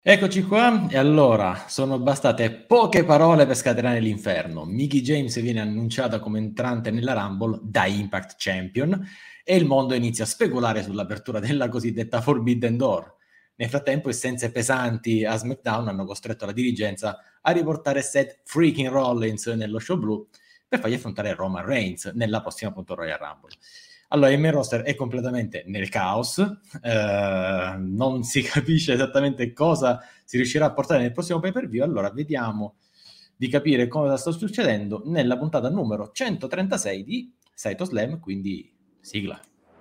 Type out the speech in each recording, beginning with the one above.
Eccoci qua, e allora sono bastate poche parole per scatenare l'inferno. Mickie James viene annunciata come entrante nella Rumble da Impact Champion e il mondo inizia a speculare sull'apertura della cosiddetta Forbidden Door. Nel frattempo, essenze pesanti a SmackDown hanno costretto la dirigenza a riportare Seth freaking Rollins nello show blu per fargli affrontare Roman Reigns nella prossima Royal Rumble. Allora, il main roster è completamente nel caos, non si capisce esattamente cosa si riuscirà a portare nel prossimo pay-per-view, allora vediamo di capire cosa sta succedendo nella puntata numero 136 di Saito Slam, quindi sigla.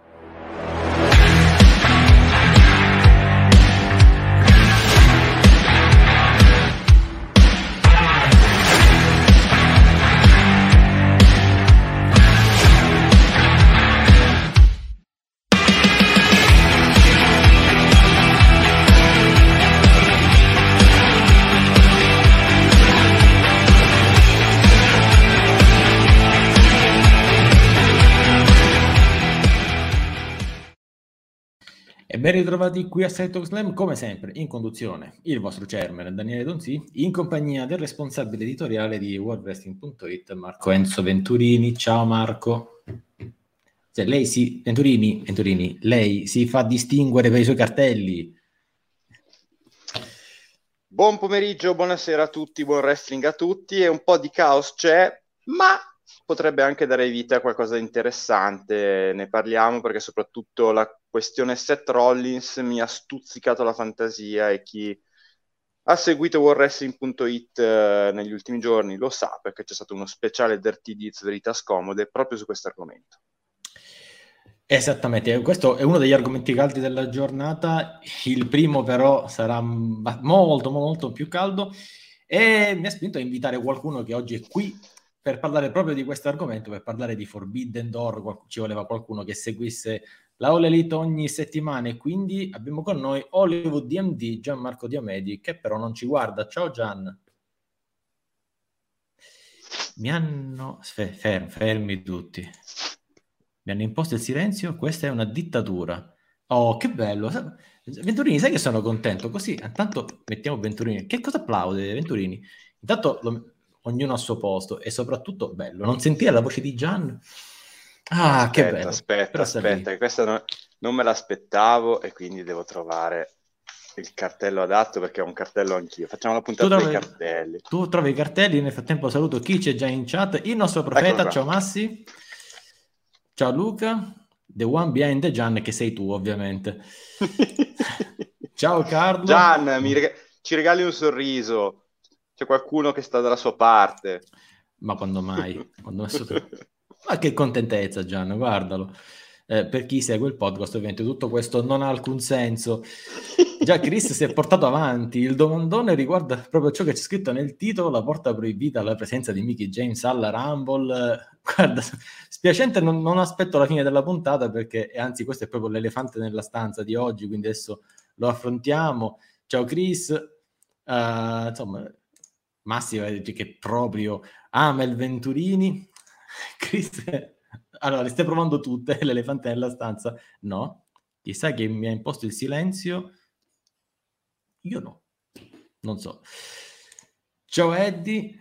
E ben ritrovati qui a Saito Slam, come sempre, in conduzione il vostro chairman Daniele Donzi, in compagnia del responsabile editoriale di WorldWrestling.it, Marco Enzo Venturini. Ciao Marco. Cioè, Venturini, lei si fa distinguere per i suoi cartelli. Buon pomeriggio, buonasera a tutti, buon wrestling a tutti, e un po' di caos c'è, ma potrebbe anche dare vita a qualcosa di interessante. Ne parliamo perché soprattutto la questione Seth Rollins mi ha stuzzicato la fantasia, e chi ha seguito WorldWrestling.it negli ultimi giorni lo sa, perché c'è stato uno speciale Dirty Deeds Verità Scomode proprio su questo argomento. Esattamente, questo è uno degli argomenti caldi della giornata. Il primo però sarà molto più caldo e mi ha spinto a invitare qualcuno che oggi è qui per parlare proprio di questo argomento, per parlare di Forbidden Door. Ci voleva qualcuno che seguisse la All Elite ogni settimana, e quindi abbiamo con noi Hollywood DMD Gianmarco Diomedi, che però non ci guarda. Ciao Gian. Mi hanno... fermi tutti. Mi hanno imposto il silenzio, questa è una dittatura. Oh, che bello. Venturini, sai che sono contento? Così, intanto mettiamo Venturini. Che cosa applaude Venturini? Intanto ognuno a suo posto, e soprattutto bello. Non sentire la voce di Gian? Ah, che bello. Aspetta, questa non me l'aspettavo, e quindi devo trovare il cartello adatto, perché ho un cartello anch'io. Facciamo la puntata dei cartelli. Tu trovi i cartelli, nel frattempo saluto chi c'è già in chat. Il nostro profeta, ciao Massi. Ciao Luca, the one behind the Gian, che sei tu ovviamente. Ciao Carlo. Gian, ci regali un sorriso, c'è qualcuno che sta dalla sua parte. Ma quando mai? Ma che contentezza Gian, guardalo. Per chi segue il podcast ovviamente tutto questo non ha alcun senso. Già Chris si è portato avanti. Il domandone riguarda proprio ciò che c'è scritto nel titolo: la porta proibita alla presenza di Mickie James alla Rumble. Guarda, spiacente, non aspetto la fine della puntata, perché anzi questo è proprio l'elefante nella stanza di oggi, quindi adesso lo affrontiamo. Ciao Chris. Insomma, Massimo che proprio ama il Venturini. Chris, allora, le stai provando tutte, l'elefante nella stanza? No. Chissà che mi ha imposto il silenzio. Io no. Non so. Ciao Eddie.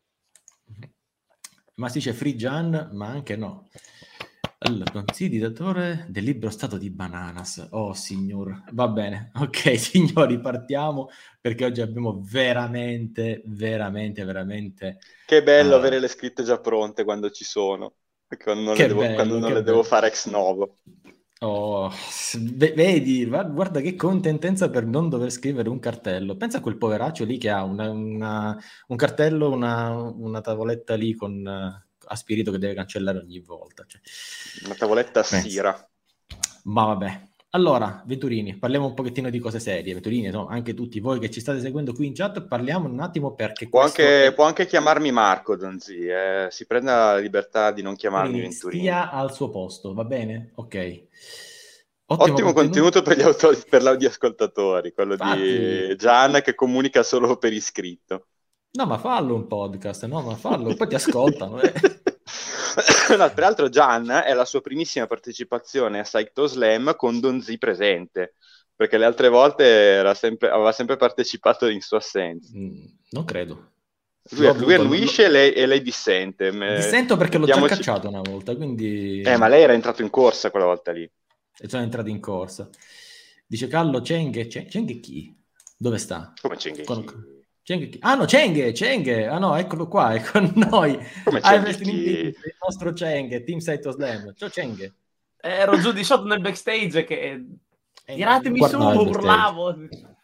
Ma si dice Free Gian, ma anche no. Allora, consigliatore del libro Stato di Bananas. Oh signor, va bene. Ok signori, partiamo, perché oggi abbiamo veramente che bello avere le scritte già pronte quando ci sono, quando non le devo fare ex novo. Oh, vedi, guarda che contentenza per non dover scrivere un cartello. Pensa a quel poveraccio lì che ha un cartello, una tavoletta lì con a spirito che deve cancellare ogni volta. Cioè, una tavoletta a sira. Ma vabbè. Allora, Venturini, parliamo un pochettino di cose serie. Venturini, no, anche tutti voi che ci state seguendo qui in chat, parliamo un attimo, perché può anche chiamarmi Marco Donzi, si prenda la libertà di non chiamarmi Venturini. Stia al suo posto, va bene? Ok. Ottimo contenuto per gli audioascoltatori, quello di Gian che comunica solo per iscritto. No, ma fallo un podcast, no, ma fallo, poi ti ascoltano. No, peraltro Gian è la sua primissima partecipazione a Saito Slam con Donzi presente, perché le altre volte aveva sempre partecipato in sua assenza. Non credo. Lui annuisce e lei dissente. Dissento perché l'ho già cacciato una volta, quindi... ma lei era entrato in corsa quella volta lì. E sono entrato in corsa. Dice Carlo Cenghe chi? Dove sta? Come Cenghe chi? Ah no, Cenghe! Ah no, eccolo qua, è con noi. Come Cenghe chi? Il nostro Cenghe, Team Saito Slam. Ciao Cenghe. Ero giù di sotto nel backstage che... Tiratemi su, urlavo.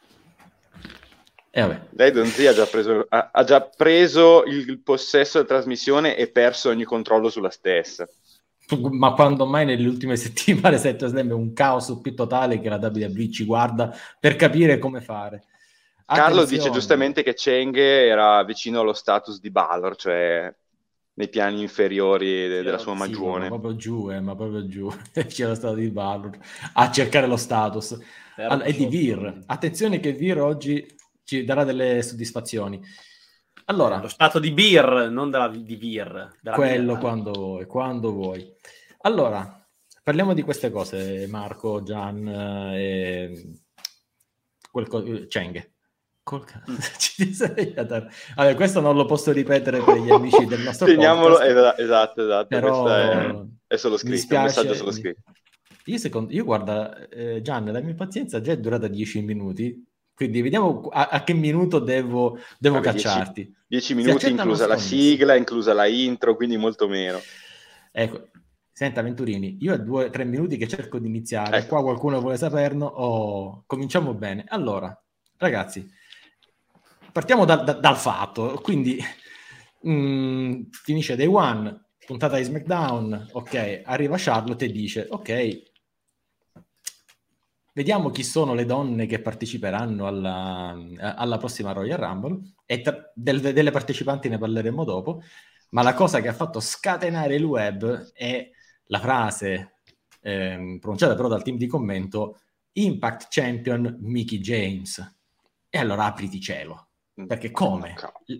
Vabbè. Lei Donzi ha già preso il possesso della trasmissione e perso ogni controllo sulla stessa. Ma quando mai nelle ultime settimane Saito Slam è un caos più totale che la WWE ci guarda per capire come fare. Carlo dice giustamente che Cenghe era vicino allo status di Balor, cioè nei piani inferiori della sua magione. Ma proprio giù c'è lo status di Balor a cercare lo status. E di Vir. Attenzione che Vir oggi ci darà delle soddisfazioni. Allora, lo stato di Beer, non di Vir. Quello quando vuoi. Allora, parliamo di queste cose, Marco, Gian e Cenghe. Vabbè, questo non lo posso ripetere per gli amici del nostro podcast. Esatto. Però è solo scritto, un messaggio solo scritto. Io guarda, Gian, la mia pazienza già è durata 10 minuti, quindi vediamo a che minuto devo cacciarti. 10 minuti, inclusa la sigla, inclusa la intro, quindi molto meno. Ecco, senta Venturini, io ho 2-3 minuti che cerco di iniziare, qua qualcuno vuole saperlo, cominciamo bene. Allora, ragazzi, partiamo dal fatto, quindi finisce Day One, puntata di SmackDown, ok, arriva Charlotte e dice, ok, vediamo chi sono le donne che parteciperanno alla prossima Royal Rumble, e delle partecipanti ne parleremo dopo, ma la cosa che ha fatto scatenare il web è la frase pronunciata però dal team di commento, Impact Champion Mickie James. E allora apriti cielo, perché come?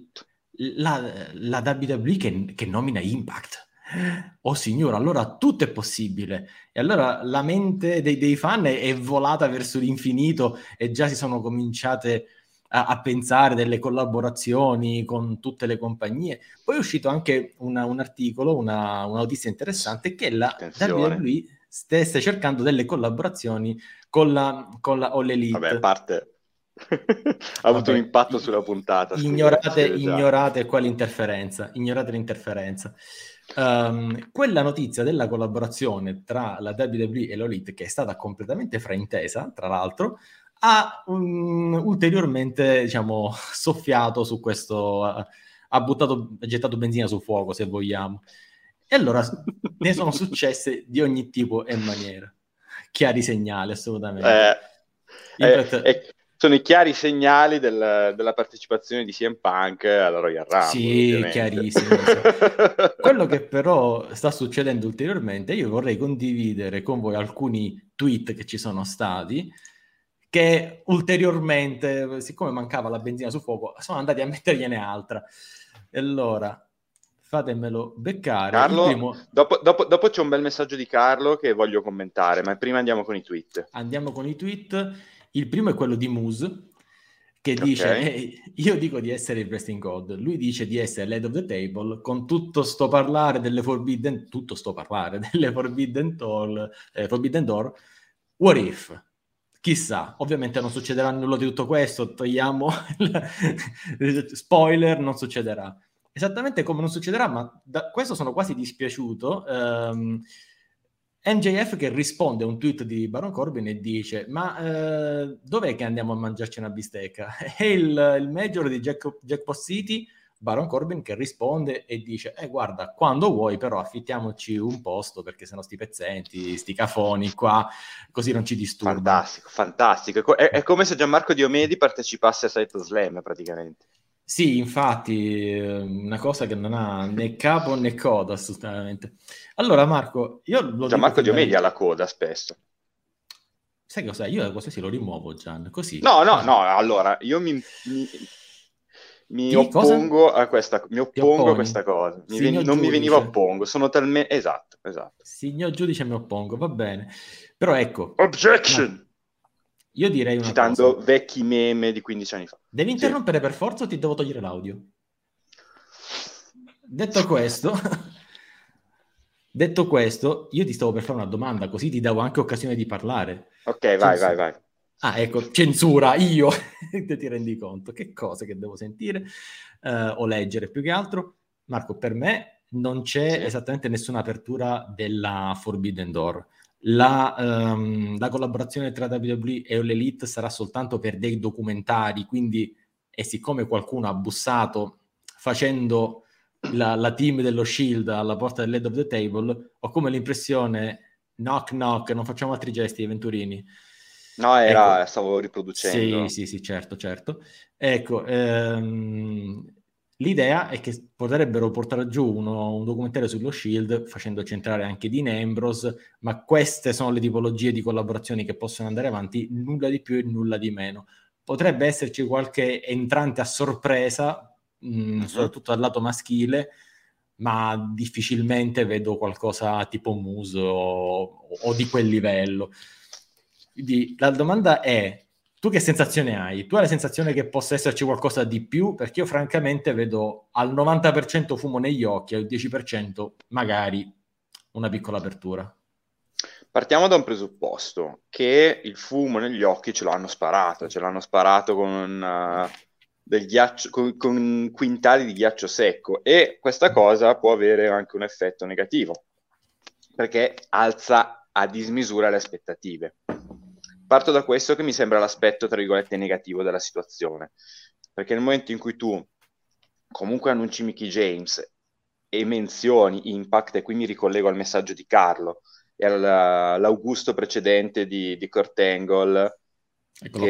La WWE che nomina Impact. Oh signore, allora tutto è possibile. E allora la mente dei fan è volata verso l'infinito e già si sono cominciate a pensare delle collaborazioni con tutte le compagnie. Poi è uscito anche un articolo, una notizia interessante, che la WWE stesse cercando delle collaborazioni con la All Elite. Vabbè, a parte... ha avuto un impatto sulla puntata. Ignorate qua l'interferenza. Ignorate l'interferenza. Quella notizia della collaborazione tra la WWE e l'Elite, che è stata completamente fraintesa, tra l'altro, ha ulteriormente, diciamo, soffiato su questo, ha gettato benzina sul fuoco, se vogliamo. E allora ne sono successe di ogni tipo e maniera. Chiari segnali, assolutamente. Sono i chiari segnali della partecipazione di CM Punk alla Royal Rumble. Sì, chiarissimo. Quello che però sta succedendo ulteriormente, io vorrei condividere con voi alcuni tweet che ci sono stati, che ulteriormente, siccome mancava la benzina sul fuoco, sono andati a mettergliene altra. E allora, fatemelo beccare. Carlo, dopo c'è un bel messaggio di Carlo che voglio commentare, ma prima andiamo con i tweet. Andiamo con i tweet. Il primo è quello di Moose, che dice io dico di essere il Wrestling God, lui dice di essere l'head of the table, con tutto sto parlare delle Forbidden Door, what if? Chissà, ovviamente non succederà nulla di tutto questo, togliamo spoiler, non succederà. Esattamente come non succederà, ma da questo sono quasi dispiaciuto. MJF che risponde a un tweet di Baron Corbin e dice ma dov'è che andiamo a mangiarci una bistecca? È il major di Jackpot City. Baron Corbin che risponde e dice guarda, quando vuoi però affittiamoci un posto, perché sennò sti pezzenti, sti cafoni qua, così non ci disturba. Fantastico. È come se Gianmarco Diomedi partecipasse a Saito Slam praticamente. Sì, infatti, una cosa che non ha né capo né coda, assolutamente. Allora, Marco, io Gianmarco Diomedi ha la coda spesso. Sai cos'è? Io così lo rimuovo, Gian, così. No, allora, io mi oppongo a questa, a questa cosa. Non mi veniva oppongo, sono talmente... Esatto. Signor giudice, mi oppongo, va bene. Però ecco... Objection! Io direi una citando cosa. vecchi meme di 15 anni fa. Devi interrompere per forza o ti devo togliere l'audio? Detto questo, io ti stavo per fare una domanda, così ti davo anche occasione di parlare. Ok, vai. Ah, ecco, censura, io. Te ti rendi conto? Che cose che devo sentire o leggere più che altro. Marco, per me non c'è esattamente nessuna apertura della Forbidden Door. La collaborazione tra WWE e All Elite sarà soltanto per dei documentari, quindi, e siccome qualcuno ha bussato facendo la team dello Shield alla porta dell'Head of the Table, ho come l'impressione, knock knock, non facciamo altri gesti ai Venturini. No, Ecco, stavo riproducendo. Sì, certo. Ecco, l'idea è che potrebbero portare giù un documentario sullo Shield facendo centrare anche Dean Ambrose, ma queste sono le tipologie di collaborazioni che possono andare avanti, nulla di più e nulla di meno. Potrebbe esserci qualche entrante a sorpresa, soprattutto dal lato maschile, ma difficilmente vedo qualcosa tipo Muso o di quel livello. Quindi la domanda è: tu che sensazione hai? Tu hai la sensazione che possa esserci qualcosa di più? Perché io francamente vedo al 90% fumo negli occhi, al 10% magari una piccola apertura. Partiamo da un presupposto, che il fumo negli occhi ce l'hanno sparato con del ghiaccio, con quintali di ghiaccio secco, e questa cosa può avere anche un effetto negativo, perché alza a dismisura le aspettative. Parto da questo, che mi sembra l'aspetto, tra virgolette, negativo della situazione, perché nel momento in cui tu comunque annunci Mickie James e menzioni Impact, e qui mi ricollego al messaggio di Carlo e all'Augusto precedente di Kurt Angle, Eccolo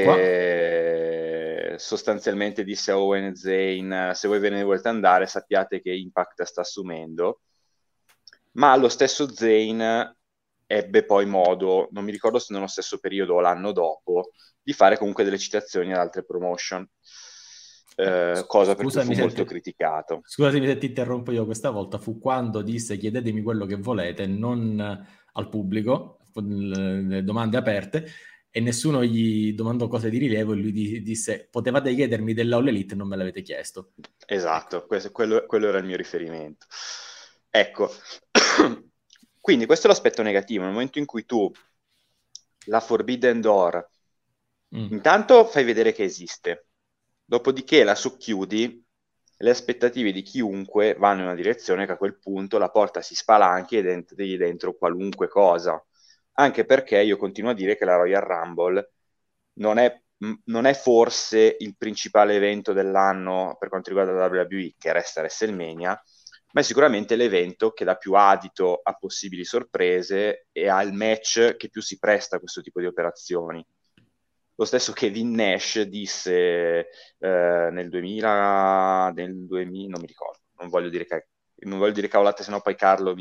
che qua. sostanzialmente disse a Owen e Zayn: se voi ve ne volete andare, sappiate che Impact sta assumendo. Ma lo stesso Zayn ebbe poi modo, non mi ricordo se nello stesso periodo o l'anno dopo, di fare comunque delle citazioni ad altre promotion, cosa per cui fu molto criticato. Scusami se ti interrompo, io questa volta fu quando disse: chiedetemi quello che volete, non al pubblico, le domande aperte, e nessuno gli domandò cose di rilievo, e lui disse: potevate chiedermi dell'All Elite, non me l'avete chiesto. Esatto, ecco. quello era il mio riferimento. Ecco, quindi questo è l'aspetto negativo. Nel momento in cui tu la Forbidden Door intanto fai vedere che esiste, dopodiché la socchiudi, le aspettative di chiunque vanno in una direzione che a quel punto la porta si spalanchi e entri dentro qualunque cosa. Anche perché io continuo a dire che la Royal Rumble non è forse il principale evento dell'anno per quanto riguarda la WWE, che resta WrestleMania, ma è sicuramente l'evento che dà più adito a possibili sorprese e al match che più si presta a questo tipo di operazioni. Lo stesso Kevin Nash disse nel 2000, non mi ricordo, non voglio dire cavolate, sennò poi Carlo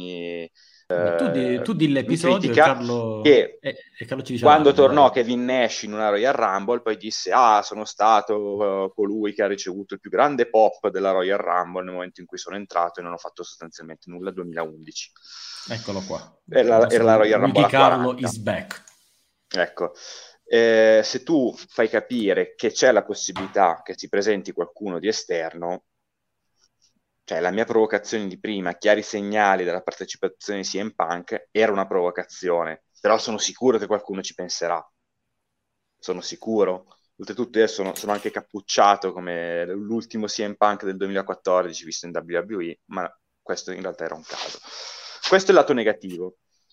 tu di l'episodio critica, Carlo, che Carlo ci dice quando tornò dai. Kevin Nash in una Royal Rumble poi disse: sono stato colui che ha ricevuto il più grande pop della Royal Rumble nel momento in cui sono entrato, e non ho fatto sostanzialmente nulla. 2011, eccolo qua, era la Royal Rumble a 40. Carlo is back. Ecco, se tu fai capire che c'è la possibilità che si presenti qualcuno di esterno, cioè la mia provocazione di prima, chiari segnali della partecipazione di CM Punk, era una provocazione, però sono sicuro che qualcuno ci penserà, sono sicuro. Oltretutto io sono anche cappucciato come l'ultimo CM Punk del 2014 visto in WWE, ma questo in realtà era un caso. Questo è il lato negativo.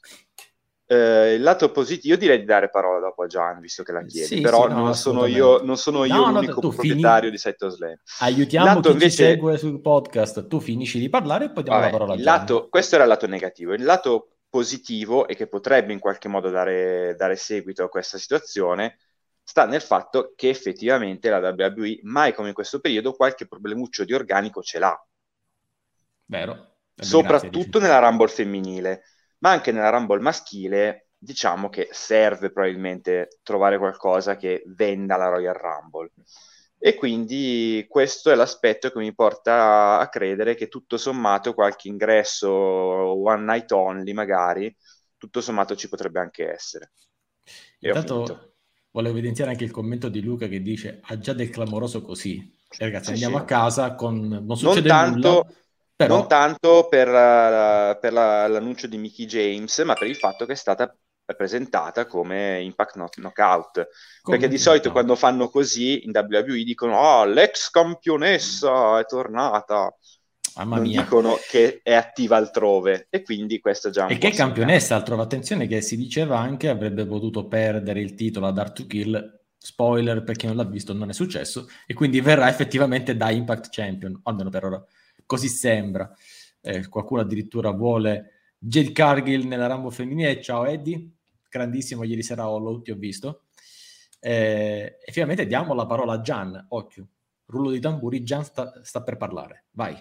Il lato positivo, io direi di dare parola dopo a Gian, visto che la chiedi, però non sono io l'unico proprietario di Saito Slam. Aiutiamo chi ci segue sul podcast. Tu finisci di parlare e poi diamo la parola a Gian. Questo era il lato negativo. Il lato positivo, e che potrebbe in qualche modo dare seguito a questa situazione, sta nel fatto che effettivamente la WWE, mai come in questo periodo, qualche problemuccio di organico ce l'ha. Vero. Soprattutto nella Rumble femminile, ma anche nella Rumble maschile, diciamo che serve probabilmente trovare qualcosa che venda la Royal Rumble. E quindi questo è l'aspetto che mi porta a credere che tutto sommato qualche ingresso one night only magari, tutto sommato ci potrebbe anche essere. Intanto volevo evidenziare anche il commento di Luca che dice ha già del clamoroso così. Ragazzi, Sì, andiamo sì. a casa con non Non succede tanto, nulla, però non tanto per l'annuncio di Mickie James, ma per il fatto che è stata presentata come Impact Knockout. Perché di solito quando fanno così in WWE dicono oh, l'ex campionessa è tornata. mamma Non mia. dicono che è attiva altrove, e quindi questo è già un E buon che segnale. campionessa, trova attenzione che si diceva anche avrebbe potuto perdere il titolo ad Hard to Kill, spoiler per chi non l'ha visto, non è successo, e quindi verrà effettivamente da Impact Champion, almeno per ora, così sembra. Qualcuno addirittura vuole Jade Cargill nella Rumble femminile. Ciao Eddie, grandissimo, ieri sera Hollow, ti ho visto. E finalmente diamo la parola a Gian, occhio, rullo di tamburi, Gian sta per parlare, vai.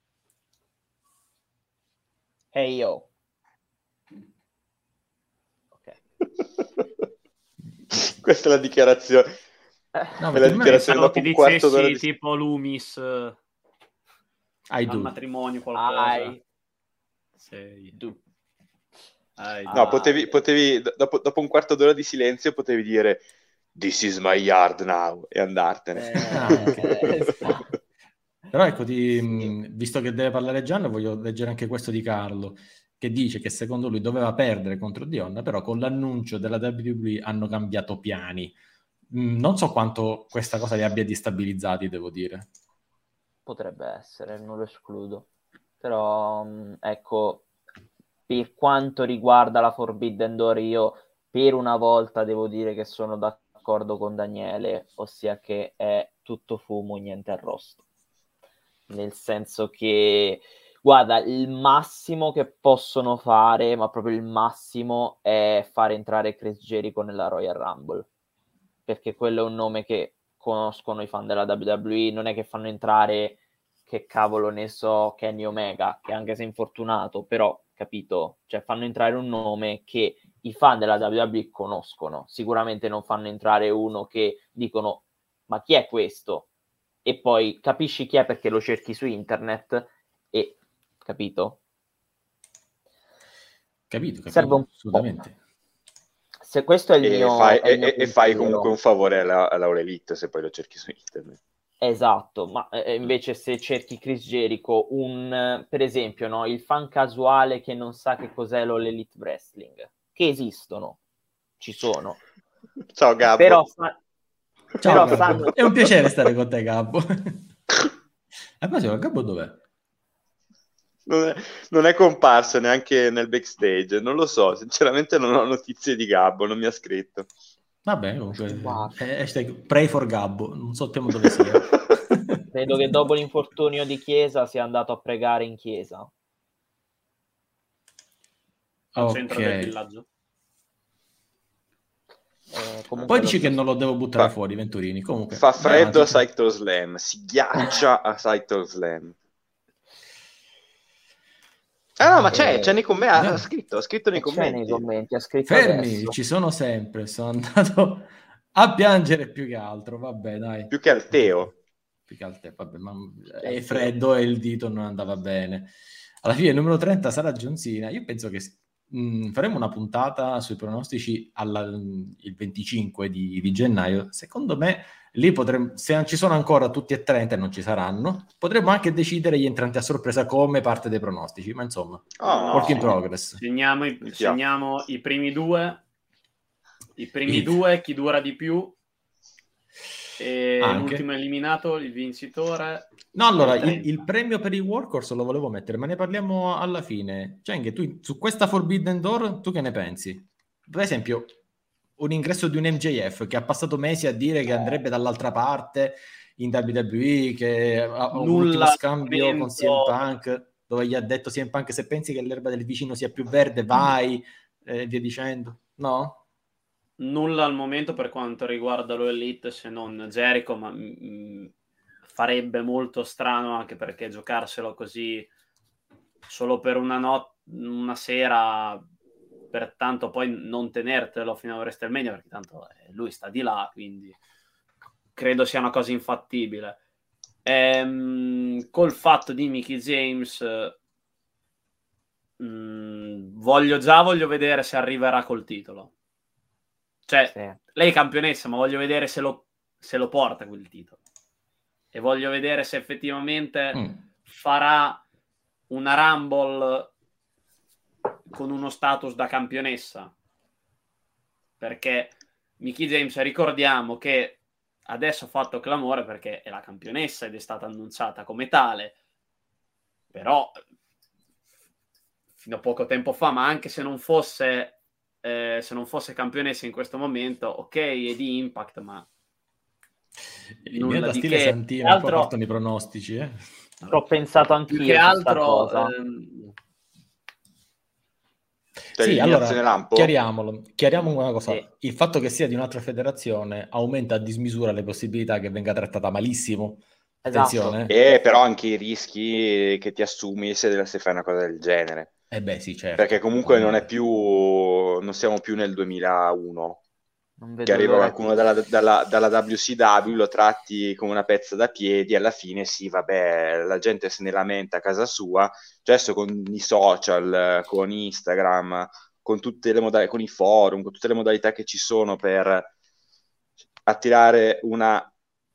Hey yo. Ok. Questa è la dichiarazione. No, È la dichiarazione dopo un quarto d'ora di... tipo Loomis al matrimonio qualcosa. No, potevi dopo un quarto d'ora di silenzio potevi dire This is my yard now e andartene. Però ecco, visto che deve parlare Gian, voglio leggere anche questo di Carlo, che dice che secondo lui doveva perdere contro Dion, però con l'annuncio della WWE hanno cambiato piani. Non so quanto questa cosa li abbia destabilizzati, devo dire. Potrebbe essere, non lo escludo. Però, ecco, per quanto riguarda la Forbidden Door, io per una volta devo dire che sono d'accordo con Daniele, ossia che è tutto fumo, niente arrosto. Nel senso che, guarda, il massimo che possono fare, ma proprio il massimo, è fare entrare Chris Jericho nella Royal Rumble. Perché quello è un nome che conoscono i fan della WWE, non è che fanno entrare, che cavolo ne so, Kenny Omega, che anche se è infortunato, però, capito? Cioè fanno entrare un nome che i fan della WWE conoscono. Sicuramente non fanno entrare uno che dicono, ma chi è questo? E poi capisci chi è perché lo cerchi su internet e, capito? Capito, serve un assolutamente. Po'. Se questo è il mio fai comunque un favore alla All Elite se poi lo cerchi su internet. Esatto, ma invece se cerchi Chris Jericho, per esempio, no, il fan casuale che non sa che cos'è l'All Elite Wrestling, che esistono, ci sono. Ciao Gabbo. Però Ciao, Gabbo. È un piacere stare con te, Gabbo. A proposito, Gabbo dov'è? Non è comparso neanche nel backstage, non lo so, sinceramente non ho notizie di Gabbo, non mi ha scritto. Vabbè, comunque, hashtag pray for Gabbo, non sappiamo dove sia. Credo che dopo l'infortunio di Chiesa sia andato a pregare in chiesa. Al centro del villaggio. Poi dici che non lo devo buttare fuori, Venturini. Comunque, fa freddo a Cyclo Slam, si ghiaccia a Cyclo Slam. Ah no, ma c'è nei commenti, ha scritto nei commenti. Ha scritto fermi, adesso. Ci sono sempre, sono andato a piangere più che altro, vabbè dai. Più che al Teo. Più che al Teo, vabbè, ma è freddo e il dito non andava bene. Alla fine il numero 30 sarà John Cena. Io penso che faremo una puntata sui pronostici il 25 di gennaio. Secondo me lì potremmo, se non ci sono ancora tutti e 30 e non ci saranno, potremmo anche decidere gli entranti a sorpresa come parte dei pronostici, ma insomma, work in progress. Segniamo i primi due, due, chi dura di più, e l'ultimo eliminato, il vincitore. No, allora, il premio per i workhorse lo volevo mettere, ma ne parliamo alla fine. Cioè, tu su questa Forbidden Door, tu che ne pensi? Per esempio, un ingresso di un MJF che ha passato mesi a dire che andrebbe dall'altra parte in WWE, che ha un ultimo scambio con CM Punk, dove gli ha detto CM Punk se pensi che l'erba del vicino sia più verde, vai, e via dicendo. No? Nulla al momento per quanto riguarda l'Elite, se non Jericho, ma farebbe molto strano, anche perché giocarselo così solo per una sera, per tanto poi non tenertelo fino a WrestleMania, perché tanto lui sta di là, quindi credo sia una cosa infattibile. Col fatto di Mickie James voglio vedere se arriverà col titolo, Cioè, Sì. lei è campionessa, ma voglio vedere se lo porta quel titolo. E voglio vedere se effettivamente farà una Rumble con uno status da campionessa. Perché Mickie James, ricordiamo che adesso ha fatto clamore perché è la campionessa ed è stata annunciata come tale, però fino a poco tempo fa, ma anche se non fosse campionessa in questo momento, ok, è di Impact, ma il mio da di stile che. Santino un po' partono i pronostici, Ho pensato anch'io più che su sta altro cosa. Sì, l'eliminazione allora lampo? chiariamo una cosa. Sì. Il fatto che sia di un'altra federazione aumenta a dismisura le possibilità che venga trattata malissimo. Attenzione. Però anche i rischi che ti assumi se fai una cosa del genere. Beh, sì, certo. Perché comunque non siamo più nel 2001. Non vedo Che arriva l'ora qualcuno dalla WCW, lo tratti come una pezza da piedi, alla fine sì, vabbè, la gente se ne lamenta a casa sua. Adesso con i social, con Instagram, con tutte le con i forum, con tutte le modalità che ci sono per attirare una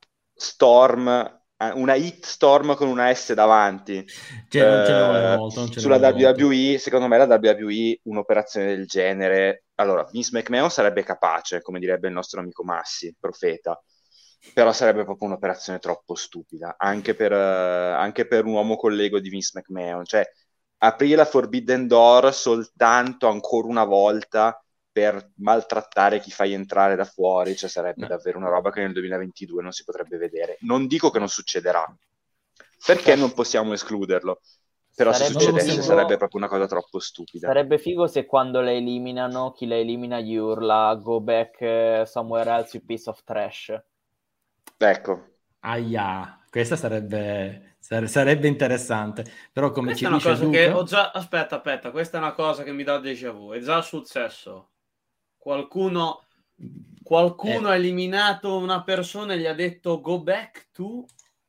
hit storm con una S davanti. Cioè, non ce ne vuole molto. Sulla WWE, secondo me la WWE un'operazione del genere, allora Vince McMahon sarebbe capace, come direbbe il nostro amico Massi, profeta, però sarebbe proprio un'operazione troppo stupida, anche per un uomo collego di Vince McMahon, cioè aprire la Forbidden Door soltanto ancora una volta per maltrattare chi fai entrare da fuori, cioè sarebbe davvero una roba che nel 2022 non si potrebbe vedere. Non dico che non succederà, perché non possiamo escluderlo, però se succedesse sarebbe proprio una cosa troppo stupida. Sarebbe figo se quando la eliminano, chi la elimina gli urla "Go back somewhere else, you piece of trash". Ecco. Aia, questa sarebbe interessante, però come questa ci è una dice cosa Luca... che ho già... Aspetta, questa è una cosa che mi dà déjà vu, è già successo. Qualcuno ha eliminato una persona e gli ha detto go back to...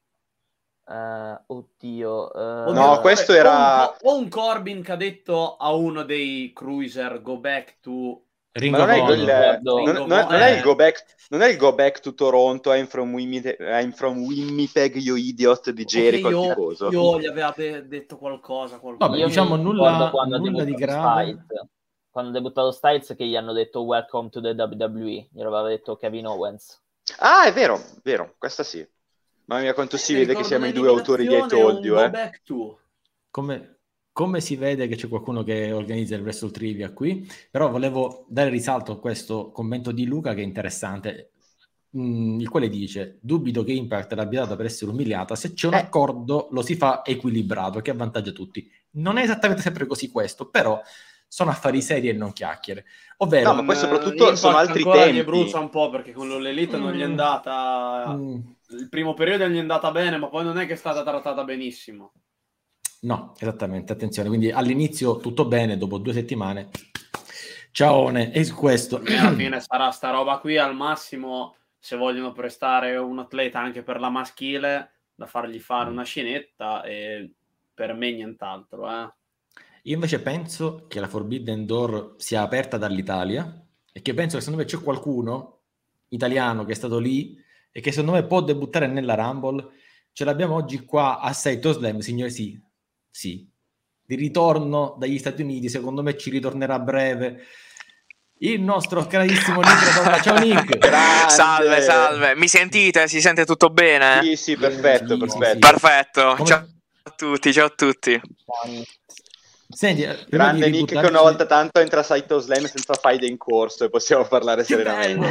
Oddio. No, questo era... O un Corbin che ha detto a uno dei cruiser go back to... Ma non è il go back, non è il go back to Toronto, I'm from Winnipeg, you idiot di Jericho, io gli aveva detto qualcosa. Vabbè, diciamo nulla di grave. Styles, quando ha debuttato Styles, che gli hanno detto welcome to the WWE, gli aveva detto Kevin Owens. Ah, è vero, questa sì. Mamma mia, quanto si vede che siamo i due autori di I Told You, Come si vede che c'è qualcuno che organizza il Wrestle Trivia qui, però volevo dare risalto a questo commento di Luca che è interessante, il quale dice: dubito che Impact l'abbia data per essere umiliata, se c'è un accordo lo si fa equilibrato che avvantaggia tutti. Non è esattamente sempre così questo, però sono affari seri e non chiacchiere. Ovvero, no, ma poi soprattutto sono altri tempi. Gli brucia un po' perché con l'Elite non gli è andata... Il primo periodo gli è andata bene, ma poi non è che è stata trattata benissimo. No, esattamente, attenzione, quindi all'inizio tutto bene, dopo 2 settimane ciaone, e questo alla fine sarà sta roba qui, al massimo se vogliono prestare un atleta anche per la maschile da fargli fare una scenetta, e per me nient'altro. Io invece penso che la Forbidden Door sia aperta dall'Italia e che penso che secondo me c'è qualcuno italiano che è stato lì e che secondo me può debuttare nella Rumble. Ce l'abbiamo oggi qua a Saito Slam, signore. Sì, di ritorno dagli Stati Uniti, secondo me ci ritornerà a breve il nostro carissimo Nick. Ciao Nick. Salve, mi sentite? Si sente tutto bene? Sì, perfetto. Perfetto. Ciao a tutti. Senti, grande Nick che una volta tanto entra a Saito Slam senza faide in corso e possiamo parlare serenamente.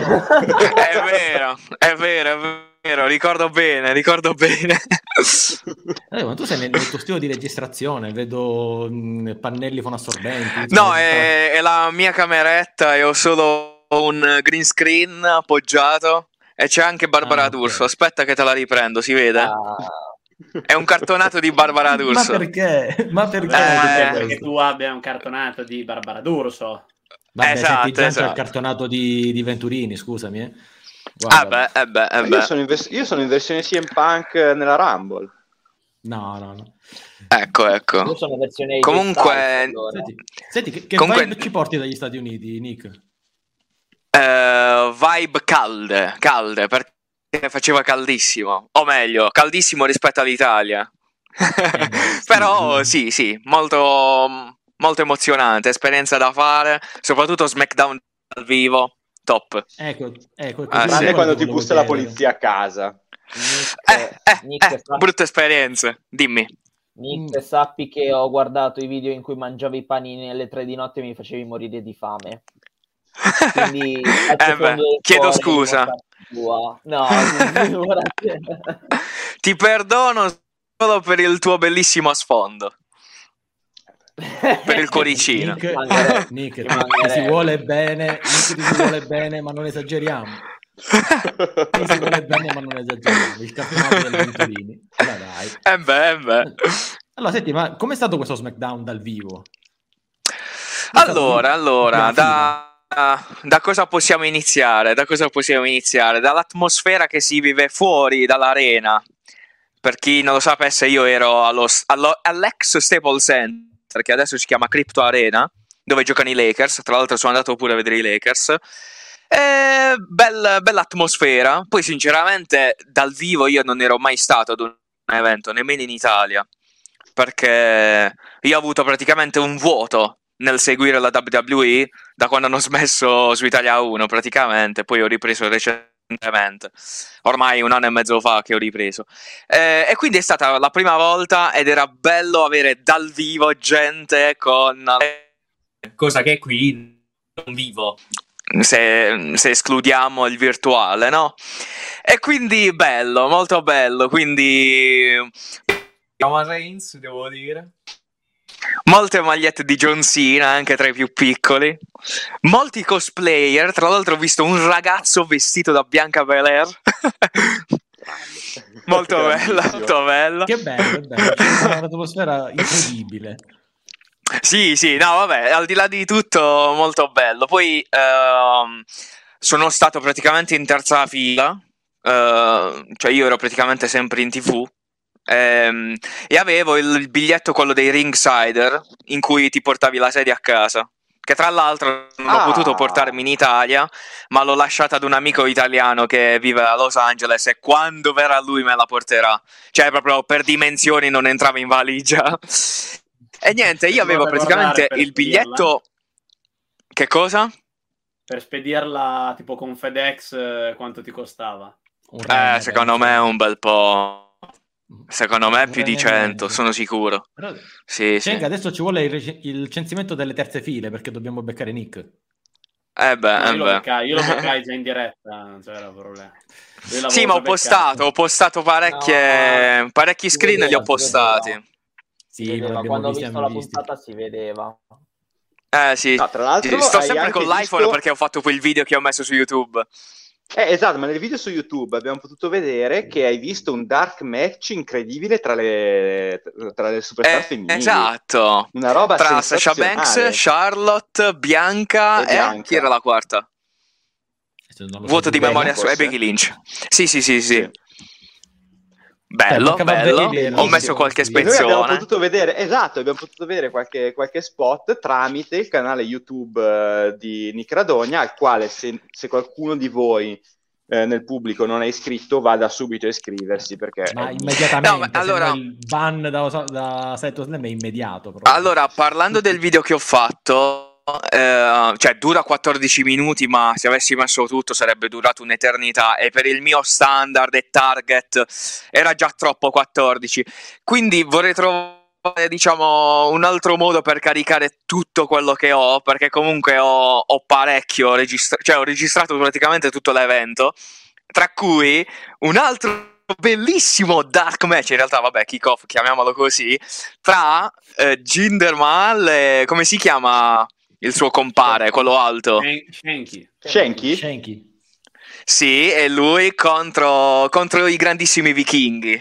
È vero, ricordo bene. Ma tu sei nel tuo studio di registrazione, vedo pannelli fonoassorbenti. No, è la mia cameretta e ho solo un green screen appoggiato e c'è anche Barbara D'Urso. Aspetta che te la riprendo, si vede? È un cartonato di Barbara D'Urso. Ma perché? Perché tu abbia un cartonato di Barbara D'Urso. Vabbè, esatto. Il cartonato di Venturini, scusami. Io sono in versione CM Punk nella Rumble. No. Ecco. Io sono versione comunque allora. Senti, che vibe ci porti dagli Stati Uniti, Nick? Vibe calde, perché faceva caldissimo, o meglio, caldissimo rispetto all'Italia. Però sì, molto emozionante, esperienza da fare, soprattutto SmackDown dal vivo, top. Ecco, tranne quando ti bussa la polizia a casa. Nick, brutte esperienze, dimmi. Nick, sappi che ho guardato i video in cui mangiavi i panini alle 3 di notte e mi facevi morire di fame. Quindi chiedo scusa. No, ti perdono solo per il tuo bellissimo sfondo, per il cuoricino. Nick, ti si vuole bene, ma non esageriamo. Ti si vuole bene, ma non esageriamo. Il campionato dei ventolini. Dai. Allora, senti, ma com'è stato questo SmackDown dal vivo? Allora, da cosa possiamo iniziare? Dall'atmosfera che si vive fuori dall'arena. Per chi non lo sapesse, io ero all'ex Staples Center, che adesso si chiama Crypto Arena, dove giocano i Lakers. Tra l'altro sono andato pure a vedere i Lakers. Bella atmosfera. Poi sinceramente dal vivo io non ero mai stato ad un evento, nemmeno in Italia, perché io ho avuto praticamente un vuoto nel seguire la WWE da quando hanno smesso su Italia 1 praticamente. Poi ho ripreso recentemente, ormai 1 anno e mezzo fa che ho ripreso, e quindi è stata la prima volta ed era bello avere dal vivo gente con cosa che qui non vivo se escludiamo il virtuale, no? E quindi bello, molto bello. Quindi Reigns, devo dire, molte magliette di John Cena anche tra i più piccoli, molti cosplayer. Tra l'altro ho visto un ragazzo vestito da Bianca Belair. molto bella. Che bello. C'è un'atmosfera incredibile. Sì, no, vabbè, al di là di tutto molto bello. Poi sono stato praticamente in terza fila, cioè io ero praticamente sempre in TV, e avevo il biglietto, quello dei Ringsider, in cui ti portavi la sedia a casa, che tra l'altro non ho potuto portarmi in Italia, ma l'ho lasciata ad un amico italiano che vive a Los Angeles, e quando verrà lui me la porterà. Cioè proprio per dimensioni non entrava in valigia. E niente, io avevo praticamente il biglietto. Che cosa? Per spedirla tipo con FedEx, quanto ti costava? Secondo me è un bel po'. Secondo me più di 100, sono sicuro. Però, sì. Adesso ci vuole il censimento delle terze file, perché dobbiamo beccare Nick. Io lo beccai già in diretta, non c'era problema. Sì, ma ho postato parecchi screen, li ho postati. Sì, quando ho visto la puntata si vedeva. Sì. No, tra l'altro sto sempre con l'iPhone perché ho fatto quel video che ho messo su YouTube. Esatto, ma nel video su YouTube abbiamo potuto vedere che hai visto un dark match incredibile tra le superstar femminili. Esatto. Una roba tra Sasha Banks, Charlotte, Bianca e chi era la quarta? Vuoto di memoria su Becky Lynch. Sì. Bello. Ho messo qualche spezzone. Noi abbiamo potuto vedere qualche spot tramite il canale YouTube di Nick Radogna, al quale se qualcuno di voi nel pubblico non è iscritto, vada subito a iscriversi, perché immediatamente. Allora, il ban da SummerSlam è immediato proprio. Allora, parlando del video che ho fatto, cioè dura 14 minuti, ma se avessi messo tutto sarebbe durato un'eternità, e per il mio standard e target era già troppo 14, quindi vorrei trovare, diciamo, un altro modo per caricare tutto quello che ho, perché comunque ho parecchio ho registrato praticamente tutto l'evento, tra cui un altro bellissimo dark match, in realtà vabbè, kick-off, chiamiamolo così, tra Jinder Mahal e come si chiama il suo compare, quello alto? Shanky? Sì, e lui contro i grandissimi vichinghi.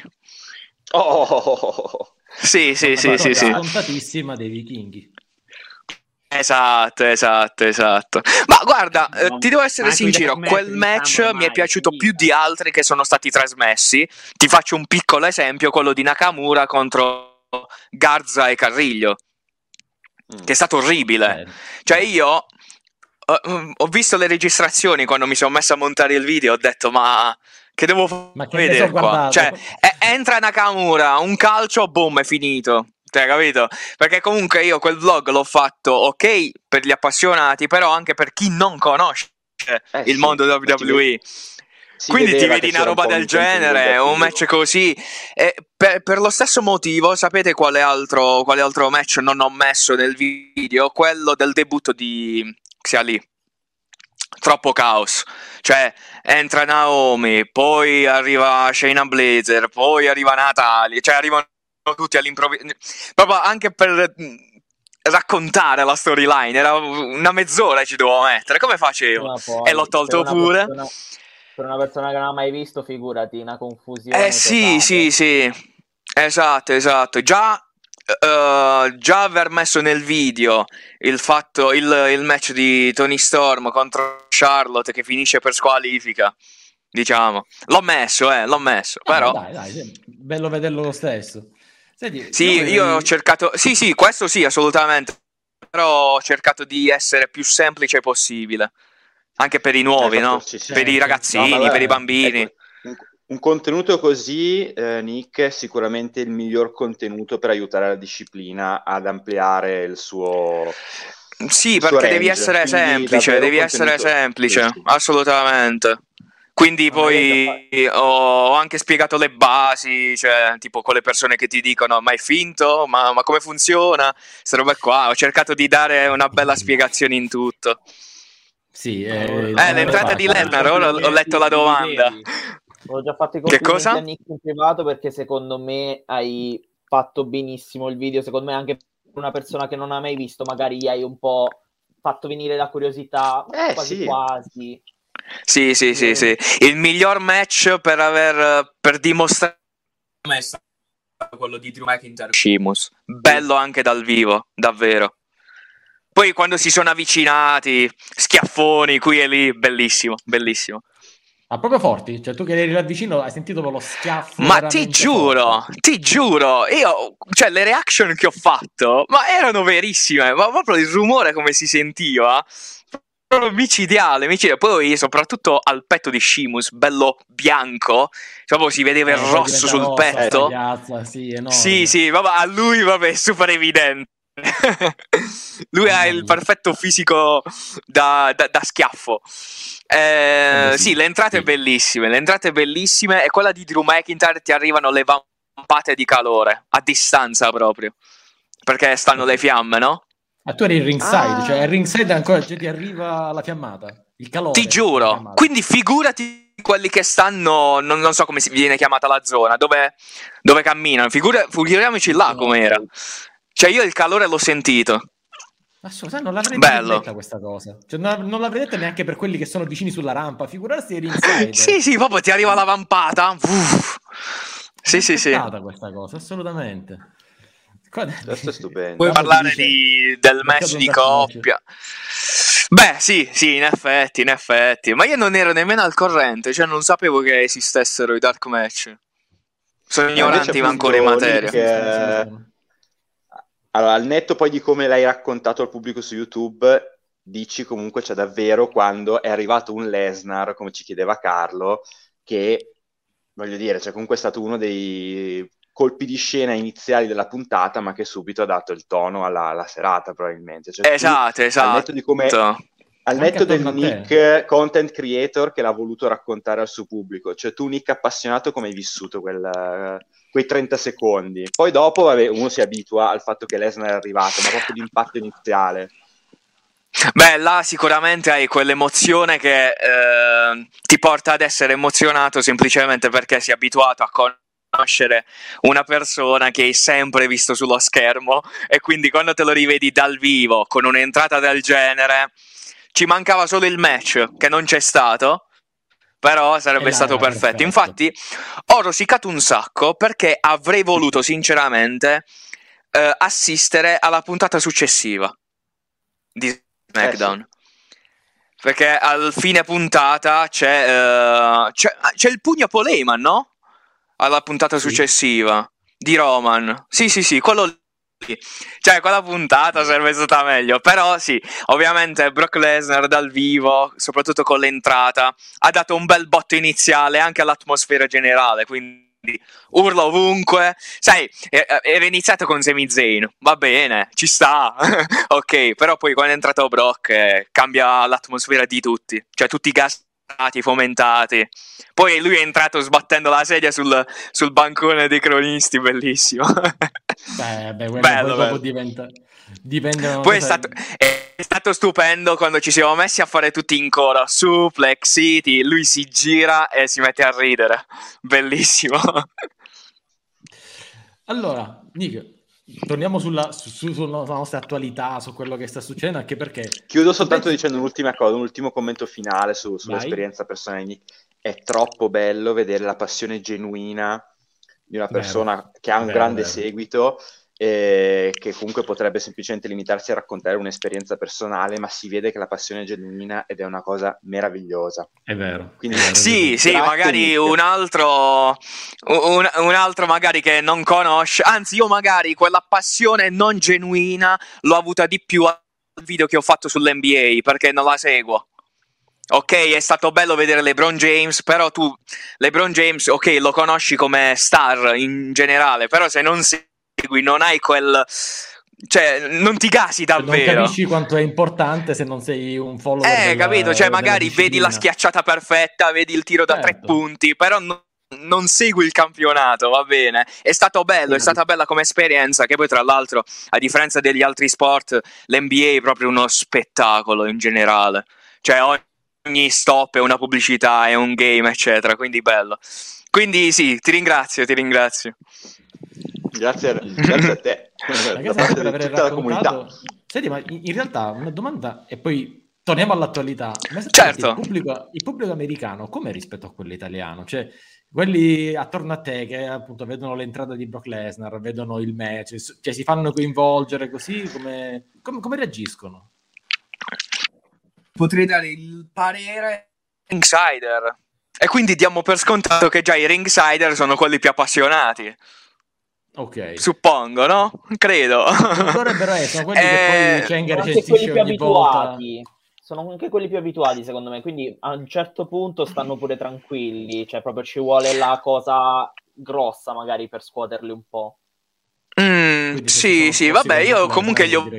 Oh! Sì. Contatissima dei vichinghi. Esatto. Ma guarda, ti devo essere sincero, quel match mi è piaciuto più di altri che sono stati trasmessi. Ti faccio un piccolo esempio, quello di Nakamura contro Garza e Carrillo, che è stato orribile. Cioè io ho visto le registrazioni quando mi sono messo a montare il video, ho detto ma che devo vedere qua? Cioè, entra Nakamura, un calcio, boom, è finito. Cioè, capito? Perché comunque io quel vlog l'ho fatto, ok, per gli appassionati, però anche per chi non conosce il mondo WWE. Quindi ti vedi una roba del genere, un match così. E per lo stesso motivo, sapete quale altro match non ho messo nel video? Quello del debutto di Xia Li. Troppo caos. Cioè, entra Naomi, poi arriva Shayna Baszler, poi arriva Natalia, cioè arrivano tutti all'improvviso. Proprio anche per raccontare la storyline, era una mezz'ora ci dovevo mettere. Come facevo? E l'ho tolto pure. Per una persona che non ha mai visto, figurati, una confusione. Sì. Esatto. Già aver messo nel video il match di Toni Storm contro Charlotte che finisce per squalifica, diciamo. L'ho messo, però. Dai, bello vederlo lo stesso. Senti, sì, io ho cercato. Sì, questo sì, assolutamente. Però ho cercato di essere più semplice possibile. Anche per i nuovi, no? Per i ragazzini, per i bambini. Ecco, un contenuto così, Nick, è sicuramente il miglior contenuto per aiutare la disciplina ad ampliare il suo. Sì, perché devi essere semplice, assolutamente. Quindi poi ho anche spiegato le basi, cioè tipo con le persone che ti dicono ma è finto, ma come funziona? Queste robe qua, ho cercato di dare una bella spiegazione in tutto. Sì, l'entrata di Lesnar, ora ho letto la domanda. Ho già fatto i complimenti a Nick in privato perché secondo me hai fatto benissimo il video, secondo me anche per una persona che non ha mai visto magari gli hai un po' fatto venire la curiosità, quasi. Sì. Il miglior match per dimostrare è stato quello di Drew McIntyre Sheamus. Bello anche dal vivo, davvero. Poi quando si sono avvicinati, schiaffoni qui e lì, bellissimo. Ah, proprio forti? Cioè tu che eri là vicino hai sentito quello schiaffo? Ma ti giuro, io, cioè le reaction che ho fatto, ma erano verissime, ma proprio il rumore come si sentiva, proprio micidiale. Poi soprattutto al petto di Sheamus, bello bianco, proprio si vedeva il rosso sul petto. Sì, vabbè, a lui è super evidente. Lui ha il perfetto fisico da schiaffo. Sì, le entrate bellissime e quella di Drew McIntyre ti arrivano le vampate di calore a distanza proprio perché stanno le fiamme, no? Ma tu eri il ringside, cioè il ringside ancora ti arriva la fiammata, il calore. Ti giuro, quindi figurati quelli che stanno, non so come si viene chiamata la zona, dove camminano, figuriamoci là com'era. Cioè io il calore l'ho sentito. Assolutamente, non l'avrei detta questa cosa. Cioè, non l'avrei detta neanche per quelli che sono vicini sulla rampa. Figurarsi i ringside. sì, proprio ti arriva la vampata. Sì. È questa cosa, assolutamente. Questo è stupendo. Puoi parlare del match di coppia. Beh, sì, in effetti. Ma io non ero nemmeno al corrente, cioè non sapevo che esistessero i dark match. Sono ignoranti ancora in materia. Allora, al netto poi di come l'hai raccontato al pubblico su YouTube, dici comunque c'è davvero quando è arrivato un Lesnar, come ci chiedeva Carlo, che, voglio dire, cioè comunque è stato uno dei colpi di scena iniziali della puntata, ma che subito ha dato il tono alla serata, probabilmente. Cioè, esatto. Al netto di come... Al netto del Nick content creator che l'ha voluto raccontare al suo pubblico, cioè tu Nick appassionato come hai vissuto quei 30 secondi, poi dopo uno si abitua al fatto che Lesnar è arrivato, ma proprio l'impatto iniziale. Beh, là sicuramente hai quell'emozione che ti porta ad essere emozionato semplicemente perché sei abituato a conoscere una persona che hai sempre visto sullo schermo e quindi quando te lo rivedi dal vivo con un'entrata del genere ci mancava solo il match che non c'è stato, però sarebbe stato perfetto. Infatti ho rosicato un sacco perché avrei voluto sinceramente assistere alla puntata successiva di SmackDown, perché al fine puntata c'è il pugno a Paul Heyman, no? Alla puntata successiva di Roman, sì, quello cioè quella puntata sarebbe stata meglio, però sì, ovviamente Brock Lesnar dal vivo, soprattutto con l'entrata, ha dato un bel botto iniziale anche all'atmosfera generale, quindi urla ovunque, sai, era iniziato con Sami Zayn, va bene, ci sta, ok, però poi quando è entrato Brock cambia l'atmosfera di tutti, cioè tutti gasati, fomentati, poi lui è entrato sbattendo la sedia sul bancone dei cronisti, bellissimo. Bello. Dopo dipendono. Poi è stato stupendo quando ci siamo messi a fare tutti in coro Suplex City, lui si gira e si mette a ridere, bellissimo. Allora, Nick, torniamo sulla nostra attualità, su quello che sta succedendo, anche perché chiudo soltanto dicendo un'ultima cosa, un ultimo commento finale sull'esperienza personale di Nick. È troppo bello vedere la passione genuina di una persona che ha un grande seguito, che comunque potrebbe semplicemente limitarsi a raccontare un'esperienza personale, ma si vede che la passione è genuina ed è una cosa meravigliosa. È vero. Quindi, sì, magari un altro magari che non conosce, anzi io magari quella passione non genuina l'ho avuta di più al video che ho fatto sull'NBA, perché non la seguo. Ok, è stato bello vedere LeBron James, però tu LeBron James, ok, lo conosci come star in generale, però se non segui, non hai quel... cioè, non ti gasi davvero. Non capisci quanto è importante se non sei un follower capito? Cioè, magari vedi la schiacciata perfetta, vedi il tiro da 3 punti, però non segui il campionato, va bene? È stato bello, è stata bella come esperienza, che poi tra l'altro, a differenza degli altri sport, l'NBA è proprio uno spettacolo in generale. Cioè, ogni stop è una pubblicità, è un game, eccetera, quindi bello. Quindi sì, ti ringrazio. Grazie a te. Grazie per aver raccontato. Senti, ma in realtà una domanda e poi torniamo all'attualità. Ma certo. Il pubblico americano come rispetto a quello italiano? Cioè, quelli attorno a te che appunto vedono l'entrata di Brock Lesnar, vedono il match, cioè si fanno coinvolgere così, come reagiscono? Potrei dare il parere Ringsider, e quindi diamo per scontato che già i Ringsider sono quelli più appassionati. Ok. Suppongo, no? Credo. Dovrebbero essere quelli che poi Cengar gestisce ogni volta. Sono anche quelli più abituati, secondo me, quindi a un certo punto stanno pure tranquilli, cioè proprio ci vuole la cosa grossa magari per scuoterli un po'. Sì, vabbè, io comunque li ho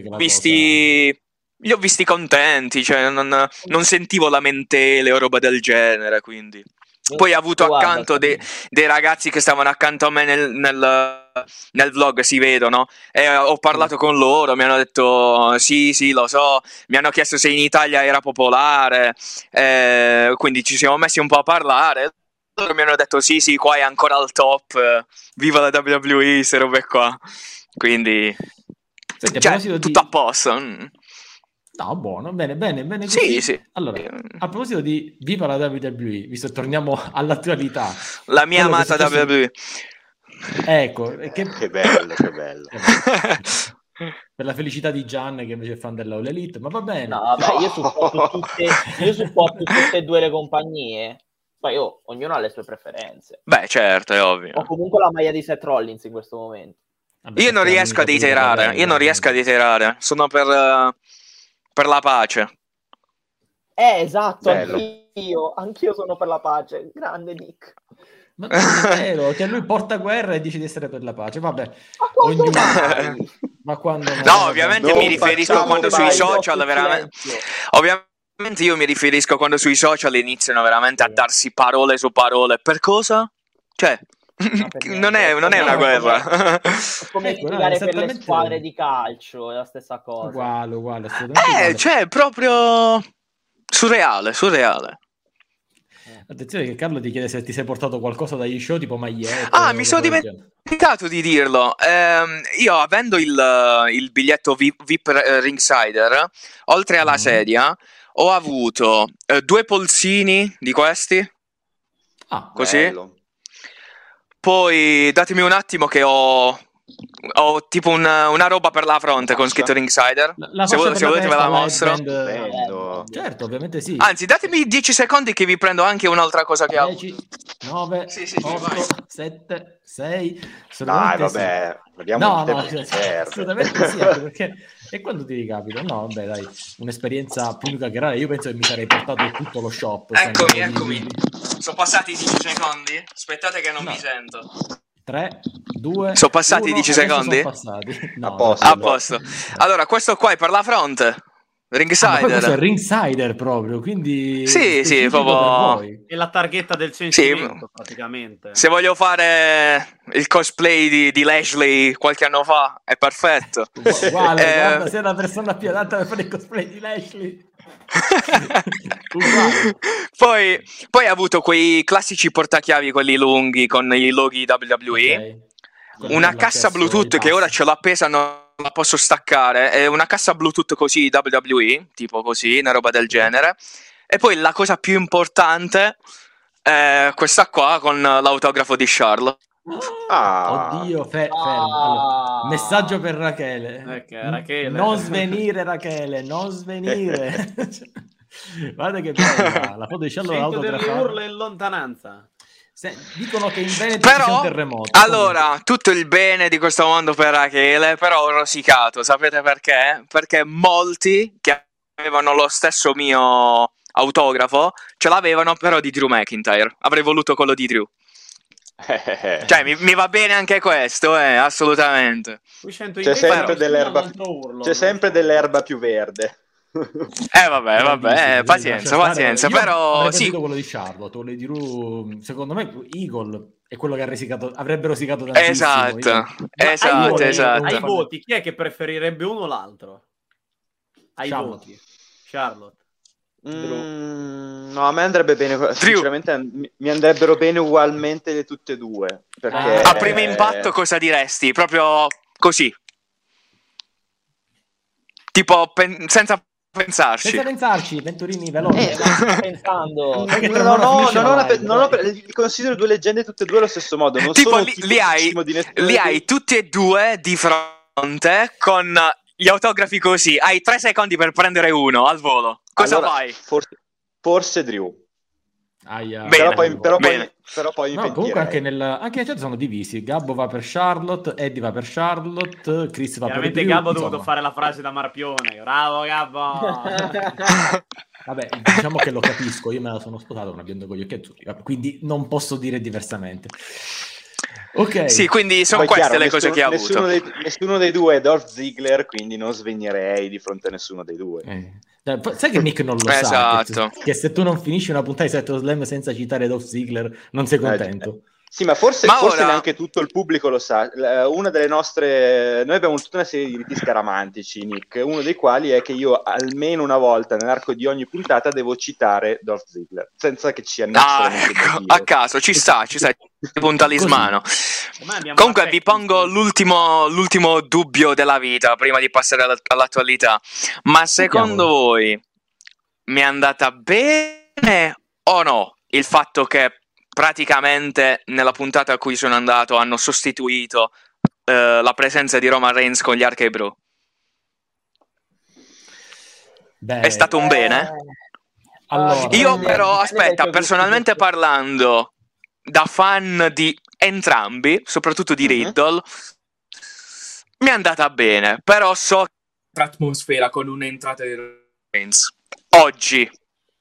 visti contenti, cioè non sentivo lamentele o roba del genere, quindi... Poi ho avuto accanto dei ragazzi che stavano accanto a me nel vlog, si vedono, e ho parlato con loro, mi hanno detto sì, lo so, mi hanno chiesto se in Italia era popolare, quindi ci siamo messi un po' a parlare, loro mi hanno detto sì, qua è ancora al top, viva la WWE, queste robe qua, quindi senti, tutto a posto. No, buono, bene così. Sì. Allora, a proposito di viva la WWE, visto che torniamo all'attualità. La mia amata WWE. Ecco, che bello. Per la felicità di Gian, che invece è fan della All Elite, ma va bene. No, vabbè, io supporto tutte e due le compagnie. Poi ognuno ha le sue preferenze. Beh, certo, è ovvio. Ho comunque la maglia di Seth Rollins in questo momento. Vabbè, io non riesco ad iterare, sono per la pace. Esatto, anch'io sono per la pace. Grande Nick. Ma è vero, che lui porta guerra e dice di essere per la pace. Vabbè, ma quando no, ovviamente mi riferisco quando sui social veramente. Ovviamente io mi riferisco quando sui social iniziano veramente a darsi parole su parole. Per cosa? Cioè, non è una guerra. Come litigare per le squadre di calcio, è la stessa cosa. Uguale, assolutamente. Cioè, proprio surreale. Attenzione che Carlo ti chiede se ti sei portato qualcosa dagli show, tipo magliette. Mi sono dimenticato di dirlo. Io, avendo il biglietto VIP Ringsider, oltre alla sedia, ho avuto 2 polsini di questi. Così. Bello. Poi datemi un attimo che ho Ho tipo una roba per la fronte con scritto Ringsider. Se volete ve la mostro. Certo, ovviamente sì. Anzi, datemi 10 secondi che vi prendo anche un'altra cosa che 10, 9, 8, 7, 6. Dai, vabbè, no, assolutamente sì, anche perché e quando ti ricapita? No, vabbè, dai, un'esperienza più che rara. Io penso che mi sarei portato tutto lo shop. Eccomi. Sono passati 10 secondi? Aspettate che non mi sento. 3, 2, sono passati 1, 10 secondi? Sono passati. No, a posto. Allora, questo qua è per la front. Ringsider. Questo è Ringsider proprio, quindi sì, proprio è la targhetta del censimento, praticamente. Se voglio fare il cosplay di Lashley qualche anno fa, è perfetto. Guarda, sei la persona più adatta per fare il cosplay di Lashley. Poi ha avuto quei classici portachiavi, quelli lunghi con i loghi WWE. Okay. Una cassa Bluetooth che ora ce l'ho appesa, non la posso staccare. È una cassa Bluetooth così WWE, tipo così, una roba del genere. E poi la cosa più importante è questa qua con l'autografo di Charlotte. Oddio, fermo. Allora, messaggio per Rachele. Rachele. Non svenire, Rachele, non svenire. Guarda che bella la foto di Charlotte. Sento delle urla in lontananza. Dicono che in Veneto c'è un terremoto. Allora, tutto il bene di questo mondo per Rachele, però ho rosicato. Sapete perché? Perché molti che avevano lo stesso mio autografo ce l'avevano, però di Drew McIntyre. Avrei voluto quello di Drew. Cioè mi va bene anche questo, assolutamente. C'è sempre dell'erba più verde. Vabbè, pazienza, però sì. Quello di Charlotte, quello di Drew, secondo me Eagle è quello che avrebbe rosicato tantissimo. Esatto. Ai voti, chi è che preferirebbe uno o l'altro? Ai voti, Charlotte. No, a me andrebbe bene, sinceramente mi andrebbero bene ugualmente tutte e due, perché a primo impatto cosa diresti? Proprio così, tipo senza pensarci, Venturini veloce. Pensando. Li considero due leggende tutte e due allo stesso modo. Non tipo sono li hai tutti e due di fronte con gli autografi così. Hai 3 secondi per prendere uno al volo. Cosa fai? Forse Drew. Però poi no, comunque anche chat sono divisi. Gabbo va per Charlotte, Eddie va per Charlotte, Chris va per Drew. Gabbo ha dovuto fare la frase da Marpione. Bravo Gabbo. Vabbè, diciamo che lo capisco, io me la sono sposato con una bionda con gli occhi azzurri, quindi non posso dire diversamente. Ok. Sì, quindi sono queste le cose che ha avuto. Nessuno dei due è Dolph Ziggler, quindi non svenirei di fronte a nessuno dei due. Sai che Nick non lo sa, che se tu non finisci una puntata di Settle Slam senza citare Dolph Ziggler non sei contento. Sì, ma forse neanche tutto il pubblico lo sa. Una delle nostre... Noi abbiamo tutta una serie di riti scaramantici, Nick, uno dei quali è che io almeno una volta nell'arco di ogni puntata devo citare Dolph Ziggler, senza che ci ecco, a caso, ci sta, tipo un talismano. Comunque vi pongo l'ultimo dubbio della vita, prima di passare all'attualità. Ma secondo voi mi è andata bene o no il fatto che praticamente nella puntata a cui sono andato hanno sostituito la presenza di Roman Reigns con gli RK Bro? È stato un bene? Allora, io però, aspetta, personalmente parlando, da fan di entrambi, soprattutto di Riddle, mi è andata bene, però so l'atmosfera con un'entrata di Reigns oggi.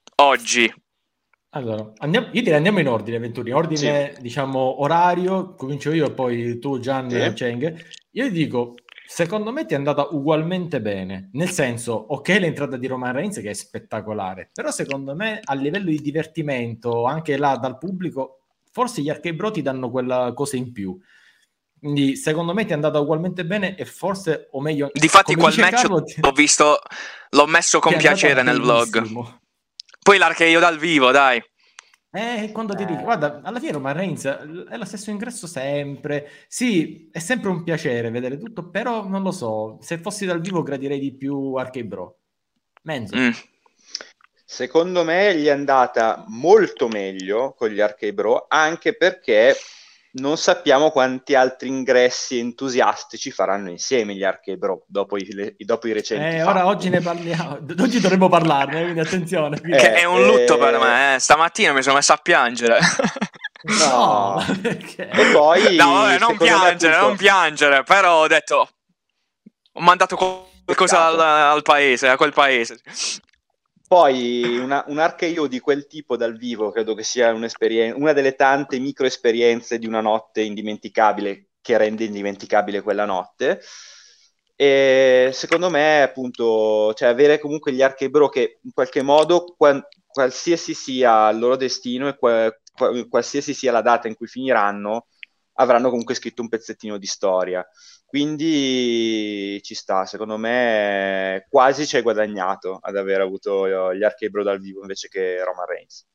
Allora, io direi andiamo in ordine, Venturi, ordine diciamo orario, comincio io e poi tu Gian Cheng. Io dico, secondo me ti è andata ugualmente bene, nel senso, ok l'entrata di Roman Reigns che è spettacolare, però secondo me a livello di divertimento, anche là dal pubblico, forse gli RK Bro ti danno quella cosa in più. Quindi secondo me ti è andata ugualmente bene e forse, o meglio... Difatti quel match l'ho messo con piacere nel vlog. Poi l'archeio dal vivo, dai. Quando ti dico, guarda, alla fine Roman Reigns è lo stesso ingresso sempre. Sì, è sempre un piacere vedere tutto, però non lo so, se fossi dal vivo gradirei di più RK Bro. Menzo. Secondo me gli è andata molto meglio con gli RK Bro, anche perché non sappiamo quanti altri ingressi entusiastici faranno insieme gli RK Bro dopo i recenti ora fatti. oggi ne parliamo, oggi dovremmo parlarne, quindi attenzione. Che è un lutto per me, stamattina mi sono messo a piangere. No, perché? E poi no, vabbè, non secondo me, piangere, appunto, non piangere, però ho detto, ho mandato qualcosa al paese, a quel paese. Poi un RKO di quel tipo dal vivo credo che sia una delle tante micro esperienze di una notte indimenticabile che rende indimenticabile quella notte. E secondo me, appunto, cioè avere comunque gli RK Bro che in qualche modo, qualsiasi sia il loro destino e qualsiasi sia la data in cui finiranno, avranno comunque scritto un pezzettino di storia. Quindi ci sta, secondo me quasi ci hai guadagnato ad aver avuto gli RK Bro dal vivo invece che Roman Reigns.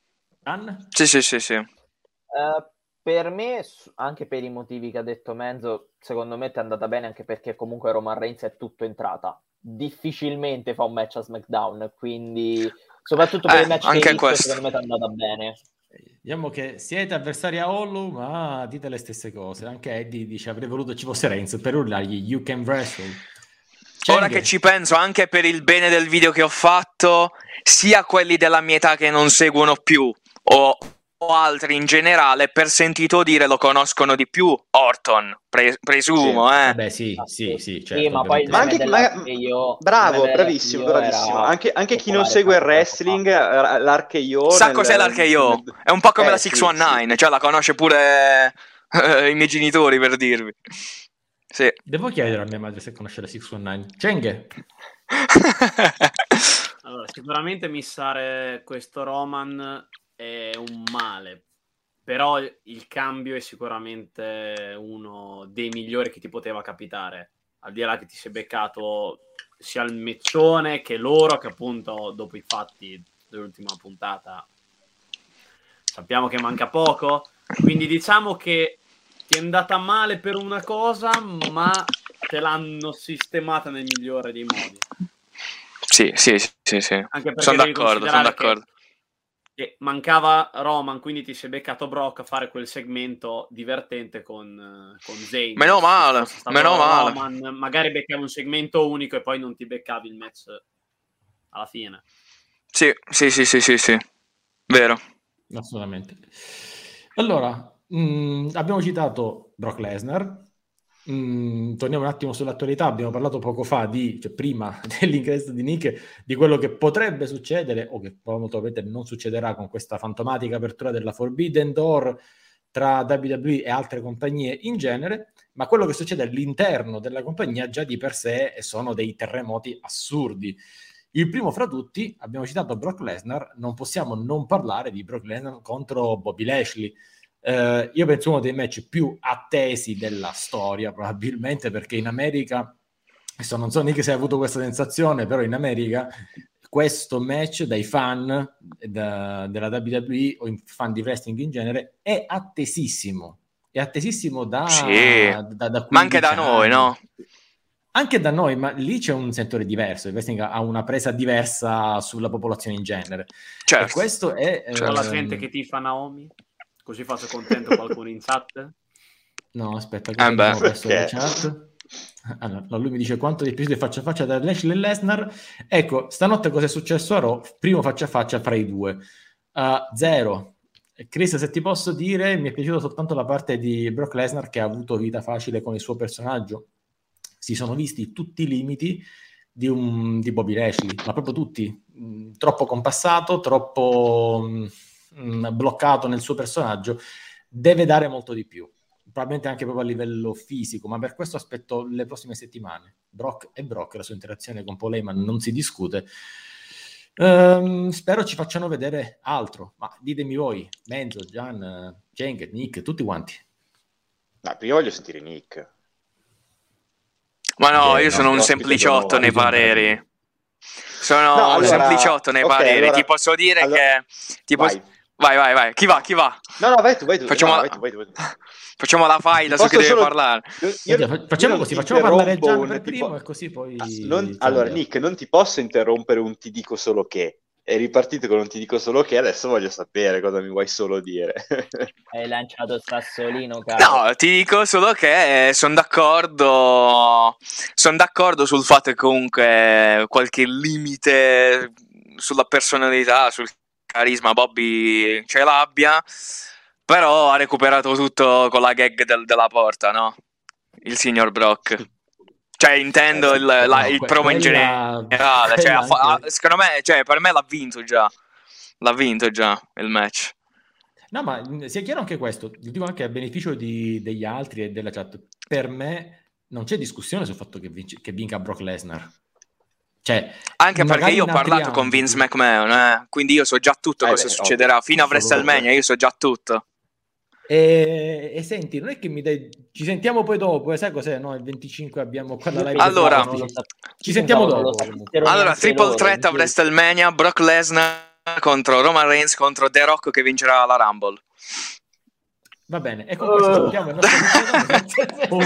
Sì. Per me, anche per i motivi che ha detto Menzo, secondo me ti è andata bene, anche perché comunque Roman Reigns è tutto entrata. Difficilmente fa un match a SmackDown, quindi soprattutto per il match anche che hai visto, questo. secondo me ti è andata bene. Diciamo che siete avversari a Hollow, ma dite le stesse cose. Anche Eddie dice avrei voluto ci fosse Reigns per urlargli You can wrestle. Ora che ci penso, anche per il bene del video che ho fatto, sia quelli della mia età che non seguono più o altri in generale, per sentito dire lo conoscono di più Orton, presumo. Sì. Vabbè, sì, certo, ma poi bravo, bravissimo. Anche chi non segue il wrestling, l'RKO sa cos'è l'RKO? È un po' come la 619, cioè la conosce pure i miei genitori, per dirvi. Sì. Devo chiedere a mia madre se conosce la 619. Cenghe. Allora, sicuramente missare questo Roman è un male, però il cambio è sicuramente uno dei migliori che ti poteva capitare, al di là che ti sei beccato sia il meccione che loro, che appunto dopo i fatti dell'ultima puntata sappiamo che manca poco, quindi diciamo che ti è andata male per una cosa, ma te l'hanno sistemata nel migliore dei modi. Sì. Anche perché sono d'accordo. Che mancava Roman, quindi ti sei beccato Brock a fare quel segmento divertente con Zayn. Meno male. Roman, magari beccavi un segmento unico e poi non ti beccavi il match alla fine. Sì. Vero. Assolutamente. Allora, abbiamo citato Brock Lesnar. Torniamo un attimo sull'attualità. Abbiamo parlato poco fa prima dell'ingresso di Nick, di quello che potrebbe succedere o che molto probabilmente non succederà con questa fantomatica apertura della Forbidden Door tra WWE e altre compagnie in genere, ma quello che succede all'interno della compagnia già di per sé sono dei terremoti assurdi. Il primo fra tutti, abbiamo citato Brock Lesnar, non possiamo non parlare di Brock Lesnar contro Bobby Lashley. Io penso uno dei match più attesi della storia, probabilmente, perché in America, adesso non so neanche se hai avuto questa sensazione, però in America questo match dai fan della WWE o fan di wrestling in genere è attesissimo da ma anche da noi, no? Anche da noi, ma lì c'è un sentore diverso, il wrestling ha una presa diversa sulla popolazione in genere. Certo. E questo è con la gente che tifa Naomi, così faccio contento qualcuno in chat. No, aspetta, che abbiamo messo in chat. Allora, lui mi dice quanto di più di faccia a faccia tra Lashley e Lesnar. Ecco, stanotte cosa è successo a Raw? Primo faccia a faccia fra i due. 0. Chris, se ti posso dire, mi è piaciuta soltanto la parte di Brock Lesnar che ha avuto vita facile con il suo personaggio. Si sono visti tutti i limiti di Bobby Lashley, ma proprio tutti. Troppo compassato, troppo bloccato nel suo personaggio. Deve dare molto di più, probabilmente anche proprio a livello fisico, ma per questo aspetto le prossime settimane. Brock, la sua interazione con Paul Heyman non si discute. Spero ci facciano vedere altro, ma ditemi voi, Menzo, Gian, Cenk, Nick, tutti quanti. No, prima voglio sentire Nick. Ma no, io sono un sempliciotto nei pareri. Sono un sempliciotto nei pareri. Allora, ti posso dire che... Vai. Chi va? No, vai tu. Facciamo la faida su chi deve parlare. Facciamo così, facciamo parlare Gian per primo e così poi... Allora, Nick, non ti posso interrompere un ti dico solo che. è ripartito con non ti dico solo che, adesso voglio sapere cosa mi vuoi solo dire. Hai lanciato il sassolino, caro. No, ti dico solo che sono d'accordo sul fatto che comunque qualche limite sulla personalità, sul carisma Bobby ce l'abbia, però ha recuperato tutto con la gag della porta, no? Il signor Brock. Cioè, intendo il promo in generale. Cioè, secondo me, cioè, per me l'ha vinto già il match. No, ma sia chiaro anche questo, lo dico anche a beneficio degli altri e della chat. Per me non c'è discussione sul fatto che vinca Brock Lesnar. Cioè, anche perché io ho parlato con Vince McMahon, quindi io so già tutto cosa succederà. Ovvio. Fino a WrestleMania io so già tutto. E senti, non è che mi dai... Ci sentiamo poi dopo, sai cos'è? No, il 25 abbiamo qua la live. Allora, ci sentiamo dopo. Allora, triple threat a WrestleMania, Brock Lesnar contro Roman Reigns contro The Rock che vincerà la Rumble. Va bene, e con questo salutiamo il nostro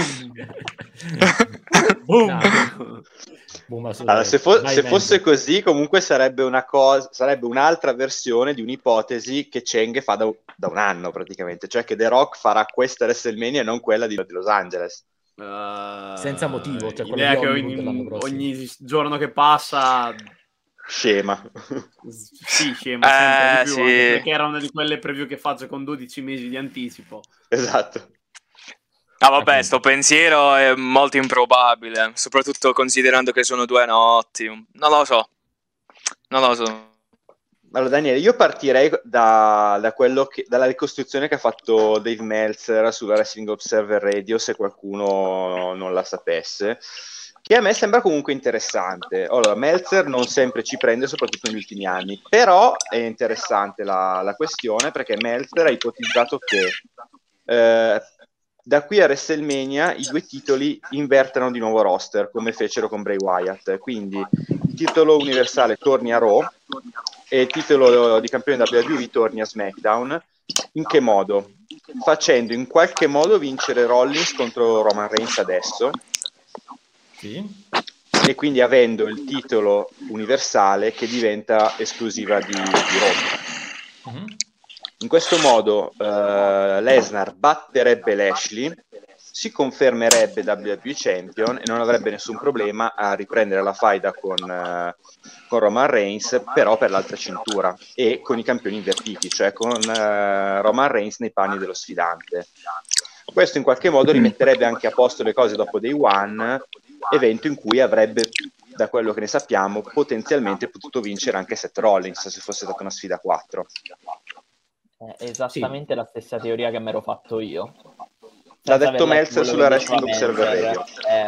allora, se fosse così, comunque sarebbe un'altra versione di un'ipotesi che Cheng fa da un anno praticamente, cioè che The Rock farà questa WrestleMania e non quella di Los Angeles. Senza motivo, cioè l'idea che ogni giorno che passa scema. Sì, scema sempre di più, sì. Perché era una di quelle preview che faccio con 12 mesi di anticipo. Esatto. Ah, vabbè, sto pensiero è molto improbabile, soprattutto considerando che sono 2 notti. Non lo so. Allora, Daniele, io partirei da quello dalla ricostruzione che ha fatto Dave Meltzer sulla Wrestling Observer Radio, se qualcuno non la sapesse, che a me sembra comunque interessante. Allora, Meltzer non sempre ci prende, soprattutto negli ultimi anni, però è interessante la questione, perché Meltzer ha ipotizzato che da qui a WrestleMania i 2 titoli invertano di nuovo roster, come fecero con Bray Wyatt. Quindi il titolo universale torni a Raw e il titolo di campione WWE torni a SmackDown. In che modo? Facendo in qualche modo vincere Rollins contro Roman Reigns adesso. Sì. E quindi avendo il titolo universale che diventa esclusiva di Raw. Mm-hmm. In questo modo Lesnar batterebbe Lashley, si confermerebbe WWE Champion e non avrebbe nessun problema a riprendere la faida con Roman Reigns, però per l'altra cintura e con i campioni invertiti, cioè con Roman Reigns nei panni dello sfidante. Questo in qualche modo rimetterebbe anche a posto le cose dopo Day One, evento in cui avrebbe, da quello che ne sappiamo, potenzialmente potuto vincere anche Seth Rollins se fosse stata una sfida 4. Esattamente la stessa teoria che mi ero fatto io. L'ha detto Meltzer sulla Wrestling Observer Radio.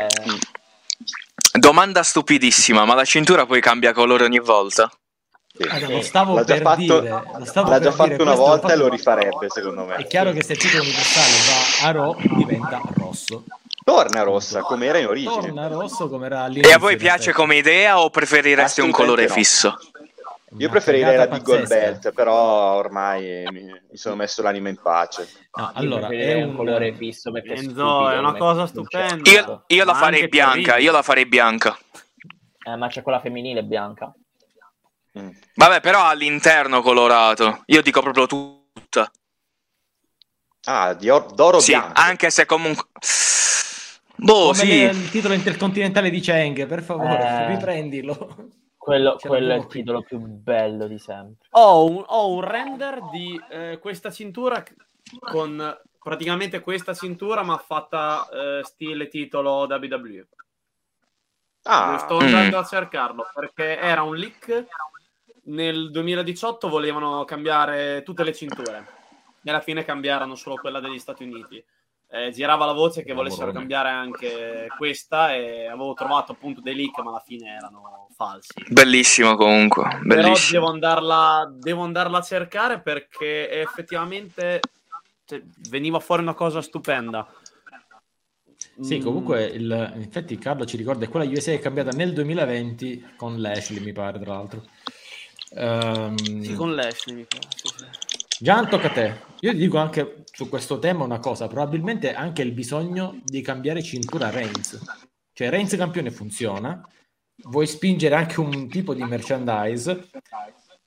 Domanda stupidissima, ma la cintura poi cambia colore ogni volta? Sì. Lo stavo per dire. L'ha già fatto una volta e lo rifarebbe, secondo me. È chiaro che se il titolo universale va a Raw diventa rosso. Torna rossa, come era in origine. Torna rosso come era all'inizio. E a voi piace come idea o preferireste un colore fisso? Io preferirei la Big Gold Belt, però ormai mi sono messo l'anima in pace. No, allora, è un colore fisso perché Enzo, è una cosa stupenda. Io la farei bianca, ma c'è quella femminile bianca. Vabbè, però all'interno colorato. Io dico proprio tutta. Ah, d'oro sì, bianco. Anche se comunque... sì. Il titolo intercontinentale di Cheng, per favore, riprendilo. Quello è il titolo più bello di sempre. Ho un render di questa cintura con praticamente questa cintura, ma fatta stile titolo WWE. Sto andando a cercarlo perché era un leak. Nel 2018 volevano cambiare tutte le cinture e alla fine cambiarono solo quella degli Stati Uniti. Girava la voce che volessero cambiare anche questa e avevo trovato appunto dei leak, ma alla fine erano falsi. Bellissimo comunque, bellissimo. Però devo andarla a cercare perché effettivamente veniva fuori una cosa stupenda. Sì, comunque infatti Carlo ci ricorda che quella USA è cambiata nel 2020 con Lashley, mi pare, tra l'altro. Sì, con Lashley mi pare, sì. Gian, tocca a te. Io ti dico anche su questo tema una cosa, probabilmente anche il bisogno di cambiare cintura Reigns. Cioè Reigns campione funziona, vuoi spingere anche un tipo di merchandise,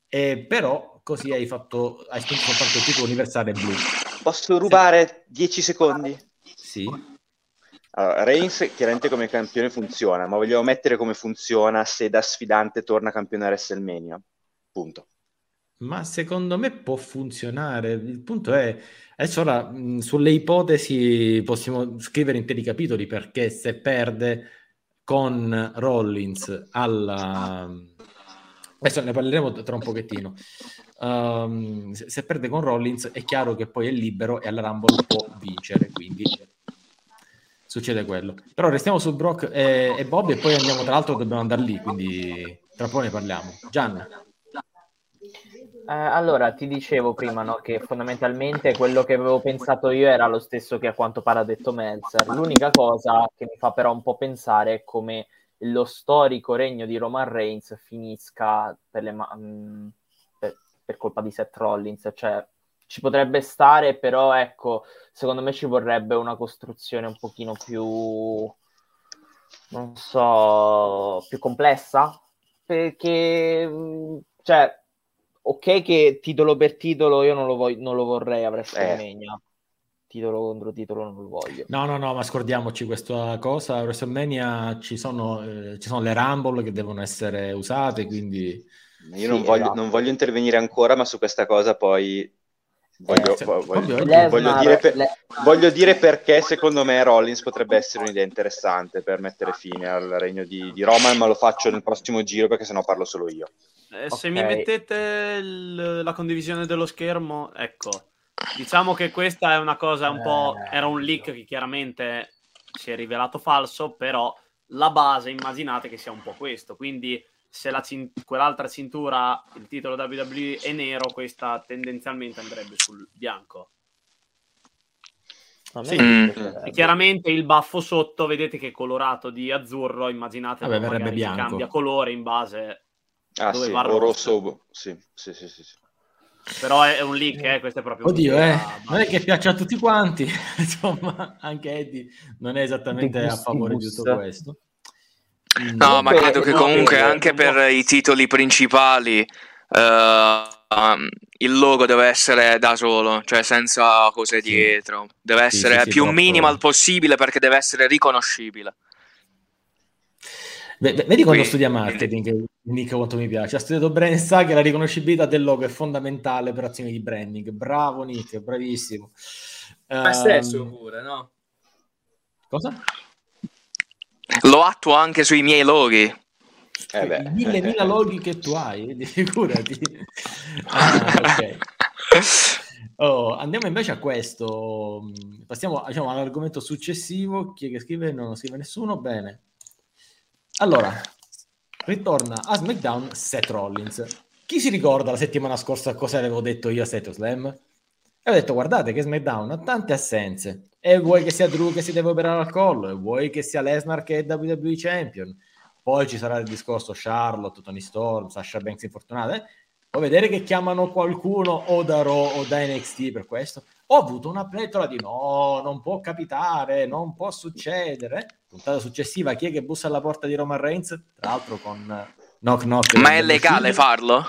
Però così hai spinto soltanto il titolo universale blu. Posso rubare 10 secondi? Sì. Allora, Reigns chiaramente come campione funziona, ma vogliamo mettere come funziona se da sfidante torna campione a WrestleMania. Punto. Ma secondo me può funzionare. Il punto è, adesso ora sulle ipotesi possiamo scrivere interi capitoli, perché se perde con Rollins adesso ne parleremo tra un pochettino. Se perde con Rollins è chiaro che poi è libero e alla Rumble può vincere, quindi succede quello. Però restiamo su Brock e Bobby, e poi andiamo, tra l'altro dobbiamo andare lì, quindi tra poco ne parliamo. Gian. Allora, ti dicevo prima, no, che fondamentalmente quello che avevo pensato io era lo stesso che a quanto pare ha detto Meltzer. L'unica cosa che mi fa però un po' pensare è come lo storico regno di Roman Reigns finisca per colpa di Seth Rollins. Cioè, ci potrebbe stare, però ecco, secondo me ci vorrebbe una costruzione un pochino più, non so, più complessa, perché, cioè, ok che titolo per titolo io non lo vorrei a WrestleMania. Titolo contro titolo non lo voglio. No, ma scordiamoci questa cosa. A WrestleMania ci sono le Rumble che devono essere usate, quindi... Io non voglio intervenire ancora, ma su questa cosa poi voglio dire perché secondo me Rollins potrebbe essere un'idea interessante per mettere fine al regno di Roman, ma lo faccio nel prossimo giro perché sennò parlo solo io. Se mi mettete la condivisione dello schermo, ecco, diciamo che questa è una cosa un po'... Era un leak che chiaramente si è rivelato falso, però la base immaginate che sia un po' questo, quindi se quell'altra cintura, il titolo WWE è nero, questa tendenzialmente andrebbe sul bianco. Sì. E chiaramente il baffo sotto, vedete che è colorato di azzurro, immaginate che verrebbe bianco. Cambia colore in base dove sì, va o rosso. Sì. Però è un leak, questo è proprio non è che piaccia a tutti quanti. Insomma, anche Eddie non è esattamente a favore di tutto questo. No, ma credo che comunque anche per i titoli principali il logo deve essere da solo, cioè senza cose dietro, deve essere più minimal possibile, perché deve essere riconoscibile. Vedi quando studia marketing, Nick, quanto mi piace. Ha studiato brand, sa che la riconoscibilità del logo è fondamentale per azioni di branding. Bravo Nick, bravissimo. Ma stesso pure, no? Cosa? Lo attuo anche sui miei loghi. I 1000 loghi che tu hai, figurati. Ok. Andiamo invece a questo. Passiamo all'argomento successivo. Chi è che scrive? Non scrive nessuno. Bene. Allora, ritorna a SmackDown Seth Rollins. Chi si ricorda la settimana scorsa cosa avevo detto io a SummerSlam? E ho detto, guardate che SmackDown ha tante assenze. E vuoi che sia Drew che si deve operare al collo, e vuoi che sia Lesnar che è WWE Champion. Poi ci sarà il discorso Charlotte, Toni Storm, Sasha Banks infortunata. Puoi vedere che chiamano qualcuno o da Raw o da NXT per questo. Ho avuto una pletora di no, non può capitare, non può succedere. Puntata successiva, chi è che bussa alla porta di Roman Reigns? Tra l'altro con knock knock. Ma è legale farlo?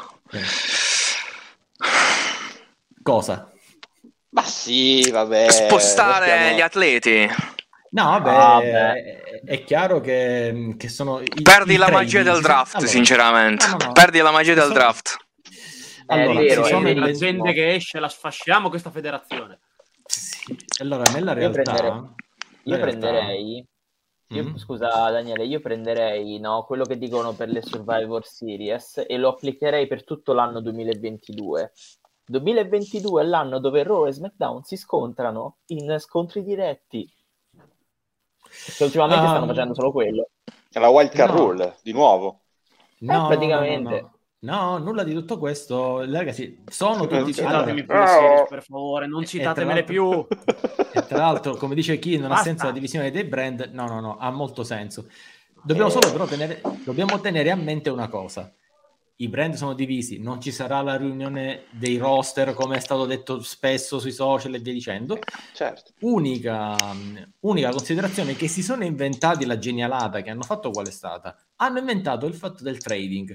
Cosa? Ma sì, vabbè. Spostare gli atleti. No, vabbè, è chiaro che sono... Perdi la magia del draft, sinceramente. No. Perdi la magia del draft. Allora, è la gente che esce, la sfasciamo questa federazione. Sì. Allora, nella realtà... Io prenderei... Scusa Daniele, io prenderei quello che dicono per le Survivor Series e lo applicherei per tutto l'anno 2022. 2022 è l'anno dove Raw e SmackDown si scontrano in scontri diretti. Perché ultimamente stanno facendo solo quello. È la wild card rule, di nuovo. No, praticamente. No, nulla di tutto questo. Ragazzi, sono tutti... citatemi più le series, per favore, non citatemele più. E tra l'altro, come dice chi, non ha senso la divisione dei brand. No, ha molto senso. Dobbiamo solo però tenere a mente una cosa. I brand sono divisi, non ci sarà la riunione dei roster come è stato detto spesso sui social e via dicendo. Certo. Unica considerazione che si sono inventati la genialata che hanno fatto qual è stata? Hanno inventato il fatto del trading.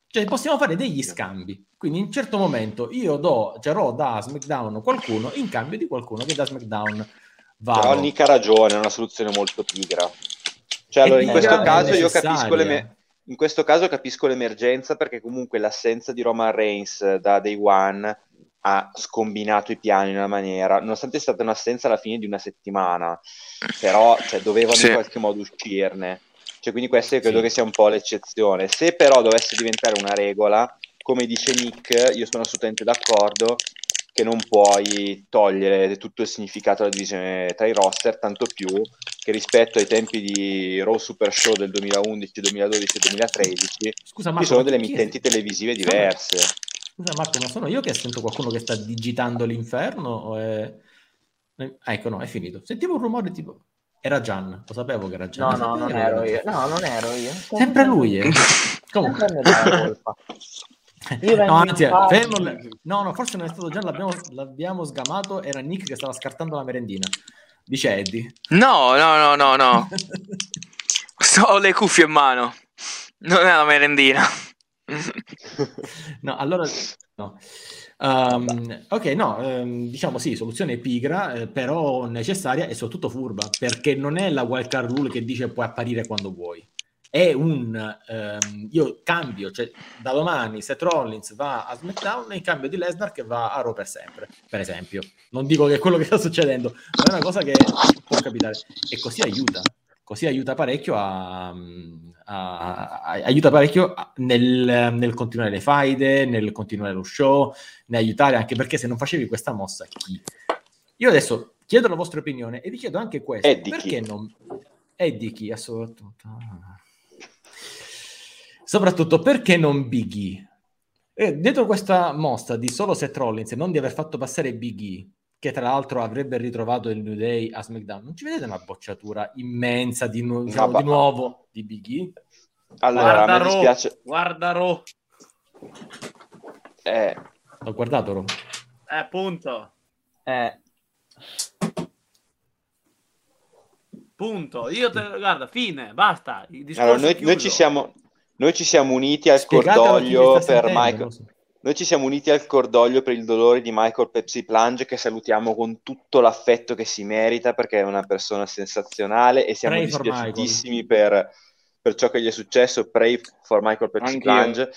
Cioè possiamo fare degli scambi, quindi in un certo momento io Raw da SmackDown qualcuno in cambio di qualcuno che da SmackDown va. Però Nick ha ragione, è una soluzione molto pigra. Cioè, allora, in questo caso io in questo caso capisco l'emergenza, perché comunque l'assenza di Roman Reigns da Day One ha scombinato i piani in una maniera, nonostante sia stata un'assenza alla fine di una settimana, però cioè, dovevano in qualche modo uscirne. Cioè, quindi questa io credo che sia un po' l'eccezione. Se però dovesse diventare una regola, come dice Nick, io sono assolutamente d'accordo che non puoi togliere tutto il significato della divisione tra i roster, tanto più che rispetto ai tempi di Raw Super Show del 2011, 2012 e 2013 ci sono delle emittenti televisive diverse. Scusa Marco, ma sono io che sento qualcuno che sta digitando l'inferno? O è... Ecco, no, è finito. Sentivo un rumore tipo... Era Gian, lo sapevo che era Gian. No, non ero io. No, non ero io. Sempre lui, Comunque. No, forse non è stato Gian, l'abbiamo sgamato, era Nick che stava scartando la merendina. Dice Eddie. No. Ho le cuffie in mano. Non è la merendina. No, allora... No. Diciamo sì, soluzione pigra, però necessaria e soprattutto furba, perché non è la wildcard rule che dice puoi apparire quando vuoi, è io cambio, cioè da domani Seth Rollins va a SmackDown in cambio di Lesnar che va a Raw per sempre, per esempio. Non dico che è quello che sta succedendo, ma è una cosa che può capitare e così aiuta parecchio aiuta parecchio nel continuare le faide, nel continuare lo show, ne aiutare, anche perché se non facevi questa mossa chi? Io adesso chiedo la vostra opinione e vi chiedo anche questo, perché non è di chi soprattutto perché non Big E? Dietro questa mossa di solo Seth Rollins e non di aver fatto passare Big E, che tra l'altro avrebbe ritrovato il New Day a SmackDown, non ci vedete una bocciatura immensa di nuovo di Big E? Allora, a me dispiace. Guarda Raw. Ho guardato Raw. Punto. Punto. Guarda, fine, basta. Allora, noi ci siamo uniti al cordoglio per Michael. Noi ci siamo uniti al cordoglio per il dolore di Michael Pepsi Plunge, che salutiamo con tutto l'affetto che si merita, perché è una persona sensazionale e siamo dispiaciutissimi per ciò che gli è successo. Pray for Michael Pepsi Plunge.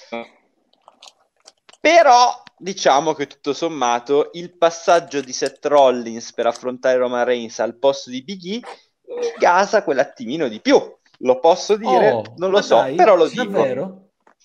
Però diciamo che tutto sommato il passaggio di Seth Rollins per affrontare Roman Reigns al posto di Big E mi gasa quell'attimino di più. Lo posso dire? Non lo so, però lo dico. Davvero?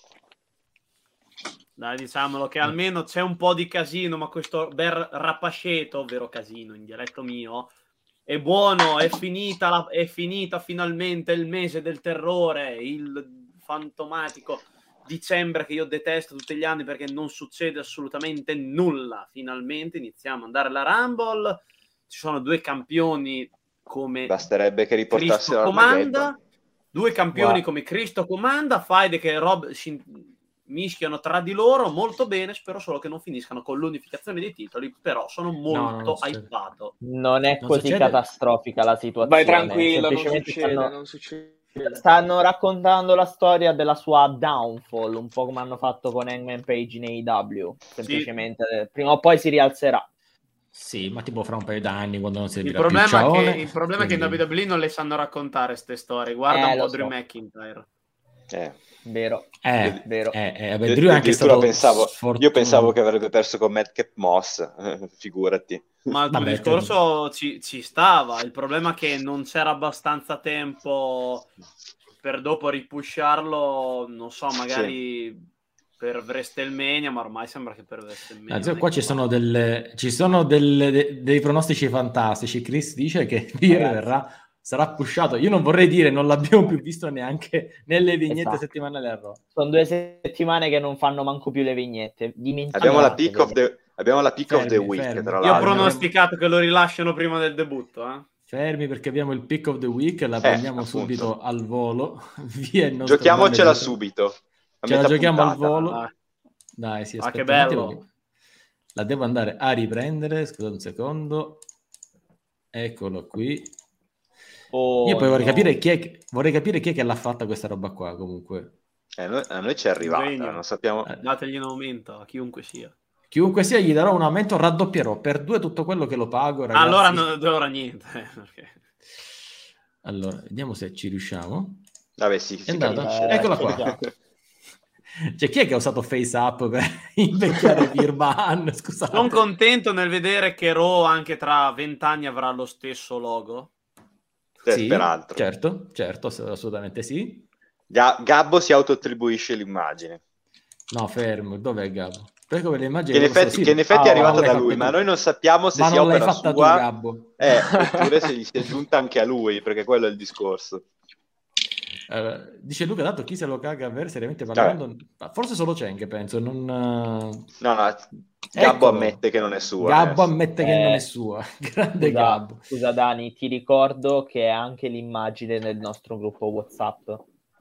Dai, diciamolo che almeno c'è un po' di casino, ma questo bel rapasceto, ovvero casino in dialetto mio, è buono, è finita finalmente il mese del terrore, il fantomatico dicembre che io detesto tutti gli anni perché non succede assolutamente nulla. Finalmente iniziamo ad andare alla Rumble, ci sono due campioni come basterebbe che riportassero Cristo comanda, due campioni come Cristo comanda, faide che Rob mischiano tra di loro molto bene, spero solo che non finiscano con l'unificazione dei titoli, però sono molto hypato. Non è così catastrofica la situazione. Vai tranquillo, non succede. Stanno raccontando la storia della sua downfall, un po' come hanno fatto con Hangman Page in AEW, semplicemente prima o poi si rialzerà. Sì, ma tipo fra un paio d'anni quando non si il problema è che in WWE non le sanno raccontare queste storie, guarda un po' Drew McIntyre. Vero. Drew anche stato io pensavo che avrebbe perso con Madcap Moss, figurati. Ma il tuo discorso ci stava, il problema è che non c'era abbastanza tempo per dopo ripusharlo, non so, magari per WrestleMania, ma ormai sembra che per WrestleMania. Qua ci sono dei pronostici fantastici. Chris dice che sarà pushato. Io non vorrei dire, non l'abbiamo più visto neanche nelle vignette settimanali a Raw. Sono 2 settimane che non fanno manco più le vignette. Abbiamo la pick of the week. Tra l'altro. Io ho pronosticato che lo rilasciano prima del debutto. Fermi, perché abbiamo il pick of the week, la prendiamo subito al volo. Giochiamocela subito. Ce la giochiamo al volo. Dai, sì, che bello. La devo andare a riprendere. Scusate un secondo. Eccolo qui. Io poi vorrei capire chi è che l'ha fatta questa roba qua, comunque. A noi ci è arrivata, Genio. non sappiamo... Dategli un aumento a chiunque sia. Chiunque sia, gli darò un aumento, raddoppierò per 2 tutto quello che lo pago, ragazzi. Allora ora niente. Perché... Allora, vediamo se ci riusciamo. Vabbè, sì, si capisce. Eccola qua. Cioè, chi è che ha usato FaceApp per invecchiare Virban? Scusate. Sono contento nel vedere che Raw anche tra 20 anni avrà lo stesso logo. Sì, peraltro. Certo, assolutamente sì. Gabbo si autoattribuisce l'immagine. No, fermo, dov'è Gabbo? Perché le immagini che in effetti è arrivata da lui, ma noi non sappiamo se sia opera sua, tu, Gabbo. Oppure se gli si è giunta anche a lui, perché quello è il discorso. Dice Luca, dato chi se lo caga ver seriamente parlando, forse solo Cheng, penso. No, Gabbo ammette che non è sua. Gabbo ammette che non è sua. Grande Gabbo. Scusa Dani, ti ricordo che è anche l'immagine nel nostro gruppo WhatsApp.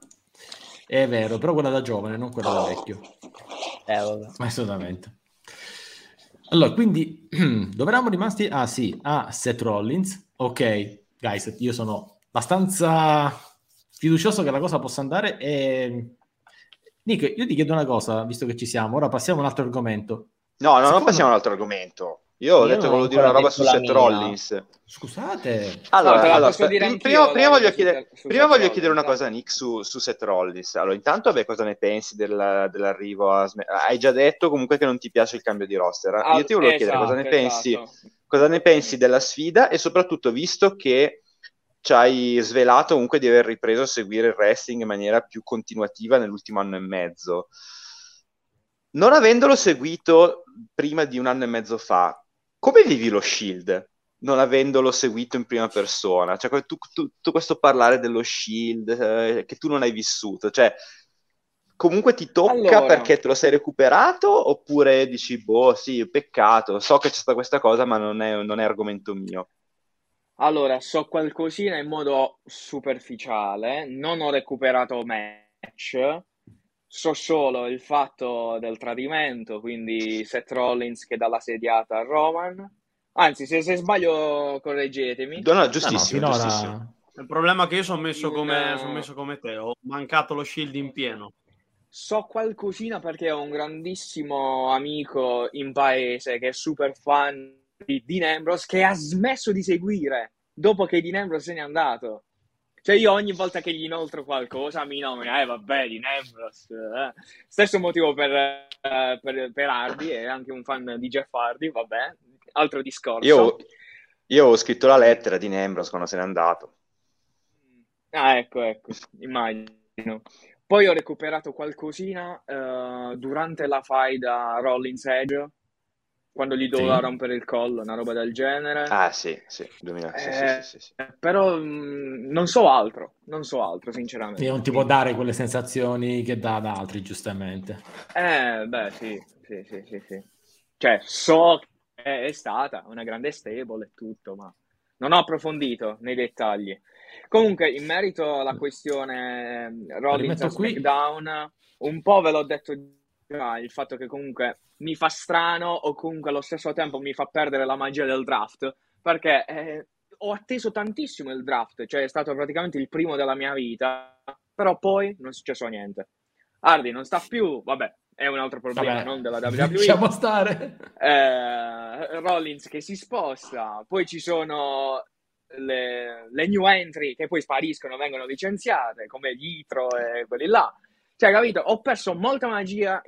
È vero, però quella da giovane, non quella da vecchio. Vabbè. Assolutamente. Allora, quindi dove eravamo rimasti? Ah sì, Seth Rollins. Ok, guys, io sono abbastanza fiducioso che la cosa possa andare. E Nick, io ti chiedo una cosa, visto che ci siamo. Ora passiamo a un altro argomento. No, non passiamo a un altro argomento. Io ho detto che volevo dire una roba su Seth Rollins. Scusate. Allora, prima voglio chiedere una cosa a Nick su Seth Rollins. Allora, intanto, cosa ne pensi dell'arrivo a hai già detto comunque che non ti piace il cambio di roster. Io ti volevo chiedere cosa ne pensi della sfida, e soprattutto, visto che ci hai svelato comunque di aver ripreso a seguire il wrestling in maniera più continuativa nell'ultimo anno e mezzo. Non avendolo seguito prima di un anno e mezzo fa, come vivi lo Shield, non avendolo seguito in prima persona? Cioè, tutto questo parlare dello Shield che tu non hai vissuto, cioè, comunque ti tocca perché te lo sei recuperato, oppure dici, boh, sì, peccato, so che c'è stata questa cosa, ma non è argomento mio? Allora, so qualcosina in modo superficiale, non ho recuperato match. So solo il fatto del tradimento, quindi Seth Rollins che dà la sediata a Roman. Anzi, se sbaglio correggetemi. No, giustissimo, giustissimo. Il problema è che io sono messo come te, ho mancato lo Shield in pieno. So qualcosina perché ho un grandissimo amico in paese che è super fan di Dean Ambrose, che ha smesso di seguire dopo che Dean Ambrose se n'è andato. Cioè, io ogni volta che gli inoltro qualcosa mi nomina, vabbè, Dean Ambrose. Stesso motivo per Hardy, è anche un fan di Jeff Hardy, vabbè, altro discorso. Io ho scritto la lettera a Dean Ambrose quando se n'è andato. Ecco, immagino. Poi ho recuperato qualcosina durante la faida Rollins Edge, quando gli doveva rompere il collo, una roba del genere. Sì. 2000, sì. Però non so altro, sinceramente. Non ti può dare quelle sensazioni che dà ad altri, giustamente. Sì. Cioè, so che è stata una grande stable e tutto, ma non ho approfondito nei dettagli. Comunque, in merito alla questione Rollins a SmackDown, un po' ve l'ho detto già, il fatto che comunque mi fa strano, o comunque allo stesso tempo mi fa perdere la magia del draft, perché ho atteso tantissimo il draft, cioè è stato praticamente il primo della mia vita, però poi non è successo niente. Hardy non sta più, vabbè, è un altro problema, non della WWE. Lasciamo stare. Rollins che si sposta, poi ci sono le new entry che poi spariscono, vengono licenziate, come Yitro e quelli là. Cioè, capito? Ho perso molta magia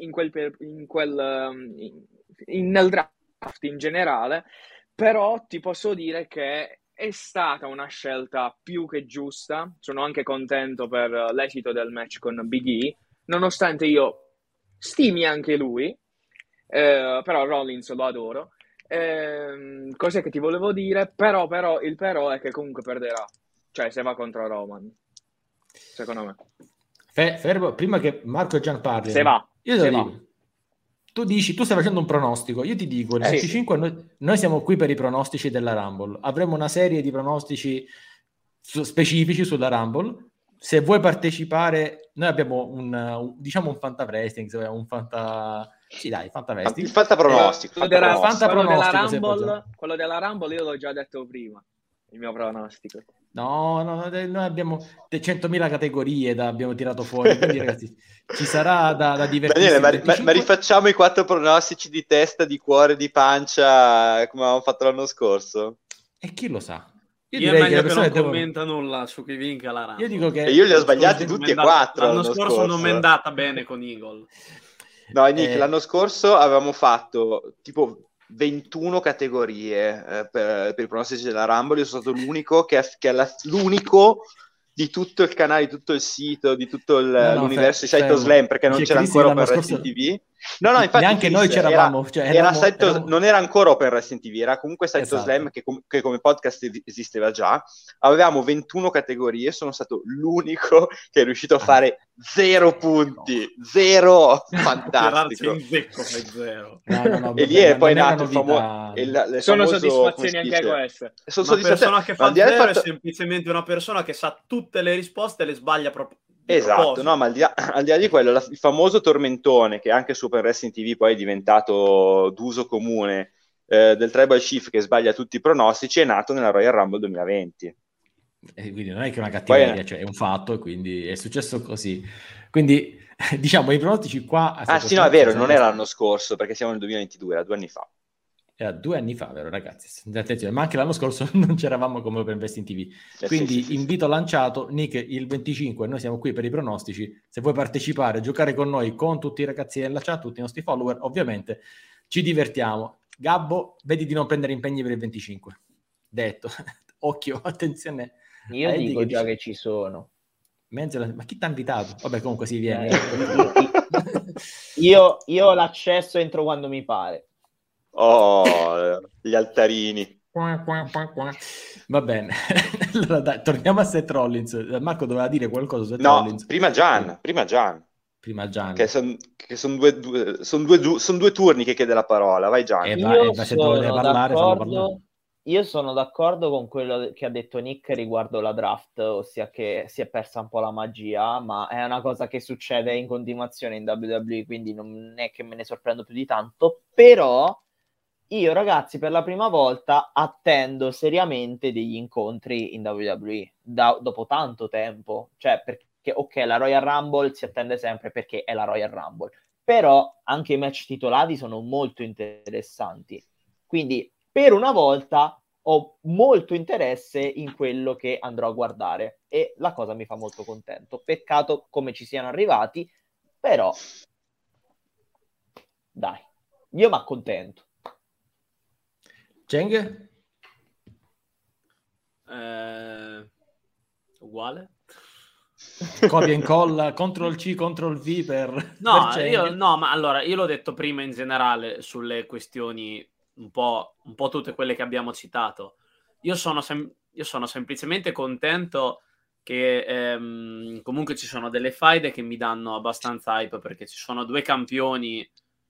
nel draft in generale, però ti posso dire che è stata una scelta più che giusta. Sono anche contento per l'esito del match con Big E, nonostante io stimi anche lui, però Rollins lo adoro. Cos'è che ti volevo dire? Però il però è che comunque perderà, cioè se va contro Roman, secondo me. Fermo, prima che Marco e Gian parlino, se va, io te lo dico. Tu dici, tu stai facendo un pronostico, io ti dico, il 25 noi siamo qui per i pronostici della Rumble, avremo una serie di pronostici specifici sulla Rumble. Se vuoi partecipare, noi abbiamo un fantavrestling, fantavrestling. Il fantapronostico. Quello della Rumble io l'ho già detto prima, il mio pronostico. No, noi abbiamo 100.000 categorie abbiamo tirato fuori, quindi ragazzi ci sarà da divertirsi. Daniele, ma rifacciamo i 4 pronostici di testa, di cuore, di pancia, come avevamo fatto l'anno scorso? E chi lo sa? Io è meglio che non commenta nulla su chi vinca la Rumble. Io dico che... E io li ho sbagliati tutti e 4 l'anno scorso non mi è andata bene con Eagle. No, Nick, l'anno scorso avevamo fatto tipo 21 categorie per i pronostici della Rumble. Io sono stato l'unico l'unico di tutto il canale, di tutto il sito, di tutto l'universo di Cytoslam, perché non c'era ancora Open Wrestling TV. No, infatti neanche noi c'eravamo. Non era ancora Open Wrestling TV, era comunque Cytoslam, esatto, che come podcast esisteva già. Avevamo 21 categorie, sono stato l'unico che è riuscito a fare 0 punti. 0! Fantastico. No, e lì è poi nato il famoso... Sono soddisfazioni anche queste. Sono soddisfazioni. Una persona che fa 0 è semplicemente una persona che sa tutte le risposte e le sbaglia proprio. Esatto, no, ma al di là di quello, il famoso tormentone che anche su Open Wrestling TV poi è diventato d'uso comune, del Tribal Chief che sbaglia tutti i pronostici, è nato nella Royal Rumble 2020. Quindi non è che una cattiveria, cioè è un fatto, e quindi è successo così. Quindi diciamo i pronostici qua... sì, no, è vero, non era l'anno scorso, perché siamo nel 2022, era 2 anni fa. Era 2 anni fa, vero ragazzi? Attenzione, ma anche l'anno scorso non c'eravamo come Open Wrestling TV. Quindi sì. Invito lanciato, Nick, il 25, noi siamo qui per i pronostici. Se vuoi partecipare, giocare con noi, con tutti i ragazzi nella chat, tutti i nostri follower, ovviamente ci divertiamo. Gabbo, vedi di non prendere impegni per il 25. Detto. Occhio, attenzione. Io dico già che ci sono. Ma chi ti ha invitato? Vabbè, comunque si viene. Io ho l'accesso entro quando mi pare. Oh, gli altarini. Va bene. Allora, dai, torniamo a Seth Rollins. Marco doveva dire qualcosa su Seth Rollins. Prima Gian. Che sono due turni che chiede la parola. Vai Gian. Io sono d'accordo con quello che ha detto Nick riguardo la draft, ossia che si è persa un po' la magia, ma è una cosa che succede in continuazione in WWE, quindi non è che me ne sorprendo più di tanto, però io ragazzi per la prima volta attendo seriamente degli incontri in WWE dopo tanto tempo, cioè perché ok, la Royal Rumble si attende sempre perché è la Royal Rumble, però anche i match titolati sono molto interessanti, quindi per una volta ho molto interesse in quello che andrò a guardare e la cosa mi fa molto contento. Peccato come ci siano arrivati, però dai, io mi accontento. Cheng? Uguale? Copia e incolla, Ctrl C, Ctrl V per... No, ma allora, io l'ho detto prima in generale sulle questioni un po' tutte quelle che abbiamo citato. Io sono semplicemente contento che comunque ci sono delle faide che mi danno abbastanza hype, perché ci sono due campioni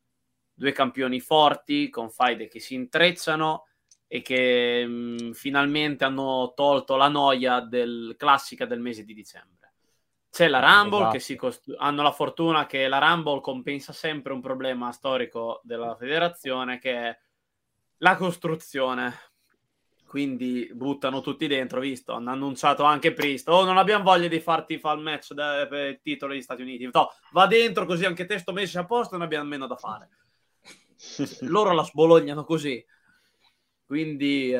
forti con faide che si intrecciano e che finalmente hanno tolto la noia classica del mese di dicembre. C'è la Rumble, esatto, che hanno la fortuna che la Rumble compensa sempre un problema storico della federazione, che è la costruzione. Quindi buttano tutti dentro, visto? Hanno annunciato anche Priest. Non abbiamo voglia di farti fare il match per il titolo degli Stati Uniti. No, va dentro così anche te sto mese a posto e non abbiamo meno da fare. Loro la sbolognano così. Quindi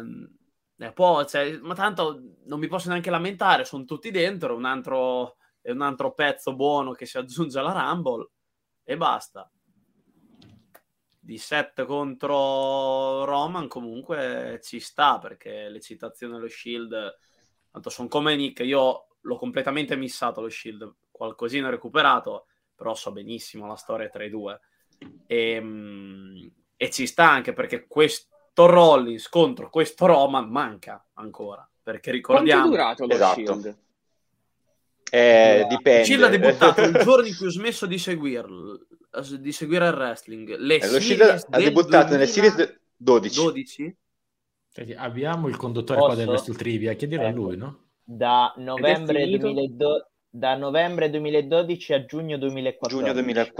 ma tanto non mi posso neanche lamentare, sono tutti dentro, un altro pezzo buono che si aggiunge alla Rumble e basta. Di Seth contro Roman comunque ci sta, perché le citazioni allo Shield tanto sono come Nick, io l'ho completamente missato lo Shield, qualcosina ho recuperato, però so benissimo la storia tra i due e ci sta anche perché questo Rollins contro questo Roman manca ancora, perché ricordiamo quanto è durato lo Shield? Dipende. Shield ha debuttato il giorno in cui ho smesso di seguire il wrestling. Lo Shield ha debuttato nelle series 12. Abbiamo il conduttore qua del Wrestle Trivia, chiedilo a lui, no? Da novembre 2012 a giugno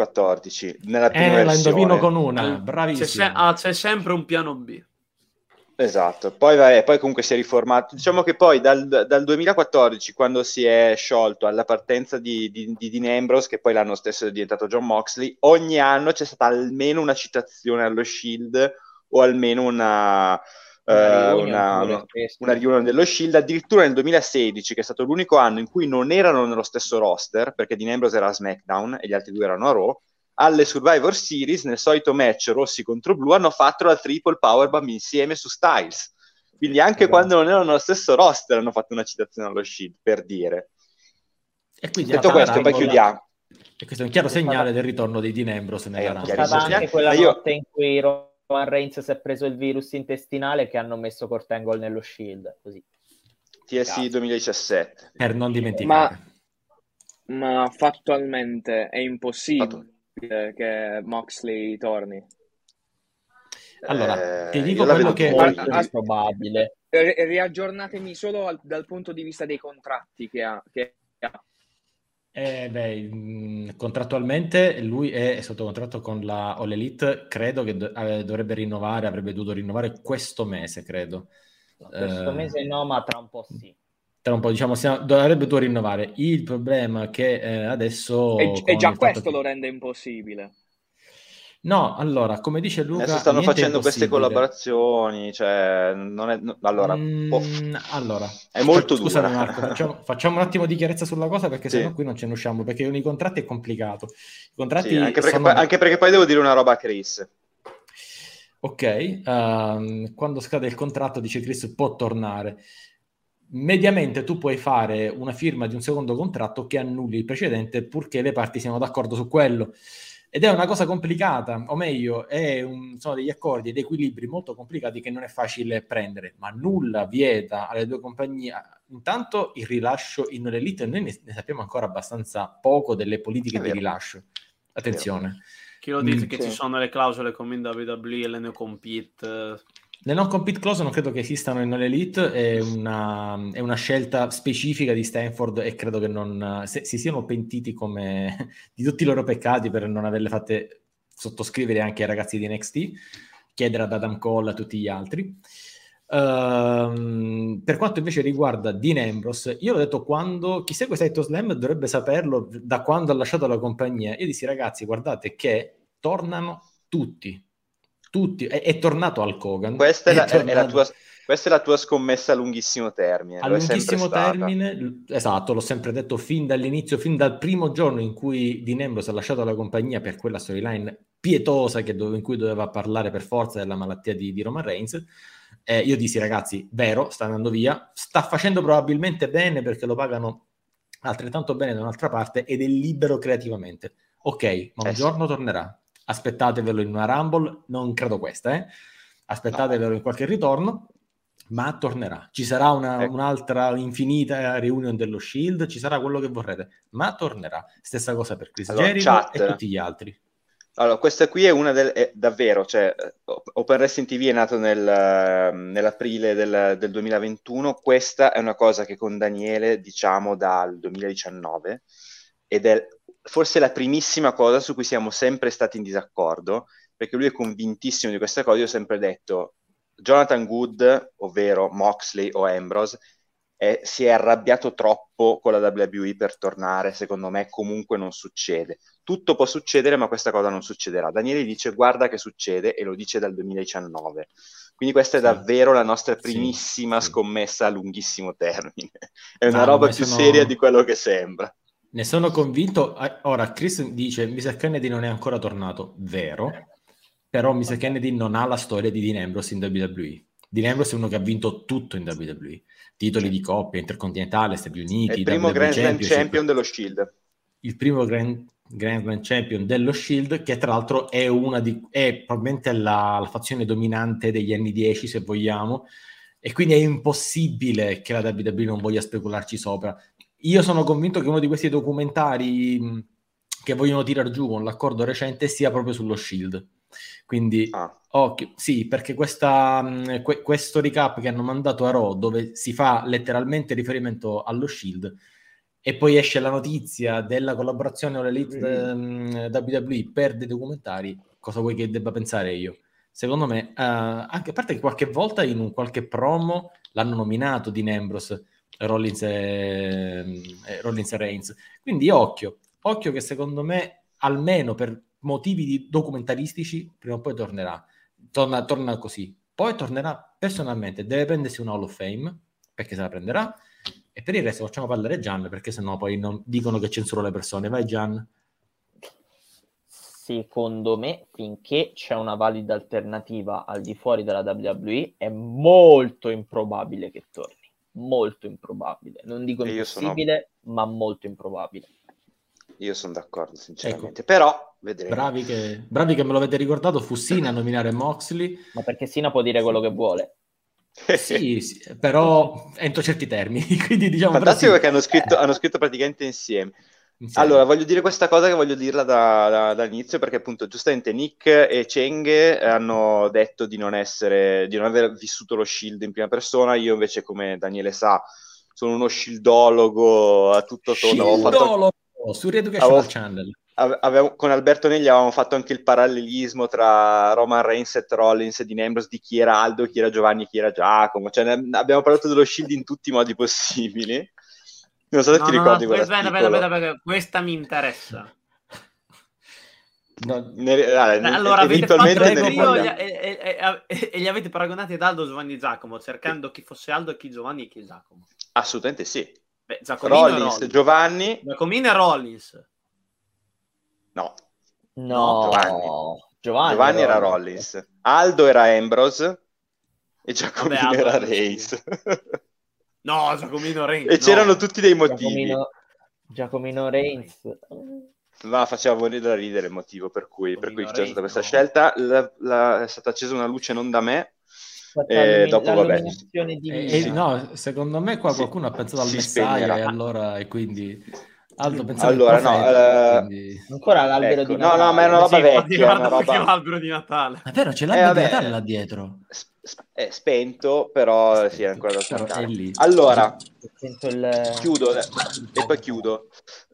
2014. Nella prima versione. La indovino con una, bravissimo. C'è sempre un piano B. Esatto, poi comunque si è riformato. Diciamo che poi dal 2014, quando si è sciolto alla partenza di Dean Ambrose, che poi l'anno stesso è diventato John Moxley, ogni anno c'è stata almeno una citazione allo Shield o almeno una riunione dello Shield. Addirittura nel 2016, che è stato l'unico anno in cui non erano nello stesso roster, perché Dean Ambrose era a SmackDown e gli altri due erano a Raw, alle Survivor Series, nel solito match rossi contro blu, hanno fatto la triple powerbomb insieme su Styles. Quindi anche quando non erano nello stesso roster hanno fatto una citazione allo Shield, per dire. E quindi detto questo, poi chiudiamo. E questo è un chiaro segnale del ritorno di Dean Ambrose nella Rumble. È stata anche quella notte in cui Roman Reigns si è preso il virus intestinale che hanno messo Kurt Angle nello Shield, così. TSI 2017. Per non dimenticare. Ma fattualmente è impossibile che Moxley torni. Allora, ti dico quello che è probabile. Riaggiornatemi solo dal punto di vista dei contratti che ha. Contrattualmente lui è sotto contratto con la All Elite, credo che avrebbe dovuto rinnovare questo mese, credo. Questo mese no, ma tra un po' sì. Tra un po', diciamo, avrebbe dovuto rinnovare. Il problema è che adesso... E già questo lo rende impossibile. No, allora, come dice Luca... Adesso stanno facendo queste collaborazioni, cioè... allora, è molto dura. Scusami Marco, facciamo un attimo di chiarezza sulla cosa, perché sennò qui non ce ne usciamo, perché con i contratti è complicato. I contratti sì, anche perché poi devo dire una roba a Chris. Ok, quando scade il contratto, dice Chris, può tornare. Mediamente tu puoi fare una firma di un secondo contratto che annulli il precedente purché le parti siano d'accordo su quello. Ed è una cosa complicata, o meglio, sono degli accordi ed equilibri molto complicati che non è facile prendere, ma nulla vieta alle due compagnie. Intanto il rilascio in All Elite, noi ne sappiamo ancora abbastanza poco delle politiche di rilascio. Attenzione. Chi lo dice che ci sono le clausole come in WWE e le no compete? Le non compete clause non credo che esistano in All Elite, è una scelta specifica di Stanford e credo che non si siano pentiti come di tutti i loro peccati per non averle fatte sottoscrivere anche ai ragazzi di NXT, chiedere ad Adam Cole e a tutti gli altri. Per quanto invece riguarda Dean Ambrose, io ho detto, chi segue SummerSlam dovrebbe saperlo da quando ha lasciato la compagnia. Io dissi, ragazzi, guardate che tornano tutti, è tornato Hulk Hogan. Questa è la tua scommessa a lunghissimo termine. A lunghissimo termine, esatto, l'ho sempre detto fin dall'inizio, fin dal primo giorno in cui Dean Ambrose ha lasciato la compagnia per quella storyline pietosa in cui doveva parlare per forza della malattia di Roman Reigns. Io dissi, ragazzi, vero, sta andando via, sta facendo probabilmente bene perché lo pagano altrettanto bene da un'altra parte ed è libero creativamente. Ok, ma un giorno tornerà. Aspettatevelo in una Rumble, non credo questa, aspettatevelo in qualche ritorno, ma tornerà. Ci sarà un'altra infinita reunion dello Shield, ci sarà quello che vorrete, ma tornerà. Stessa cosa per Chris Jericho e tutti gli altri. Allora, questa qui è una davvero, cioè Open Wrestling TV è nato nell'aprile del 2021, questa è una cosa che con Daniele diciamo dal 2019 ed è forse la primissima cosa su cui siamo sempre stati in disaccordo, perché lui è convintissimo di questa cosa. Io ho sempre detto, Jonathan Good, ovvero Moxley o Ambrose, si è arrabbiato troppo con la WWE per tornare. Secondo me comunque non succede. Tutto può succedere, ma questa cosa non succederà. Daniele dice, guarda che succede, e lo dice dal 2019. Quindi questa è davvero la nostra primissima scommessa a lunghissimo termine. È una roba più seria di quello che sembra. Ne sono convinto. Ora, Chris dice, Mr. Kennedy non è ancora tornato. Vero. Però Mr. Kennedy non ha la storia di Dean Ambrose in WWE. Dean Ambrose è uno che ha vinto tutto in WWE. Titoli di coppia, intercontinentale, Stati Uniti. È il primo Grand Slam Champion dello Shield. Il primo Grand Slam Champion dello Shield, che tra l'altro è probabilmente la fazione dominante degli anni 10, se vogliamo. E quindi è impossibile che la WWE non voglia specularci sopra. Io sono convinto che uno di questi documentari che vogliono tirar giù con l'accordo recente sia proprio sullo Shield. Quindi, sì, perché questo recap che hanno mandato a Raw, dove si fa letteralmente riferimento allo Shield, e poi esce la notizia della collaborazione con l'Elite WWE per dei documentari, cosa vuoi che debba pensare io? secondo me, anche a parte che qualche volta in un qualche promo l'hanno nominato Dean Ambrose, Rollins e Reigns, quindi occhio che secondo me, almeno per motivi documentaristici, prima o poi torna così, poi tornerà personalmente, deve prendersi un Hall of Fame, perché se la prenderà, e per il resto facciamo parlare Gian, perché sennò poi non dicono che censuro le persone. Vai Gian. Secondo me, finché c'è una valida alternativa al di fuori della WWE, è molto improbabile che torni. Molto improbabile. Non dico impossibile, ma molto improbabile. Io sono d'accordo, sinceramente. Ecco. Però, vedremo. Bravi che me lo avete ricordato, fu Sina a nominare Moxley. Ma perché Sina può dire quello che vuole. Sì, però entro certi termini. Quindi diciamo fantastico perché hanno scritto praticamente insieme. Allora, voglio dire questa cosa che voglio dirla dall'inizio, perché appunto giustamente Nick e Cheng hanno detto di non aver vissuto lo Shield in prima persona. Io invece, come Daniele sa, sono uno shieldologo a tutto tondo. Su Re-Educational Channel. Con Alberto Negli avevamo fatto anche il parallelismo tra Roman Reigns, Seth Rollins e Dean Ambrose, di chi era Aldo, chi era Giovanni, chi era Giacomo. Cioè, abbiamo parlato dello Shield in tutti i modi possibili. Non so se ti ricordi aspetta, questa mi interessa. Allora, avete fatto il trio e li avete paragonati ad Aldo, Giovanni e Giacomo, cercando chi fosse Aldo e chi Giovanni e chi Giacomo. Assolutamente sì. Rollins, Giovanni. Giacomino e Rollins. No, Giovanni era Rollins. Aldo era Ambrose e Giacomino era Reigns. No, Giacomino Reigns. E c'erano tutti dei motivi. Giacomino Reigns. No, faceva da ridere il motivo per cui c'è stata questa scelta. È stata accesa una luce non da me. Dopo vabbè. No, secondo me qua qualcuno ha pensato al Messiah e quindi Aldo pensava quindi... ancora l'albero di Natale. No, ma è una roba vecchia, l'albero di Natale. È vero, c'è l'albero di Natale là dietro. È spento, però sì, è ancora da attaccare. Lì. Allora, chiudo e poi chiudo.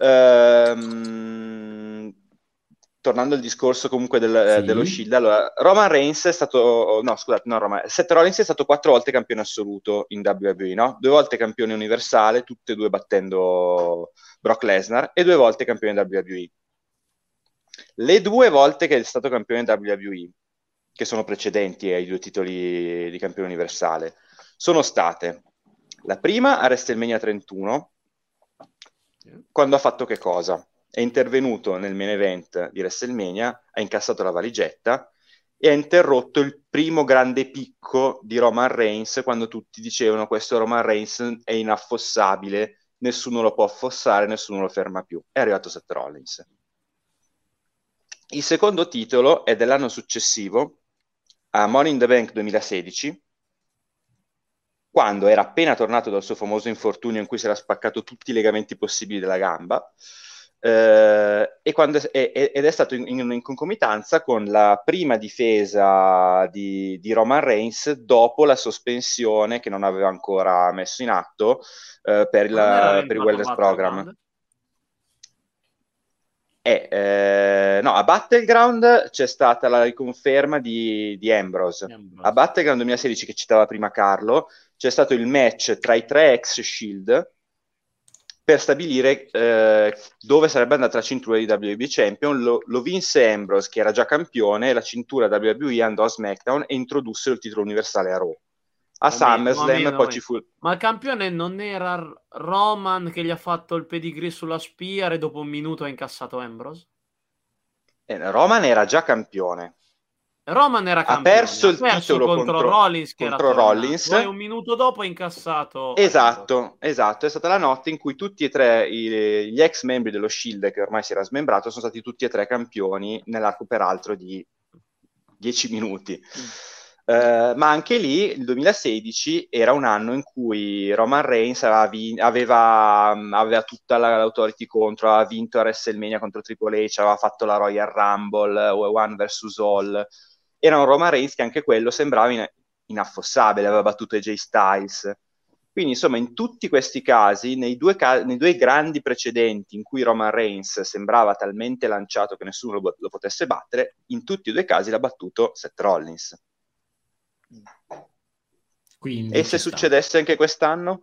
Tornando al discorso comunque dello Shield, allora, Roman Reigns è stato, Seth Rollins è stato 4 volte campione assoluto in WWE, no? 2 volte campione universale, tutte e 2 battendo Brock Lesnar, e 2 volte campione WWE. Le 2 volte che è stato campione WWE, che sono precedenti ai 2 titoli di campione universale, sono state la prima a WrestleMania 31, quando ha fatto che cosa? È intervenuto nel main event di WrestleMania, ha incassato la valigetta e ha interrotto il primo grande picco di Roman Reigns, quando tutti dicevano questo Roman Reigns è inaffossabile, nessuno lo può affossare, nessuno lo ferma più. È arrivato Seth Rollins. Il secondo titolo è dell'anno successivo, a Money in the Bank 2016, quando era appena tornato dal suo famoso infortunio in cui si era spaccato tutti i legamenti possibili della gamba, ed è stato in concomitanza con la prima difesa di Roman Reigns dopo la sospensione che non aveva ancora messo in atto per il Wellness Program. A Battleground c'è stata la riconferma di Ambrose. A Battleground 2016, che citava prima Carlo, c'è stato il match tra i 3 ex Shield per stabilire dove sarebbe andata la cintura di WWE Champion. Lo vinse Ambrose, che era già campione, e la cintura WWE andò a SmackDown e introdussero il titolo universale a Raw. A SummerSlam poi ci fu... Ma il campione non era Roman, che gli ha fatto il pedigree sulla Spear e dopo un minuto ha incassato Ambrose? Roman era già campione. Roman era campione, ha perso il titolo contro Rollins, Rollins. Poi un minuto dopo ha incassato. Esatto. È stata la notte in cui tutti e 3 gli ex membri dello Shield, che ormai si era smembrato, sono stati tutti e 3 campioni nell'arco peraltro di 10 minuti. Ma anche lì il 2016 era un anno in cui Roman Reigns aveva tutta l'authority contro, aveva vinto a WrestleMania contro Triple H, aveva fatto la Royal Rumble, One vs All. Era un Roman Reigns che anche quello sembrava inaffossabile, aveva battuto AJ Styles. Quindi insomma in tutti questi casi, nei due grandi precedenti in cui Roman Reigns sembrava talmente lanciato che nessuno lo potesse battere, in tutti e due i casi l'ha battuto Seth Rollins. Quindi e se succedesse anche quest'anno?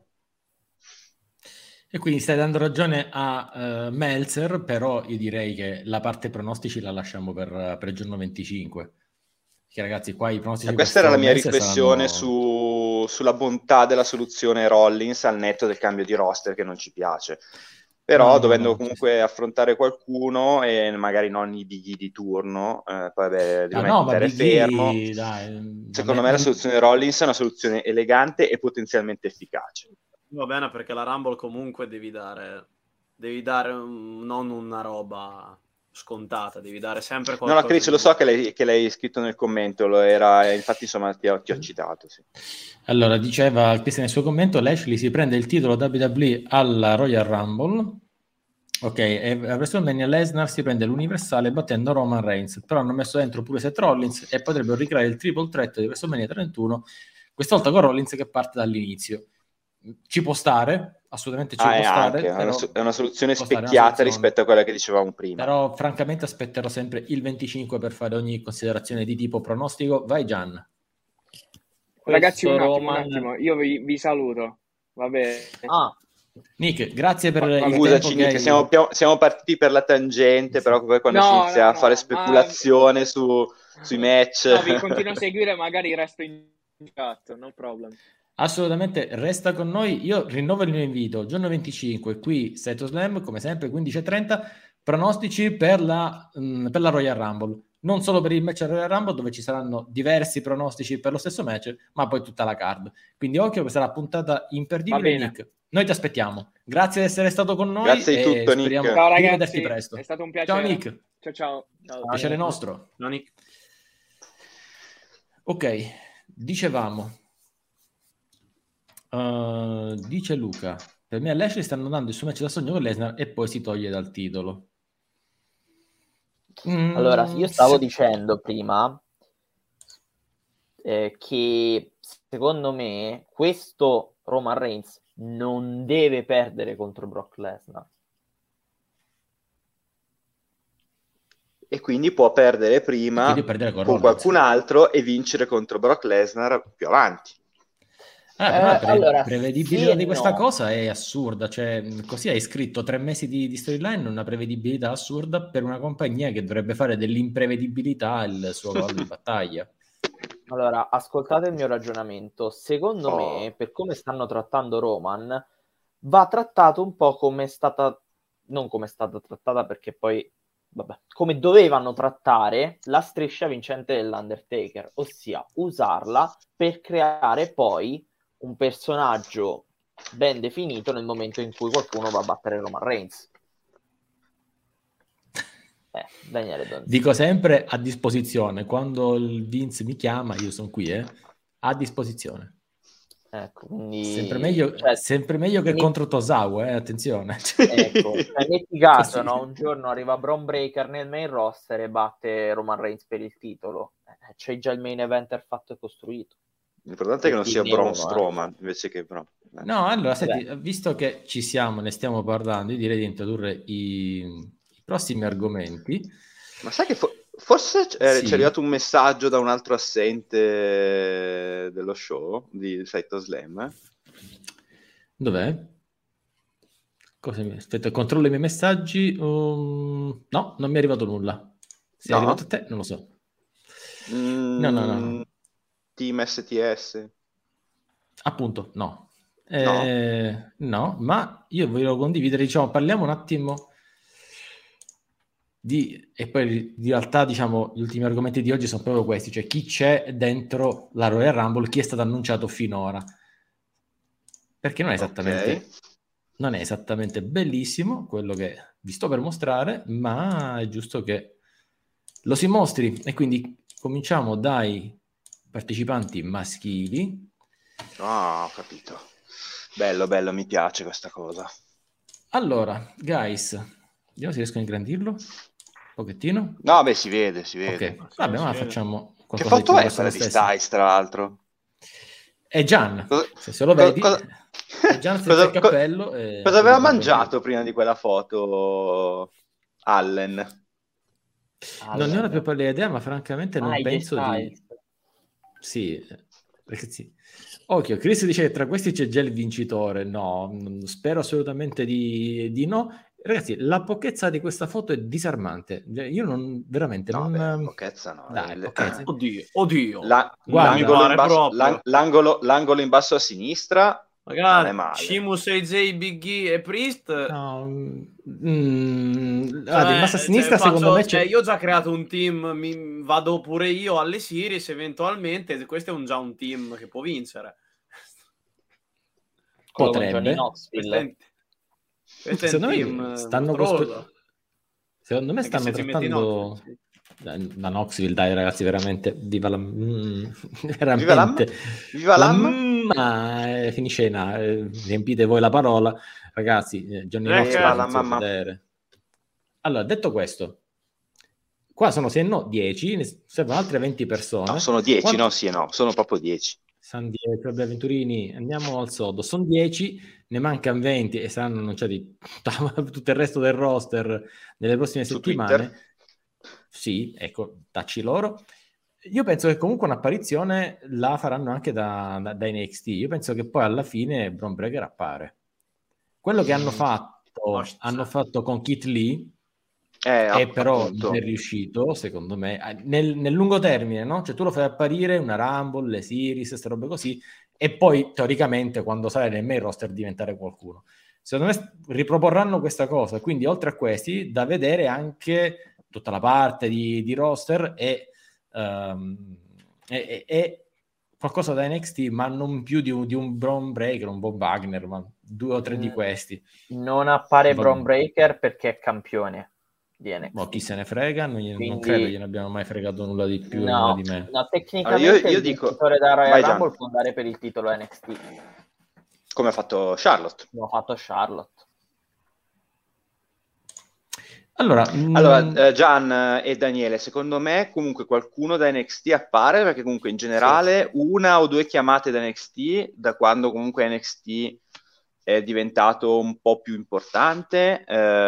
E quindi stai dando ragione a Meltzer, però io direi che la parte pronostici la lasciamo per il giorno 25. Che ragazzi, qua i pronostici questa era la mia mese riflessione saranno... sulla bontà della soluzione Rollins al netto del cambio di roster che non ci piace. Però dovendo comunque affrontare qualcuno e magari non i Big E di turno, poi devo mettere fermo. Secondo me la soluzione Rollins è una soluzione elegante e potenzialmente efficace. Va bene, perché la Rumble comunque devi dare non una roba scontata, devi dare sempre qualcosa. No, Chris, lo so che l'hai scritto nel commento, infatti insomma ti ho citato. Sì. Allora, diceva Chris nel suo commento, Lashley si prende il titolo WWE alla Royal Rumble, ok, e a WrestleMania Lesnar si prende l'universale battendo Roman Reigns, però hanno messo dentro pure Seth Rollins e potrebbero ricreare il triple threat di WrestleMania 31, questa volta con Rollins che parte dall'inizio. Ci può stare, assolutamente ci può stare. Però è una soluzione specchiata rispetto a quella che dicevamo prima. Però francamente aspetterò sempre il 25 per fare ogni considerazione di tipo pronostico. Vai Gian. Ragazzi, un attimo, io vi saluto. Va bene. Nick, grazie per il tempo che Nick, siamo partiti per la tangente, però poi quando si inizia a fare speculazione sui match... No, vi continuo a seguire, magari resto in chat, no problem. Assolutamente, resta con noi. Io rinnovo il mio invito. Giorno 25, qui Saito Slam, come sempre, 15:30. Pronostici per la Royal Rumble. Non solo per il match Royal Rumble, dove ci saranno diversi pronostici per lo stesso match, ma poi tutta la card. Quindi occhio, questa sarà puntata imperdibile, Nick. Noi ti aspettiamo. Grazie di essere stato con noi. Grazie di tutto, Nick. Ciao ragazzi, vederti presto. È stato un piacere. Ciao Nick. Ciao. Piacere nostro. Ciao Nick. Ok, dicevamo. Dice Luca, per me a Lashley stanno dando il suo match da sogno con Lesnar e poi si toglie dal titolo. Allora, io stavo dicendo prima che secondo me questo Roman Reigns non deve perdere contro Brock Lesnar. E quindi può perdere prima con qualcun altro e vincere contro Brock Lesnar più avanti. La prevedibilità di questa cosa è assurda, cioè così hai scritto 3 mesi di storyline, una prevedibilità assurda per una compagnia che dovrebbe fare dell'imprevedibilità il suo ruolo di battaglia. Allora, ascoltate il mio ragionamento. Secondo me, per come stanno trattando Roman, va trattato un po' come è stata, non come è stata trattata, perché poi come dovevano trattare la striscia vincente dell'Undertaker, ossia usarla per creare poi un personaggio ben definito nel momento in cui qualcuno va a battere Roman Reigns. Daniele Donzi. Dico sempre a disposizione, quando il Vince mi chiama io sono qui, a disposizione. Ecco, quindi sempre meglio che contro Tosawa, attenzione. Ecco, metti caso, no? Un giorno arriva Braun Breaker nel main roster e batte Roman Reigns per il titolo. C'è già il main eventer fatto e costruito. L'importante è che non sia Braun Strowman invece che Braun. No, allora, senti, visto che ne stiamo parlando, io direi di introdurre i prossimi argomenti. Ma sai che forse ci è arrivato un messaggio da un altro assente dello show di Saito Slam? Dov'è? Aspetta, controllo i miei messaggi. No, non mi è arrivato nulla. Se è arrivato a te, non lo so. No. Team STS? Appunto, no. No, ma io voglio condividere, diciamo, parliamo un attimo e poi in realtà, diciamo, gli ultimi argomenti di oggi sono proprio questi, cioè chi c'è dentro la Royal Rumble, chi è stato annunciato finora. Perché non è esattamente bellissimo quello che vi sto per mostrare, ma è giusto che lo si mostri. E quindi cominciamo dai partecipanti maschili. Ho capito. Bello, mi piace questa cosa. Allora, guys, vediamo se riesco a ingrandirlo un pochettino. No, si vede. Ok, vabbè, ma facciamo qualcosa. Che foto è quella di Styles, tra l'altro? È Gian, se lo vedi, è Gian senza il cappello. Cosa aveva mangiato prima di quella foto Allen? Non ne ho la più pallida idea, ma francamente non penso di... Sì, perché sì. Occhio, Chris dice che tra questi c'è già il vincitore. No, spero assolutamente di no. Ragazzi, la pochezza di questa foto è disarmante. Io non veramente no, non... pochezza no. Dai, pochezza. Oddio. L'angolo in basso a sinistra. Ragazzi, Sheamus, AJ, Big E e Priest. No, in basso a sinistra secondo me c'è... io ho già creato un team, vado pure io alle series eventualmente. Questo è già un team che può vincere. Potrebbe. Secondo me stanno secondo me stanno trattando da Knoxville, dai ragazzi, veramente viva la veramente viva l'Am ma finisce in A, riempite voi la parola ragazzi. Johnny Knoxville allora, detto questo, qua sono 10, servono altre 20 persone. No, sono 10, no, sì, no, sono proprio 10. San Diego, vabbè, Venturini, andiamo al sodo. Sono 10, ne mancano 20 e saranno annunciati tutto il resto del roster nelle prossime settimane. Twitter. Sì, ecco, tacci loro. Io penso che comunque un'apparizione la faranno anche da NXT. Io penso che poi alla fine Bron Breakker appare. Quello che hanno fatto con Keith Lee, però appunto. non è riuscito, secondo me, nel lungo termine, no? Cioè tu lo fai apparire una Rumble, le Series, queste robe così, e poi teoricamente quando sarai nel main roster diventare qualcuno. Secondo me riproporranno questa cosa, quindi oltre a questi da vedere anche tutta la parte di roster e qualcosa da NXT, ma non più di un Bron Breakker, un Von Wagner, ma 2 o 3 di questi. Non appare Bron Breakker perché è campione di NXT. Ma chi se ne frega, non credo gliene abbiamo mai fregato nulla di più, no, nulla di meno. No, tecnicamente io il vincitore da Royal Rumble può andare per il titolo NXT. Come ha fatto Charlotte. Come ha fatto Charlotte. Allora Gian e Daniele, secondo me comunque qualcuno da NXT appare, perché comunque in generale una o 2 chiamate da NXT, da quando comunque NXT è diventato un po' più importante,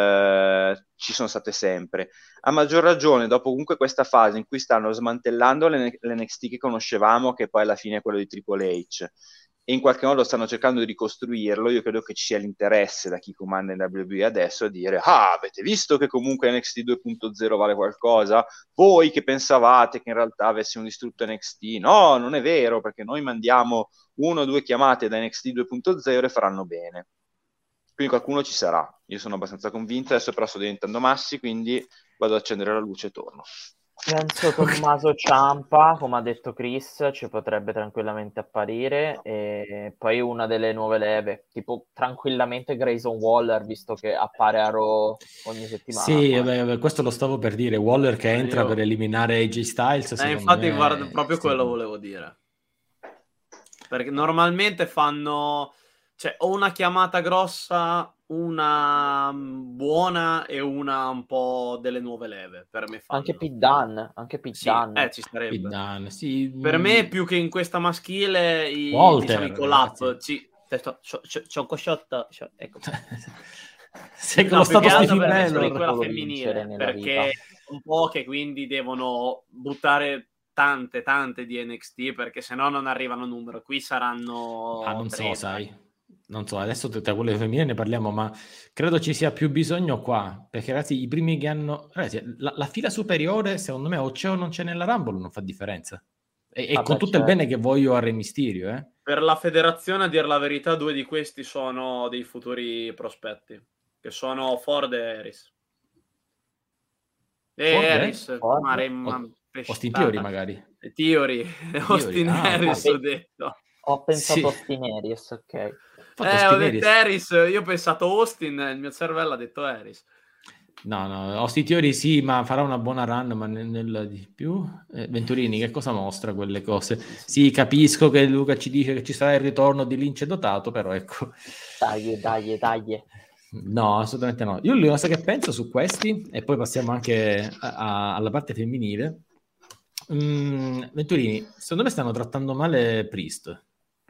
ci sono state sempre. A maggior ragione dopo comunque questa fase in cui stanno smantellando l'NXT che conoscevamo, che poi alla fine è quello di Triple H, e in qualche modo stanno cercando di ricostruirlo. Io credo che ci sia l'interesse da chi comanda in WWE adesso a dire: avete visto che comunque NXT 2.0 vale qualcosa? Voi che pensavate che in realtà avessimo distrutto NXT? No, non è vero, perché noi mandiamo 1 o 2 chiamate da NXT 2.0 e faranno bene. Quindi qualcuno ci sarà, io sono abbastanza convinto. Adesso però sto diventando Massi, quindi vado ad accendere la luce e torno. Penso Tommaso Ciampa, come ha detto Chris, ci potrebbe tranquillamente apparire, e poi una delle nuove leve, tipo tranquillamente Grayson Waller, visto che appare a Raw ogni settimana. Sì, questo lo stavo per dire, Waller che entra per eliminare AJ Styles. Infatti guarda, proprio quello volevo dire, perché normalmente fanno, cioè, o una chiamata grossa, una buona e una un po' delle nuove leve. Per me fanno. Anche Pete Dunne, ci sarebbe. Pete Dunne, sì. Per me più che in questa maschile Walter, diciamo, i collab c'ho un cosciotto, ecco. Sei con lo stato di quella femminile, perché un po' che quindi devono buttare tante di NXT, perché se no non arrivano a numero. Qui saranno non so, sai. Non so, adesso tra quelle femminili ne parliamo, ma credo ci sia più bisogno qua, perché ragazzi, i primi che hanno... Ragazzi, la fila superiore, secondo me, o c'è o non c'è nella Rumble, non fa differenza. E con tutto il bene che voglio a Re Mysterio, Per la federazione, a dire la verità, 2 di questi sono dei futuri prospetti, che sono Ford e Harris. Austin Theory magari. Austin Harris, ho detto. Ho pensato Austin Harris, ok. Ho detto Harris, io ho pensato Austin, il mio cervello ha detto Harris. No, Austin Theory sì, ma farà una buona run, ma nulla di più. Venturini, che cosa mostra quelle cose? Sì, capisco che Luca ci dice che ci sarà il ritorno di Lince dotato, però ecco. Dai. No, assolutamente no. Io l'unica cosa che penso su questi, e poi passiamo anche alla parte femminile. Venturini, secondo me stanno trattando male Priest.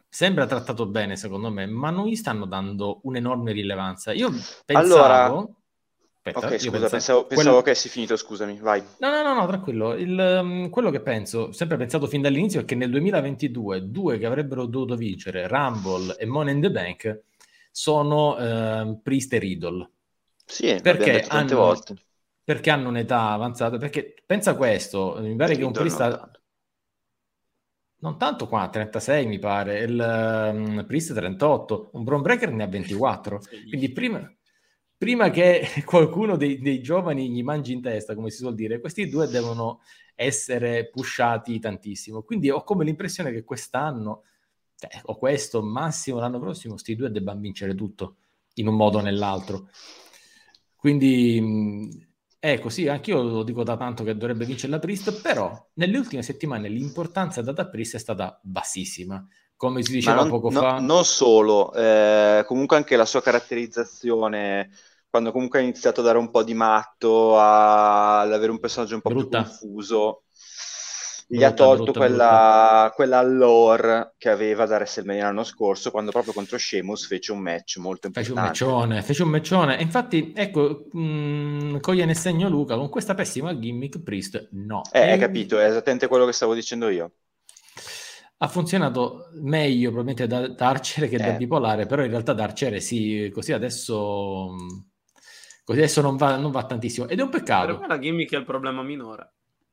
sembra trattato bene secondo me, ma non gli stanno dando un'enorme rilevanza. Io Allora, pensavo... Aspetta, ok, io scusa, pensavo... pensavo che sei finito, scusami, vai. No, tranquillo. Quello che penso, sempre pensato fin dall'inizio, è che nel 2022 due che avrebbero dovuto vincere, Rumble e Money in the Bank, sono Priest e Riddle. Sì, l'abbiamo detto tante volte. Perché hanno un'età avanzata. Perché pensa questo, mi pare che un Riddle Priest... Non tanto qua, 36 mi pare, il Priest 38, un Bron Breaker ne ha 24. Quindi prima che qualcuno dei giovani gli mangi in testa, come si suol dire, questi due devono essere pushati tantissimo. Quindi ho come l'impressione che quest'anno, o questo, massimo l'anno prossimo, questi due debbano vincere tutto, in un modo o nell'altro. Quindi... Ecco, sì, anch'io lo dico da tanto che dovrebbe vincere la Priest, però nelle ultime settimane l'importanza data a Priest è stata bassissima. Come si diceva poco fa... Non solo, comunque anche la sua caratterizzazione, quando comunque ha iniziato a dare un po' di matto, ad avere un personaggio un po' più confuso, gli ha tolto quella allure che aveva da WrestleMania l'anno scorso, quando proprio contro Sheamus fece un match molto importante. Fece un meccione. E infatti, ecco, coglie nel segno Luca, con questa pessima gimmick Priest, no. Hai capito, è esattamente quello che stavo dicendo io. Ha funzionato meglio probabilmente da Arciere che da Bipolare, però in realtà da Arciere sì, così adesso non va tantissimo. Ed è un peccato. Per me la gimmick è il problema minore.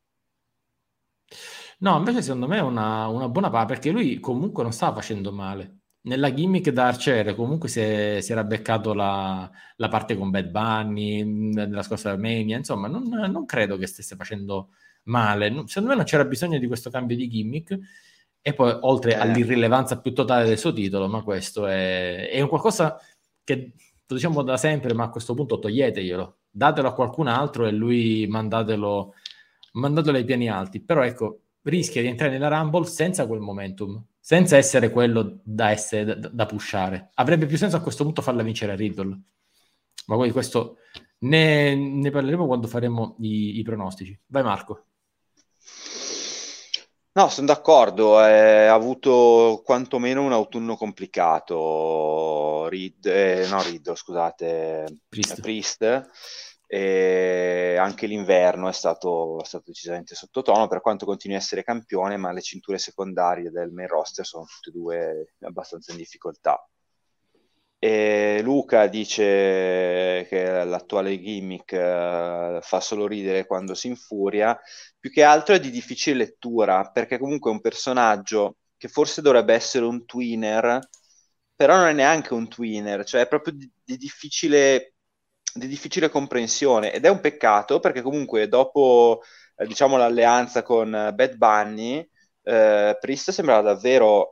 No, invece secondo me è una buona parte, perché lui comunque non stava facendo male. Nella gimmick da Arciere comunque si era beccato la parte con Bad Bunny, nella scorsa Armenia, insomma, non credo che stesse facendo male. Secondo me non c'era bisogno di questo cambio di gimmick, e poi oltre all'irrilevanza più totale del suo titolo, ma questo è un qualcosa che lo diciamo da sempre, ma a questo punto toglieteglielo, datelo a qualcun altro e lui mandatelo ai piani alti. Però ecco, rischia di entrare nella Rumble senza quel momentum, senza essere quello da pushare. Avrebbe più senso a questo punto farla vincere Riddle, ma poi questo ne parleremo quando faremo i pronostici. Vai Marco. No, sono d'accordo, ha avuto quantomeno un autunno complicato, Priest. E anche l'inverno è stato decisamente sottotono, per quanto continui a essere campione, ma le cinture secondarie del main roster sono tutte e due abbastanza in difficoltà. E Luca dice che l'attuale gimmick fa solo ridere quando si infuria, più che altro è di difficile lettura, perché comunque è un personaggio che forse dovrebbe essere un tweener, però non è neanche un tweener, cioè è proprio di difficile comprensione, ed è un peccato perché comunque dopo diciamo l'alleanza con Bad Bunny, Priest sembrava davvero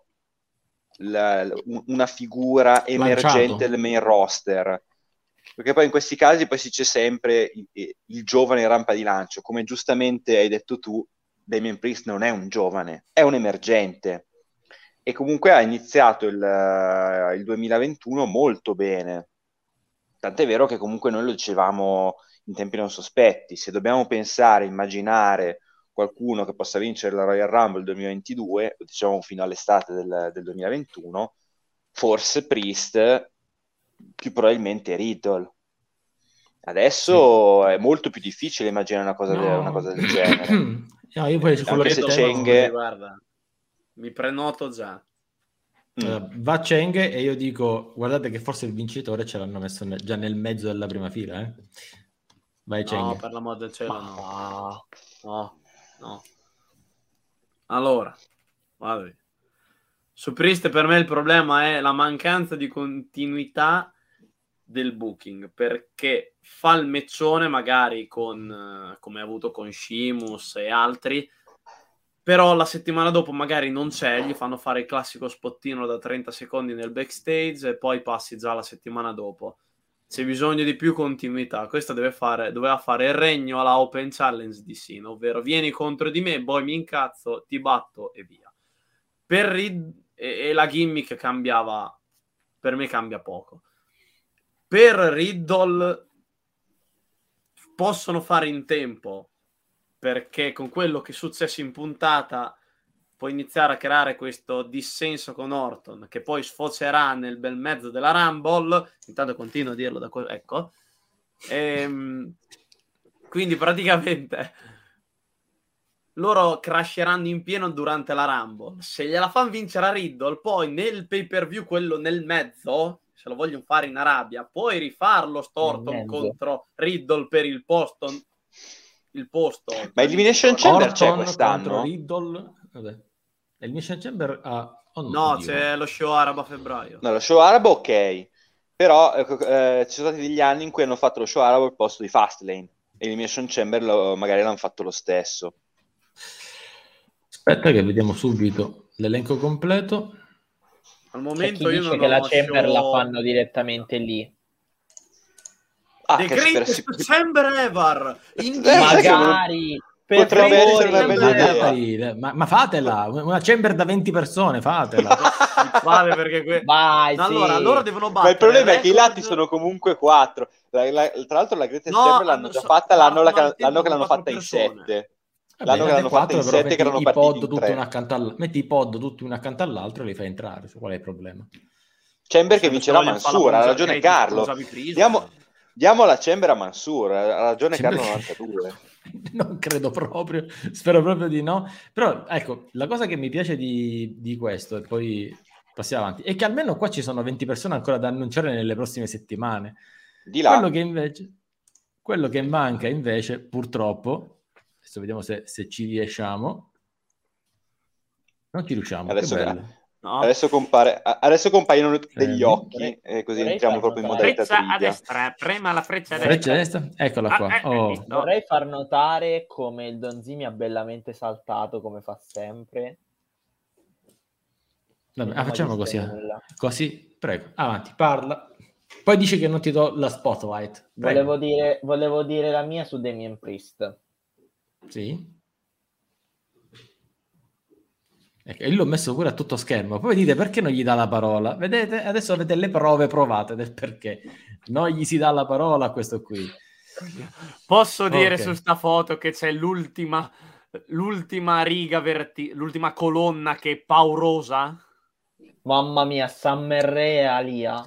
una figura emergente del main roster, perché poi in questi casi poi si c'è sempre il giovane in rampa di lancio, come giustamente hai detto tu. Damian Priest non è un giovane, è un emergente, e comunque ha iniziato il 2021 molto bene, tant'è vero che comunque noi lo dicevamo in tempi non sospetti: se dobbiamo pensare, immaginare qualcuno che possa vincere la Royal Rumble 2022, lo dicevamo fino all'estate del 2021, forse Priest, più probabilmente Riddle. Adesso è molto più difficile immaginare una cosa del genere. No, io poi anche se Cheng... Guarda, mi prenoto già. Va Cheng e io dico, guardate che forse il vincitore ce l'hanno messo già nel mezzo della prima fila. Vai Cheng. No, per l'amor del cielo no. Allora, guarda, su Priest per me il problema è la mancanza di continuità del booking, perché fa il meccione magari come ha avuto con Sheamus e altri, però la settimana dopo magari non c'è, gli fanno fare il classico spottino da 30 secondi nel backstage e poi passi già la settimana dopo. C'è bisogno di più continuità. Questa doveva fare il regno alla Open Challenge di Cena, ovvero vieni contro di me, poi mi incazzo, ti batto e via. E la gimmick cambiava, per me cambia poco. Per Riddle possono fare in tempo, perché con quello che è successo in puntata può iniziare a creare questo dissenso con Orton, che poi sfocerà nel bel mezzo della Rumble. Intanto continuo a dirlo ecco. Quindi praticamente loro crasheranno in pieno durante la Rumble. Se gliela fanno vincere a Riddle, poi nel pay-per-view, quello nel mezzo, se lo vogliono fare in Arabia, puoi rifarlo Storton contro Riddle per il posto. Ma Elimination Chamber c'è Orton quest'anno? contro Riddle. Vabbè. Elimination Chamber no, c'è lo show arabo a febbraio. No, lo show arabo ok, però ci sono stati degli anni in cui hanno fatto lo show arabo al posto di Fastlane. Elimination Chamber magari l'hanno fatto lo stesso. Aspetta che vediamo subito l'elenco completo. Al momento c'è chi dice che la Chamber la fanno direttamente lì. The greatest Chamber ever! Magari potrebbe essere una bella idea. Ma fatela, una Chamber da 20 persone, fatela. Vale perché vai, allora, sì. loro devono battere. Ma il problema è che i lati sono comunque 4. Tra l'altro la greatest Chamber l'hanno già fatta l'anno che l'hanno fatta in 7. L'anno che l'hanno fatta in 7 che erano partiti in 3. Metti i pod tutti uno accanto all'altro e li fai entrare. Qual è il problema? Chamber che vincerà Mansour, ha ragione Carlo. Diamo la Chamber a Mansour, ha ragione Carlo 92. Non credo proprio, spero proprio di no. Però ecco, la cosa che mi piace di questo, e poi passiamo avanti, è che almeno qua ci sono 20 persone ancora da annunciare nelle prossime settimane. Di là. Quello che manca invece, purtroppo, adesso vediamo se ci riusciamo. Non ci riusciamo. No. Adesso compaiono degli occhi e così entriamo proprio in modalità a destra, prema la freccia a destra. Eccola qua. Vorrei far notare come il Donzi mi ha bellamente saltato, come fa sempre. Vabbè, facciamo così, prego, avanti, parla. Poi dici che non ti do la spotlight. Volevo dire la mia su Damien Priest. Sì. Ecco, io l'ho messo pure a tutto schermo. Poi dite perché non gli dà la parola. Vedete? Adesso avete le prove provate del perché non gli si dà la parola a questo qui. Posso dire su sta foto che c'è l'ultima riga l'ultima colonna che è paurosa? Mamma mia, Summer Rae Alia.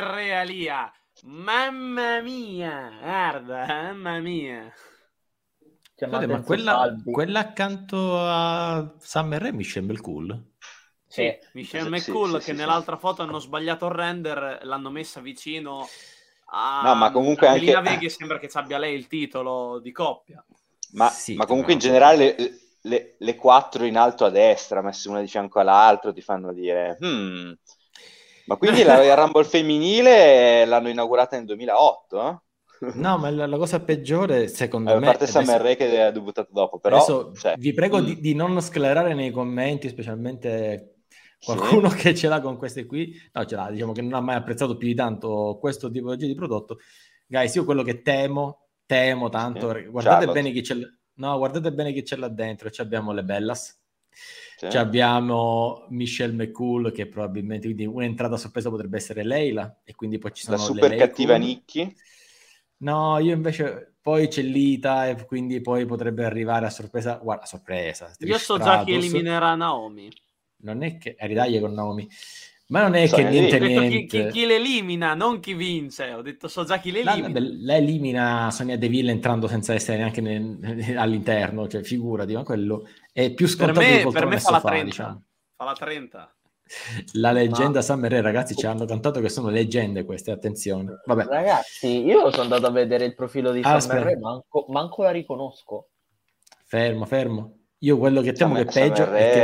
Mamma mia, guarda, mamma mia. Ma quella accanto a Summer Rae mi sembra cool. Sì, Michelle McCool che nell'altra foto hanno sbagliato il render, l'hanno messa vicino a no, ma comunque Melina anche Veghi, sembra che abbia lei il titolo di coppia. Ma comunque in generale le 4 in alto a destra, messe una di fianco all'altro, ti fanno dire ma quindi la Rumble femminile l'hanno inaugurata nel 2008? No, ma la cosa peggiore secondo me, a parte Summer Rae che ha debuttato dopo, però adesso vi prego di non sclerare nei commenti, specialmente qualcuno che ce l'ha con queste qui. No, ce l'ha, diciamo che non ha mai apprezzato più di tanto questo tipologia di prodotto. Guys, io quello che temo tanto, guardate bene chi c'è. No, guardate bene chi c'è là dentro. Ci abbiamo le Bellas, ci abbiamo Michelle McCool, che probabilmente, quindi un'entrata a sorpresa potrebbe essere Leila, e quindi poi ci sono la super cattiva Nikki. No, io invece poi c'è Lita, e quindi poi potrebbe arrivare a sorpresa. Guarda, sorpresa. Io so già chi eliminerà Naomi. Non è che ridagli con Naomi, ma non è che niente. Chi l'elimina, non chi vince. Ho detto so già chi l'elimina. La elimina Sonia Deville entrando senza essere neanche all'interno, cioè figurati, ma quello è più scontato per me fa la 30. Diciamo. Fa la 30. La leggenda Summer Rae, ragazzi, ci hanno cantato che sono leggende queste, attenzione. Vabbè. Ragazzi, io sono andato a vedere il profilo di Summer Rae, manco la riconosco. Fermo. Io quello che temo che è peggio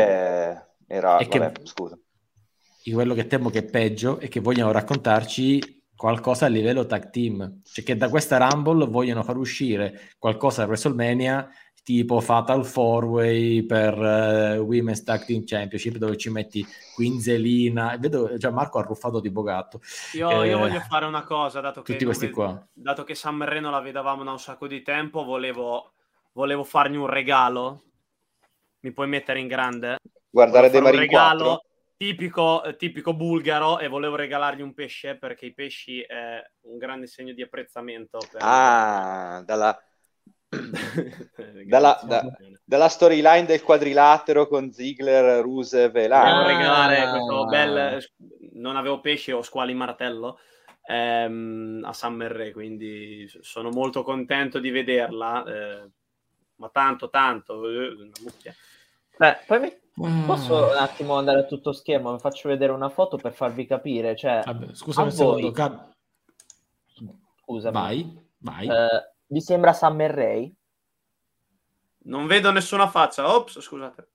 scusa. Io quello che temo che è peggio è che vogliono raccontarci qualcosa a livello tag team, cioè che da questa Rumble vogliono far uscire qualcosa a WrestleMania tipo Fatal 4-Way per Women's Tag Team Championship, dove ci metti Quinzelina. Vedo già Marco arruffato tipo gatto. Io voglio fare una cosa, dato che Summer Rae non la vedevamo da un sacco di tempo, volevo fargli un regalo. Mi puoi mettere in grande? Guardare dei Marin 4 tipico bulgaro, e volevo regalargli un pesce, perché i pesci è un grande segno di apprezzamento per dalla storyline del quadrilatero con Ziggler, Rusev e Volevo là. regalare questo bel non avevo pesce o squali martello a Summer Rae, quindi sono molto contento di vederla, ma tanto una mucchia. Poi posso un attimo andare a tutto schermo, vi faccio vedere una foto per farvi capire, cioè Vabbè, scusami un secondo, scusami. Vai. Vi sembra Summer Rae? Non vedo nessuna faccia. Ops, scusate.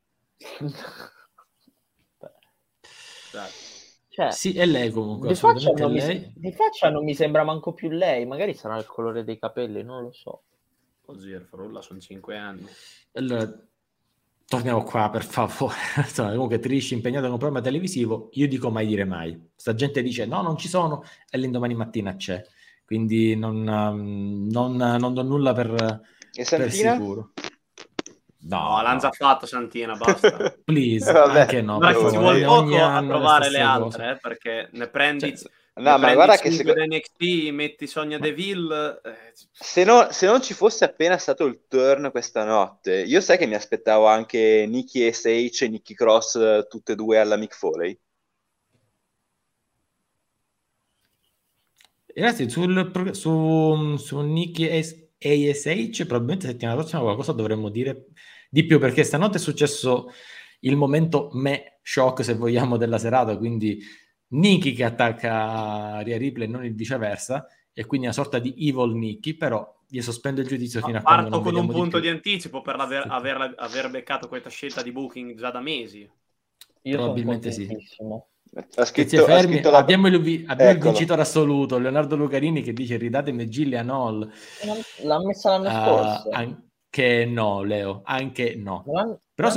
Cioè, sì, è lei comunque. Di faccia non mi sembra manco più lei. Magari sarà il colore dei capelli, non lo so. Oddio, Frulla, sono 5 anni. Allora, torniamo qua, per favore. Comunque Trish impegnata con un programma televisivo, io dico mai dire mai. Sta gente dice no, non ci sono, e l'indomani mattina c'è. Quindi non do nulla per sicuro. No, l'hanno già fatto Santina, basta. Please, anche no. Ci vuole poco a trovare le altre, perché ne prendi... No, ma guarda che NXT, metti Sonia Deville... Se non ci fosse appena stato il turn questa notte, io sai che mi aspettavo anche Nikki SH e Nikki Cross tutte e due alla Mick Foley. Ragazzi, su Nikki ASH probabilmente settimana prossima qualcosa dovremmo dire di più, perché stanotte è successo il momento shock, se vogliamo, della serata, quindi Nikki che attacca Rhea Ripley, non il viceversa, e quindi una sorta di evil Nikki, però io sospendo il giudizio fino a quando non vediamo con un punto di anticipo per aver beccato questa scelta di booking già da mesi. Io probabilmente sì. Abbiamo il vincitore assoluto, Leonardo Lucarini, che dice ridatemi Gillian Hall. L'ha messa l'anno scorso. Anche no, Leo, anche no. Però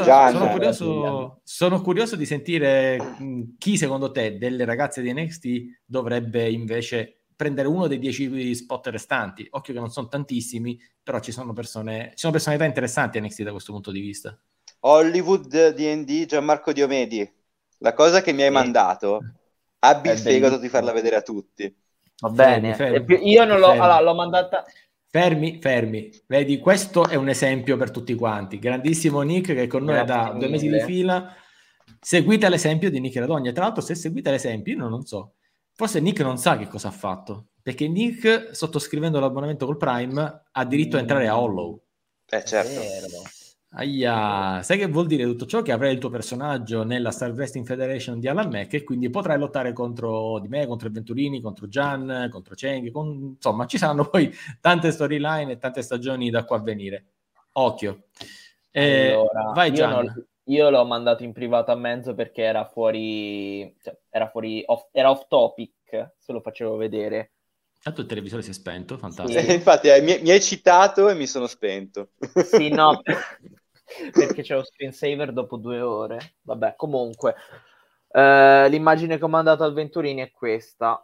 sono curioso di sentire chi secondo te delle ragazze di NXT dovrebbe invece prendere uno dei 10 spot restanti. Occhio che non sono tantissimi, però ci sono personalità interessanti a NXT da questo punto di vista. Hollywood D&D, Gianmarco Diomedi. La cosa che mi hai mandato, abbi il fegato di farla vedere a tutti. Va bene. Io non l'ho mandata... Fermi. Vedi, questo è un esempio per tutti quanti. Grandissimo Nick che con noi da 2 mesi di fila. Seguite l'esempio di Nick Radogna. Tra l'altro, se seguite l'esempio, io non so. Forse Nick non sa che cosa ha fatto. Perché Nick, sottoscrivendo l'abbonamento col Prime, ha diritto a entrare a Hollow. Certo. Ahia, sai che vuol dire tutto ciò? Che avrai il tuo personaggio nella Star Wrestling Federation di Alan Mac e quindi potrai lottare contro di me, contro i Venturini, contro Gian, contro Cheng, insomma ci saranno poi tante storyline e tante stagioni da qua a venire. Occhio. Allora, vai Gian. Io l'ho mandato in privato a mezzo perché era fuori, era off topic, se lo facevo vedere. Tanto il televisore si è spento, fantastico. Sì. Infatti mi hai citato e mi sono spento. Sì, no, perché c'è lo screensaver dopo 2 ore. Vabbè, comunque. L'immagine che ho mandato al Venturini è questa.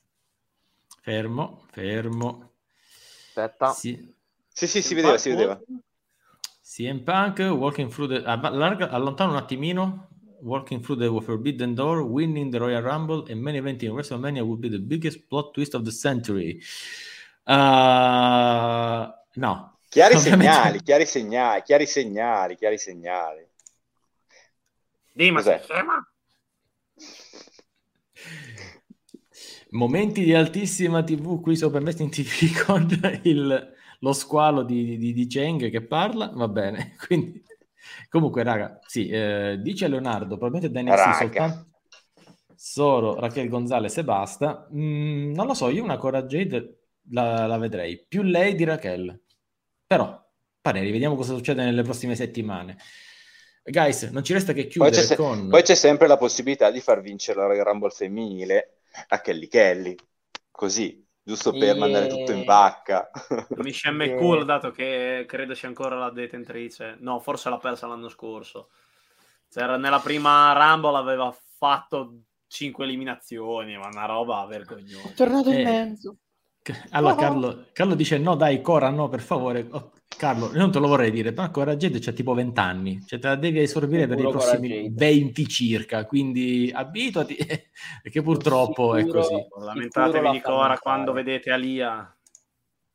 Fermo. Aspetta. Sì, si vedeva. CM Punk, walking through the... allontano un attimino. Walking through the Forbidden Door, winning the Royal Rumble and main event in WrestleMania would be the biggest plot twist of the century. No. Chiari segnali. Dima, momenti di altissima TV qui su Open Wrestling TV con lo squalo di Cheng che parla, va bene, quindi comunque raga, sì, dice Leonardo, probabilmente da NXT soltanto solo Raquel Gonzalez e basta. Non lo so, io una Cora Jade la vedrei, più lei di Raquel, però pareri, vediamo cosa succede nelle prossime settimane. Guys, non ci resta che chiudere poi c'è sempre la possibilità di far vincere la Royal Rumble femminile a Kelly, così, giusto per mandare tutto in vacca. Michelle McCool, dato che credo sia ancora la detentrice, no, forse l'ha persa l'anno scorso. Nella prima Rumble aveva fatto 5 eliminazioni, ma una roba vergognosa. È tornato in mezzo. Allora Carlo dice no dai Cora, no per favore. Carlo, io non te lo vorrei dire, però Cora Jade c'ha tipo 20 anni, cioè te la devi assorbire per i prossimi 20 circa, quindi abituati, perché purtroppo è così. Lamentatevi di Cora quando vedete Alia.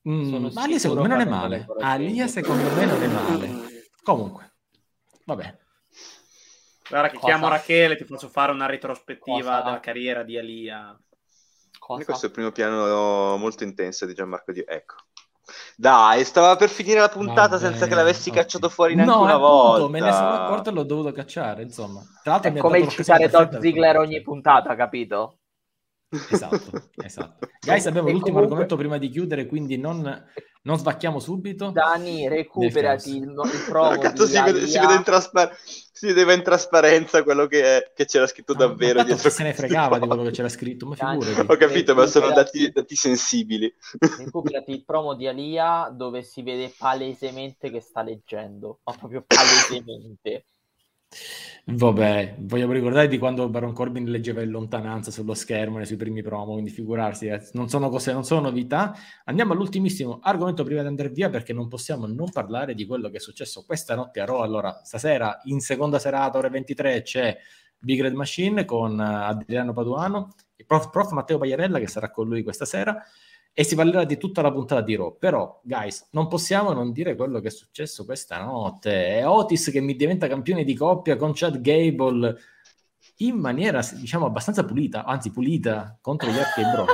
Ma Alia secondo me non è male. Alia secondo me non è male. Comunque, vabbè. Guarda che chiamo Rachele, ti faccio fare una retrospettiva della carriera di Alia. Questo è il primo piano molto intenso di Gianmarco Di... Ecco. Dai, stava per finire la puntata senza che l'avessi cacciato fuori neanche una volta. Me ne sono accorto e l'ho dovuto cacciare, insomma. Tra l'altro è come il citare Dolph Ziggler ogni puntata, capito? Esatto. Guys, abbiamo l'ultimo argomento prima di chiudere, quindi non svacchiamo subito. Dani, recuperati il promo. Cazzo, si vedeva in trasparenza quello che c'era scritto davvero dietro. Se ne fregava di quello che c'era scritto, ma figurati. Ho capito, ma sono dati sensibili. Recuperati il promo di Alia dove si vede palesemente che sta leggendo, ma proprio palesemente. Vabbè, vogliamo ricordare di quando Baron Corbin leggeva in lontananza sullo schermo sui primi promo, quindi figurarsi, non sono cose, non sono novità. Andiamo all'ultimissimo argomento prima di andare via, perché non possiamo non parlare di quello che è successo questa notte a Raw. Allora, stasera in seconda serata, ore 23, c'è Big Red Machine con Adriano Paduano, il prof Matteo Pagliarella che sarà con lui questa sera, e si parlerà di tutta la puntata di Raw. Però, guys, non possiamo non dire quello che è successo questa notte. È Otis che mi diventa campione di coppia con Chad Gable in maniera, diciamo, abbastanza pulita, anzi pulita, contro gli Archi e Bro.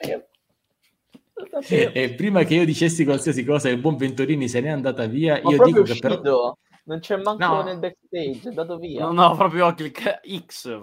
E prima che io dicessi qualsiasi cosa, il buon Venturini se n'è andata via. Ma io dico che però... non c'è manco nel backstage, è andato via. No, proprio clic X.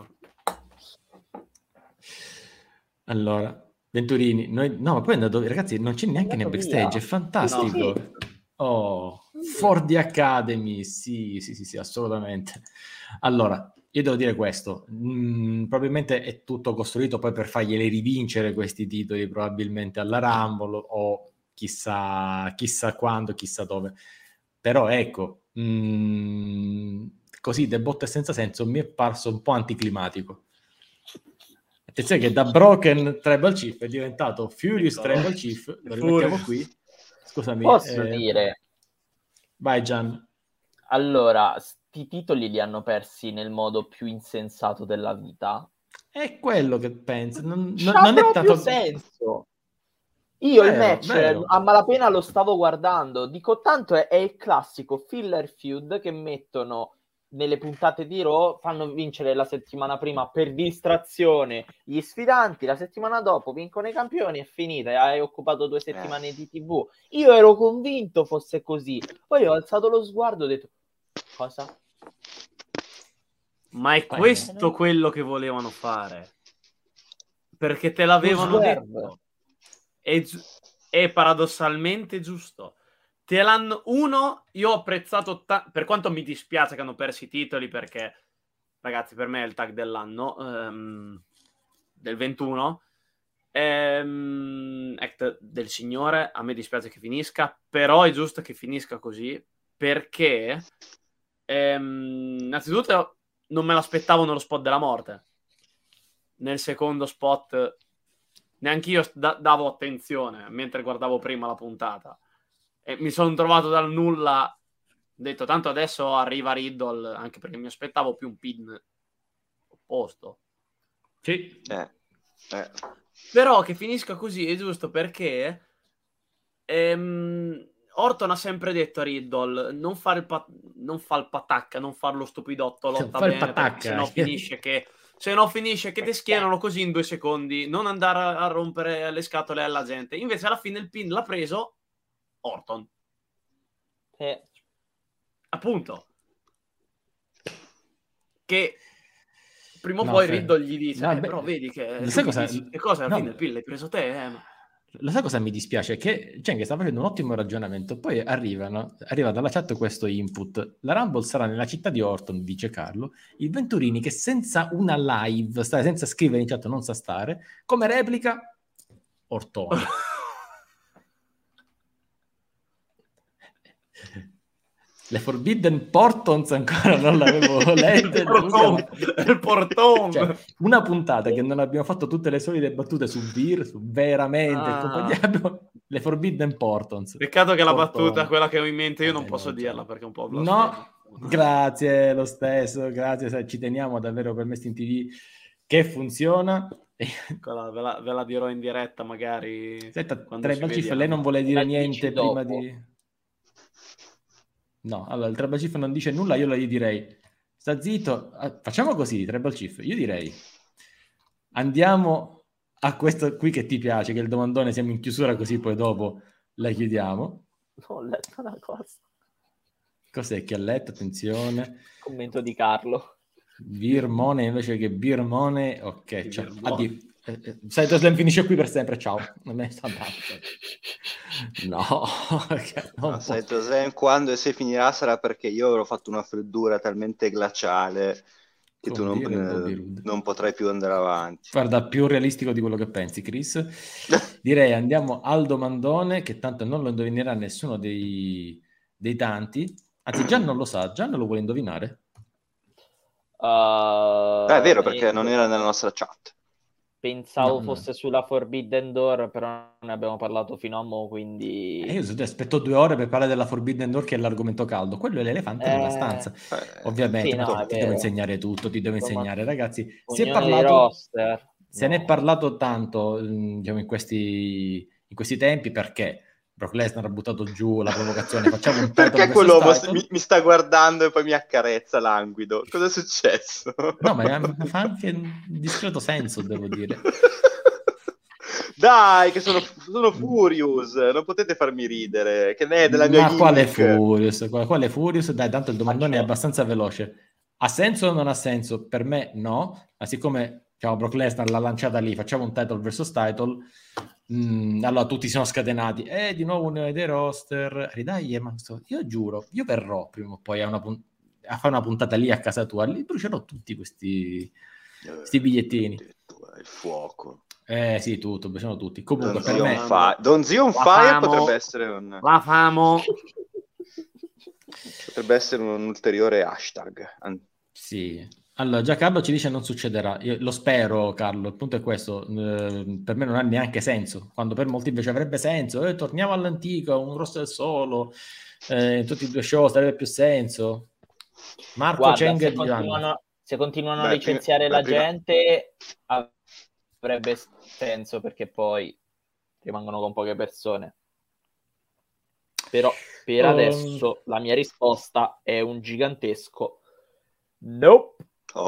Allora... Venturini, ma poi è andato, ragazzi, non c'è neanche nel backstage, è fantastico. Sì. Oh, For the Academy, sì, assolutamente. Allora, io devo dire questo, probabilmente è tutto costruito poi per farglieli rivincere questi titoli, probabilmente alla Rumble o chissà quando, chissà dove. Però ecco, così de botte senza senso mi è parso un po' anticlimatico. Attenzione che da Broken Tribal Chief è diventato Furious Tribal Chief, lo rimettiamo qui. Scusami. Posso dire? Vai Gian. Allora, sti titoli li hanno persi nel modo più insensato della vita. È quello che penso. Non è tanto senso. Io il match a malapena lo stavo guardando. Dico, tanto è il classico filler feud che mettono nelle puntate di Raw, fanno vincere la settimana prima per distrazione gli sfidanti, la settimana dopo vincono i campioni, è finita, hai occupato 2 settimane di TV. Io ero convinto fosse così, poi ho alzato lo sguardo e ho detto cosa? Ma è questo quello che volevano fare, perché te l'avevano detto, è paradossalmente giusto. Te l'hanno... io ho apprezzato per quanto mi dispiace che hanno perso i titoli, perché ragazzi, per me è il tag dell'anno, del 21, act del signore. A me dispiace che finisca, però è giusto che finisca così, perché innanzitutto non me l'aspettavo nello spot della morte. Nel secondo spot neanche io davo attenzione mentre guardavo prima la puntata. E mi sono trovato dal nulla, ho detto tanto adesso arriva Riddle, anche perché mi aspettavo più un pin opposto. Sì. Però che finisca così è giusto, perché Orton ha sempre detto a Riddle non fa il patacca, non fare lo stupidotto, lotta bene, perché se no finisce che ti schienano così in 2 secondi, non andare a rompere le scatole alla gente. Invece alla fine il pin l'ha preso Orton. Appunto. Che prima o poi Riddle gli dice però vedi che cosa alla fine il pin l'hai preso te, Lo sai cosa mi dispiace? Che Cenk sta facendo un ottimo ragionamento, poi arriva dalla chat questo input: la Rumble sarà nella città di Orton, dice Carlo, il Venturini che senza una live, senza scrivere in chat non sa stare, come replica Orton. Le Forbidden Portons ancora non l'avevo lette. Il portone. Cioè, una puntata che non abbiamo fatto tutte le solite battute su Beer, su veramente le Forbidden Portons. Peccato che la battuta, quella che ho in mente, io non posso dirla perché è un po' blasfema. No, grazie lo stesso, grazie, ci teniamo davvero per Messi in TV che funziona. Ve la dirò in diretta magari. Senta, Tribal Chief, lei non vuole dire niente prima di... No, allora il Tribal Chief non dice nulla, io gli direi sta zitto, facciamo così, Tribal Chief, io direi andiamo a questo qui che ti piace, che è il domandone, siamo in chiusura così poi dopo la chiudiamo. Ho letto una cosa. Cos'è che ha letto? Attenzione. Commento di Carlo. Birmone invece che Birmone, ok, ciao. Addio. Saito Slam finisce qui per sempre, ciao. Non me ne sta andando. No, Saito Slam quando e se finirà sarà perché io avrò fatto una freddura talmente glaciale che tu non potrai più andare avanti. Guarda, più realistico di quello che pensi, Chris. Direi andiamo al domandone, che tanto non lo indovinerà nessuno dei tanti. Anzi, Gian non lo sa, Gian lo vuole indovinare. È vero, perché non era nella nostra chat. Pensavo fosse sulla Forbidden Door, però ne abbiamo parlato fino a mo', quindi... Io aspetto 2 ore per parlare della Forbidden Door, che è l'argomento caldo. Quello è l'elefante nella stanza. Ovviamente, sì, ti devo insegnare tutto, ti devo insegnare, ragazzi. Se ne è parlato tanto, diciamo, in questi tempi, perché Brock Lesnar ha buttato giù la provocazione. Facciamo un perché quell'uomo mi sta guardando e poi mi accarezza languido? Cosa è successo? No, ma fa anche un discreto senso, devo dire. Dai, che sono Furious, non potete farmi ridere. Che ne è della mia gimmick? Quale Furious? Dai, tanto il domandone è abbastanza veloce. Ha senso o non ha senso? Per me no, ma siccome Brock Lesnar l'ha lanciata lì, facciamo un title versus title. Allora tutti sono scatenati di nuovo un dei roster, ridai, ma io giuro, io verrò prima o poi a fare una puntata lì a casa tua, lì brucerò tutti questi bigliettini. Il fuoco. Sì, tutto, sono tutti. Comunque Don Zio on Fire potrebbe essere la famo. Potrebbe essere un ulteriore hashtag. Sì. Allora, già Carlo ci dice non succederà. Io lo spero, Carlo. Il punto è questo. Per me non ha neanche senso. Quando per molti invece avrebbe senso. Torniamo all'antico, un roster solo. In tutti i 2 show sarebbe più senso. Marco Cheng se continuano a licenziare la gente avrebbe senso, perché poi rimangono con poche persone. Però per adesso la mia risposta è un gigantesco nope.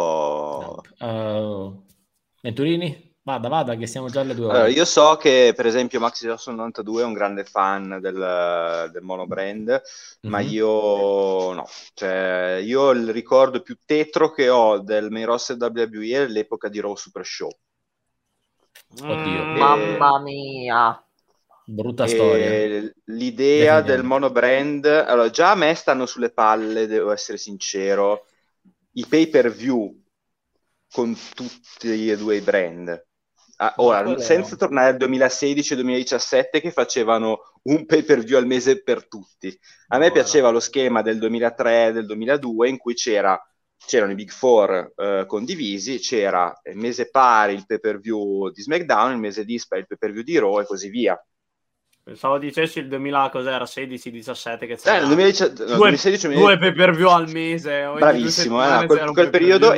Venturini, vada che siamo già alle 2 ore. Allora, io so che per esempio Maxi Johnson 92 è un grande fan del monobrand, ma io no, cioè io il ricordo più tetro che ho del main roster WWE è l'epoca di Raw Super Show. Oddio, mamma mia, brutta storia. L'idea del monobrand, allora già a me stanno sulle palle, devo essere sincero, i pay per view con tutti e 2 i brand. Ora, senza tornare al 2016-2017 che facevano un pay per view al mese per tutti. A me piaceva lo schema del 2003 del 2002 in cui c'erano i Big Four condivisi, c'era il mese pari il pay per view di SmackDown, il mese dispari il pay per view di Raw e così via. Pensavo dicessi il 2000, cos'era? 16-17 che c'era. Nel 2016 2 pay per view al mese. Bravissimo, quel periodo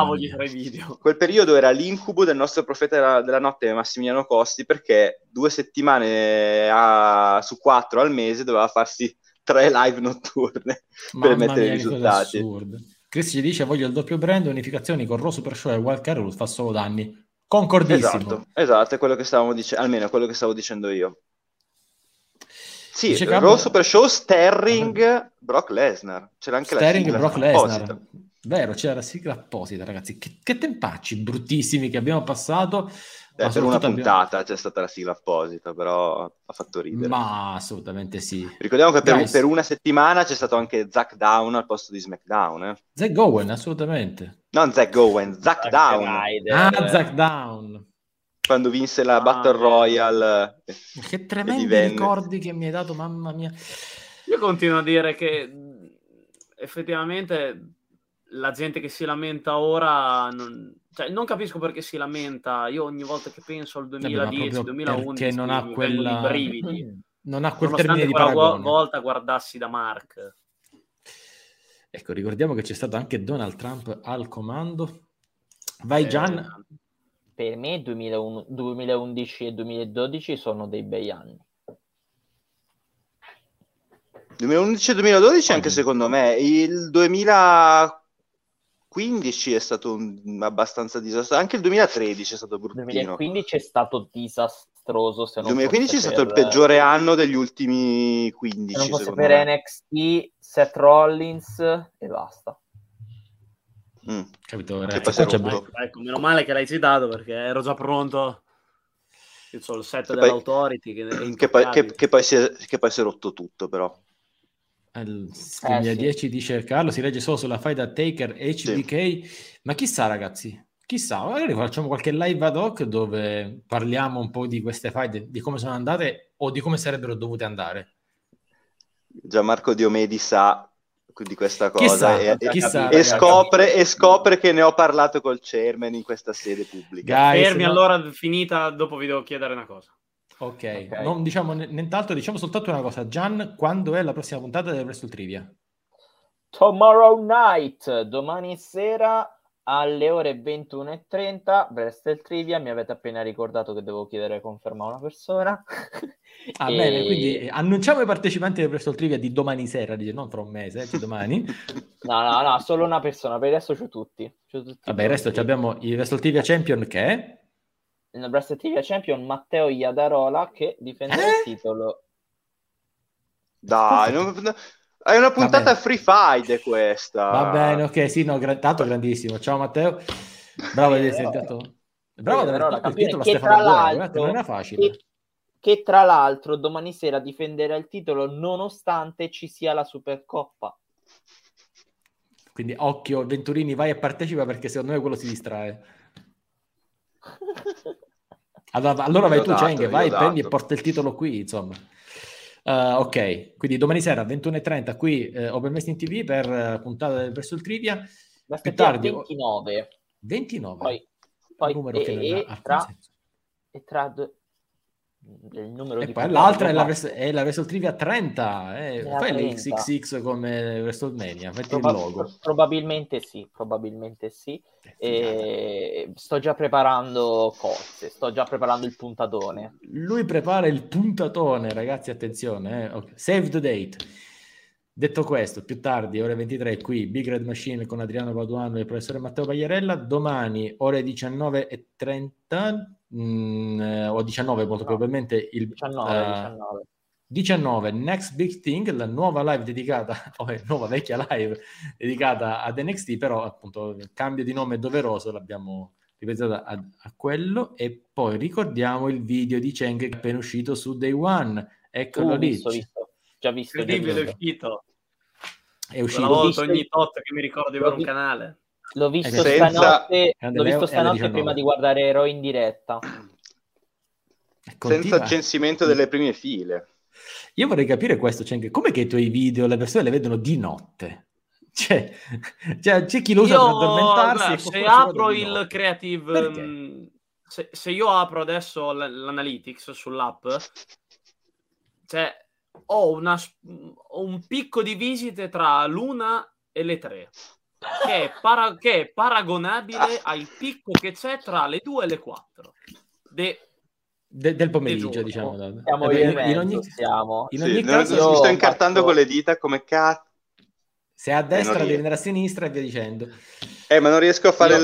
era l'incubo del nostro profeta della notte Massimiliano Costi, perché 2 settimane su 4 al mese doveva farsi 3 live notturne per mettere i risultati. Chris ci dice voglio il doppio brand, unificazioni con Raw Super Show e Wildcard Rule, fa solo danni. Concordissimo. Esatto, è quello che stavamo dicendo, almeno quello che stavo dicendo io. Sì, Raw Super Show starring Brock Lesnar. C'era anche la sigla Brock Lesnar. Vero, c'era la sigla apposita, ragazzi. Che tempacci bruttissimi che abbiamo passato. Per una puntata c'è stata la sigla apposita, però ha fatto ridere. Ma assolutamente sì. Ricordiamo che per una settimana c'è stato anche Zack Down al posto di SmackDown. Zack Gowen, assolutamente. Non Zack Gowen, Zack Down. Zack Down. Quando vinse la Battle Royale. Che tremendi ricordi che mi hai dato, mamma mia. Io continuo a dire che effettivamente la gente che si lamenta ora non capisco perché si lamenta. Io ogni volta che penso al 2010-2011 perché non ha quella brividi. Non ha quel termine di paragone. Nonostante quella volta guardassi da Mark. Ecco, ricordiamo che c'è stato anche Donald Trump al comando. Vai Gian. Per me 2011 e 2012 sono dei bei anni. 2011 e 2012 anche secondo me. Il 2015 è stato abbastanza disastroso. Anche il 2013 è stato bruttino. Il 2015 è stato disastroso. Se Il non 2015 è fosse stato il peggiore anno degli ultimi 15. Se non fosse secondo per me. NXT, Seth Rollins e basta. Capito, Che ragazzi? poi Qua si è rotto. Ecco, meno male che l'hai citato perché ero già pronto. Io ho il set Che poi- dell'Authority che è Che intoccabile. poi si è rotto tutto, però. Il 2010 dice Carlo, si regge solo sulla faida Taker HBK, ma chissà ragazzi, chissà, magari facciamo qualche live ad hoc dove parliamo un po' di queste fight, di come sono andate o di come sarebbero dovute andare. Gianmarco Diomedi sa di questa cosa Chissà, e scopre che ne ho parlato col chairman in questa sede pubblica. Guys, Fermi, allora finita, dopo vi devo chiedere una cosa. Ok, non diciamo nient'altro, diciamo soltanto una cosa. Gian, quando è la prossima puntata del Wrestle Trivia? Tomorrow night, domani sera alle ore 21:30, Wrestle Trivia. Mi avete appena ricordato che devo chiedere conferma a una persona. Bene, quindi annunciamo i partecipanti del Wrestle Trivia di domani sera, dice, non fra un mese, domani. No, solo una persona, per il resto c'ho tutti. Vabbè, il resto abbiamo il Wrestle Trivia Champion che è? Il Wrestle Trivia Champion Matteo Iadarola che difende il titolo. Dai, è una puntata free fight questa. Va bene, ok, sì, no, tanto grandissimo. Ciao Matteo, bravo di essere entrato. Bravo ad aver dato il titolo a Stefano Guerrero, non era facile. Che tra l'altro domani sera difenderà il titolo nonostante ci sia la Supercoppa. Quindi occhio, Venturini, vai e partecipa perché secondo me quello si distrae. Allora vai tu, Cheng, vai, prendi e porta il titolo qui, insomma. Ok, quindi domani sera 21:30 qui Open Wrestling TV per puntata del Wrestle Trivia. Più tardi 29. Poi un numero che non ha alcun senso. Il numero e di poi l'altra è la Wrestle Trivia 30. Fai l'XXX come WrestleMania, metti il logo. Probabilmente sì. Sto già preparando cose, sto già preparando il puntatone. Lui prepara il puntatone, ragazzi, attenzione. Okay. Save the date. Detto questo, più tardi, ore 23, qui Big Red Machine con Adriano Paduano e il professore Matteo Pagliarella. Domani, ore 19:30 o 19 molto probabilmente il 19 Next Big Thing, la nuova live dedicata nuova vecchia live dedicata ad NXT, però appunto il cambio di nome è doveroso, l'abbiamo ripensato a quello. E poi ricordiamo il video di Cheng che è appena uscito su Day One, eccolo lì. Visto. Già visto. Incredibile, è uscito. È uscito. Una volta ogni tot che mi ricordo di avere un canale. L'ho visto stanotte prima di guardare Ero in diretta. Senza censimento delle prime file. Io vorrei capire questo, cioè, com'è che i tuoi video le persone le vedono di notte? Cioè c'è chi lo usa per addormentarsi. Se apro il creative, se io apro adesso l'analytics sull'app, cioè ho un picco di visite tra l'1 e le 3 che è paragonabile al picco che c'è tra le 2 e le 4 del pomeriggio, diciamo. In ogni caso mi sto incartando con le dita come cazzo. Se a destra devi andare a sinistra e via dicendo. Ma non riesco a fare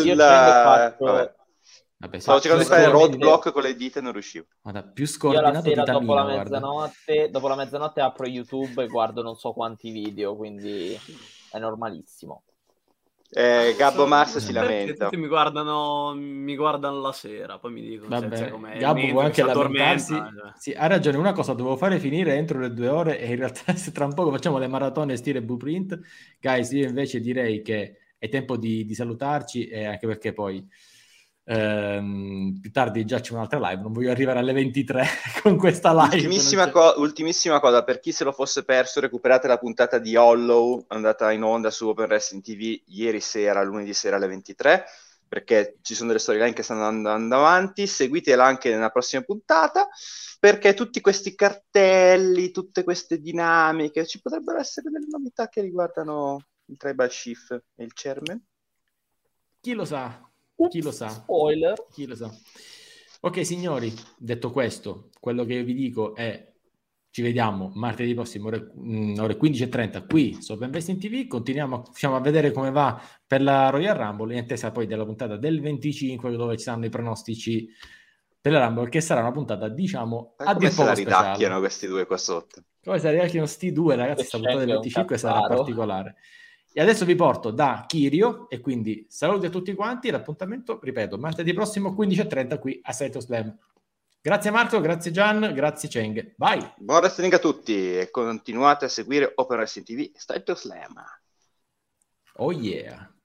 stavo cercando di fare il roadblock con le dita e non riuscivo. Guarda, più scordinato io la sera vitamina, dopo la mezzanotte apro YouTube e guardo non so quanti video, quindi è normalissimo. Gabbo Mars si lamenta. Tutti mi guardano la sera, poi mi dicono com'è. Gabbo può anche lamentarsi. Sì, ha ragione, una cosa dovevo fare finire entro le 2 ore e in realtà se tra un poco facciamo le maratone stile Blueprint. Guys, io invece direi che è tempo di salutarci, e anche perché poi più tardi già c'è un'altra live, non voglio arrivare alle 23 con questa live. Ultimissima cosa, per chi se lo fosse perso, recuperate la puntata di Hollow andata in onda su Open Wrestling TV ieri sera, lunedì sera alle 23, perché ci sono delle storyline che stanno andando avanti. Seguitela anche nella prossima puntata, perché tutti questi cartelli, tutte queste dinamiche, ci potrebbero essere delle novità che riguardano il Tribal Chief e il Chairman. Chi lo sa? Chi lo sa? Spoiler. Chi lo sa? Ok, signori, detto questo, quello che vi dico è ci vediamo martedì prossimo ore 15:30 qui su Open Wrestling TV. Continuiamo a vedere come va per la Royal Rumble in attesa poi della puntata del 25 dove ci saranno i pronostici per la Rumble, che sarà una puntata diciamo a dir poco speciale. Come se la ridacchiano questi due qua sotto? Come se la ridacchiano sti due ragazzi, questa puntata del 25 sarà particolare. E adesso vi porto da Kirio e quindi saluti a tutti quanti e l'appuntamento, ripeto, martedì prossimo 15:30 qui a SaitoSlam. Grazie Marco, grazie Gian, grazie Cheng. Bye! Buon wrestling a tutti e continuate a seguire Open Wrestling TV SaitoSlam. Oh yeah!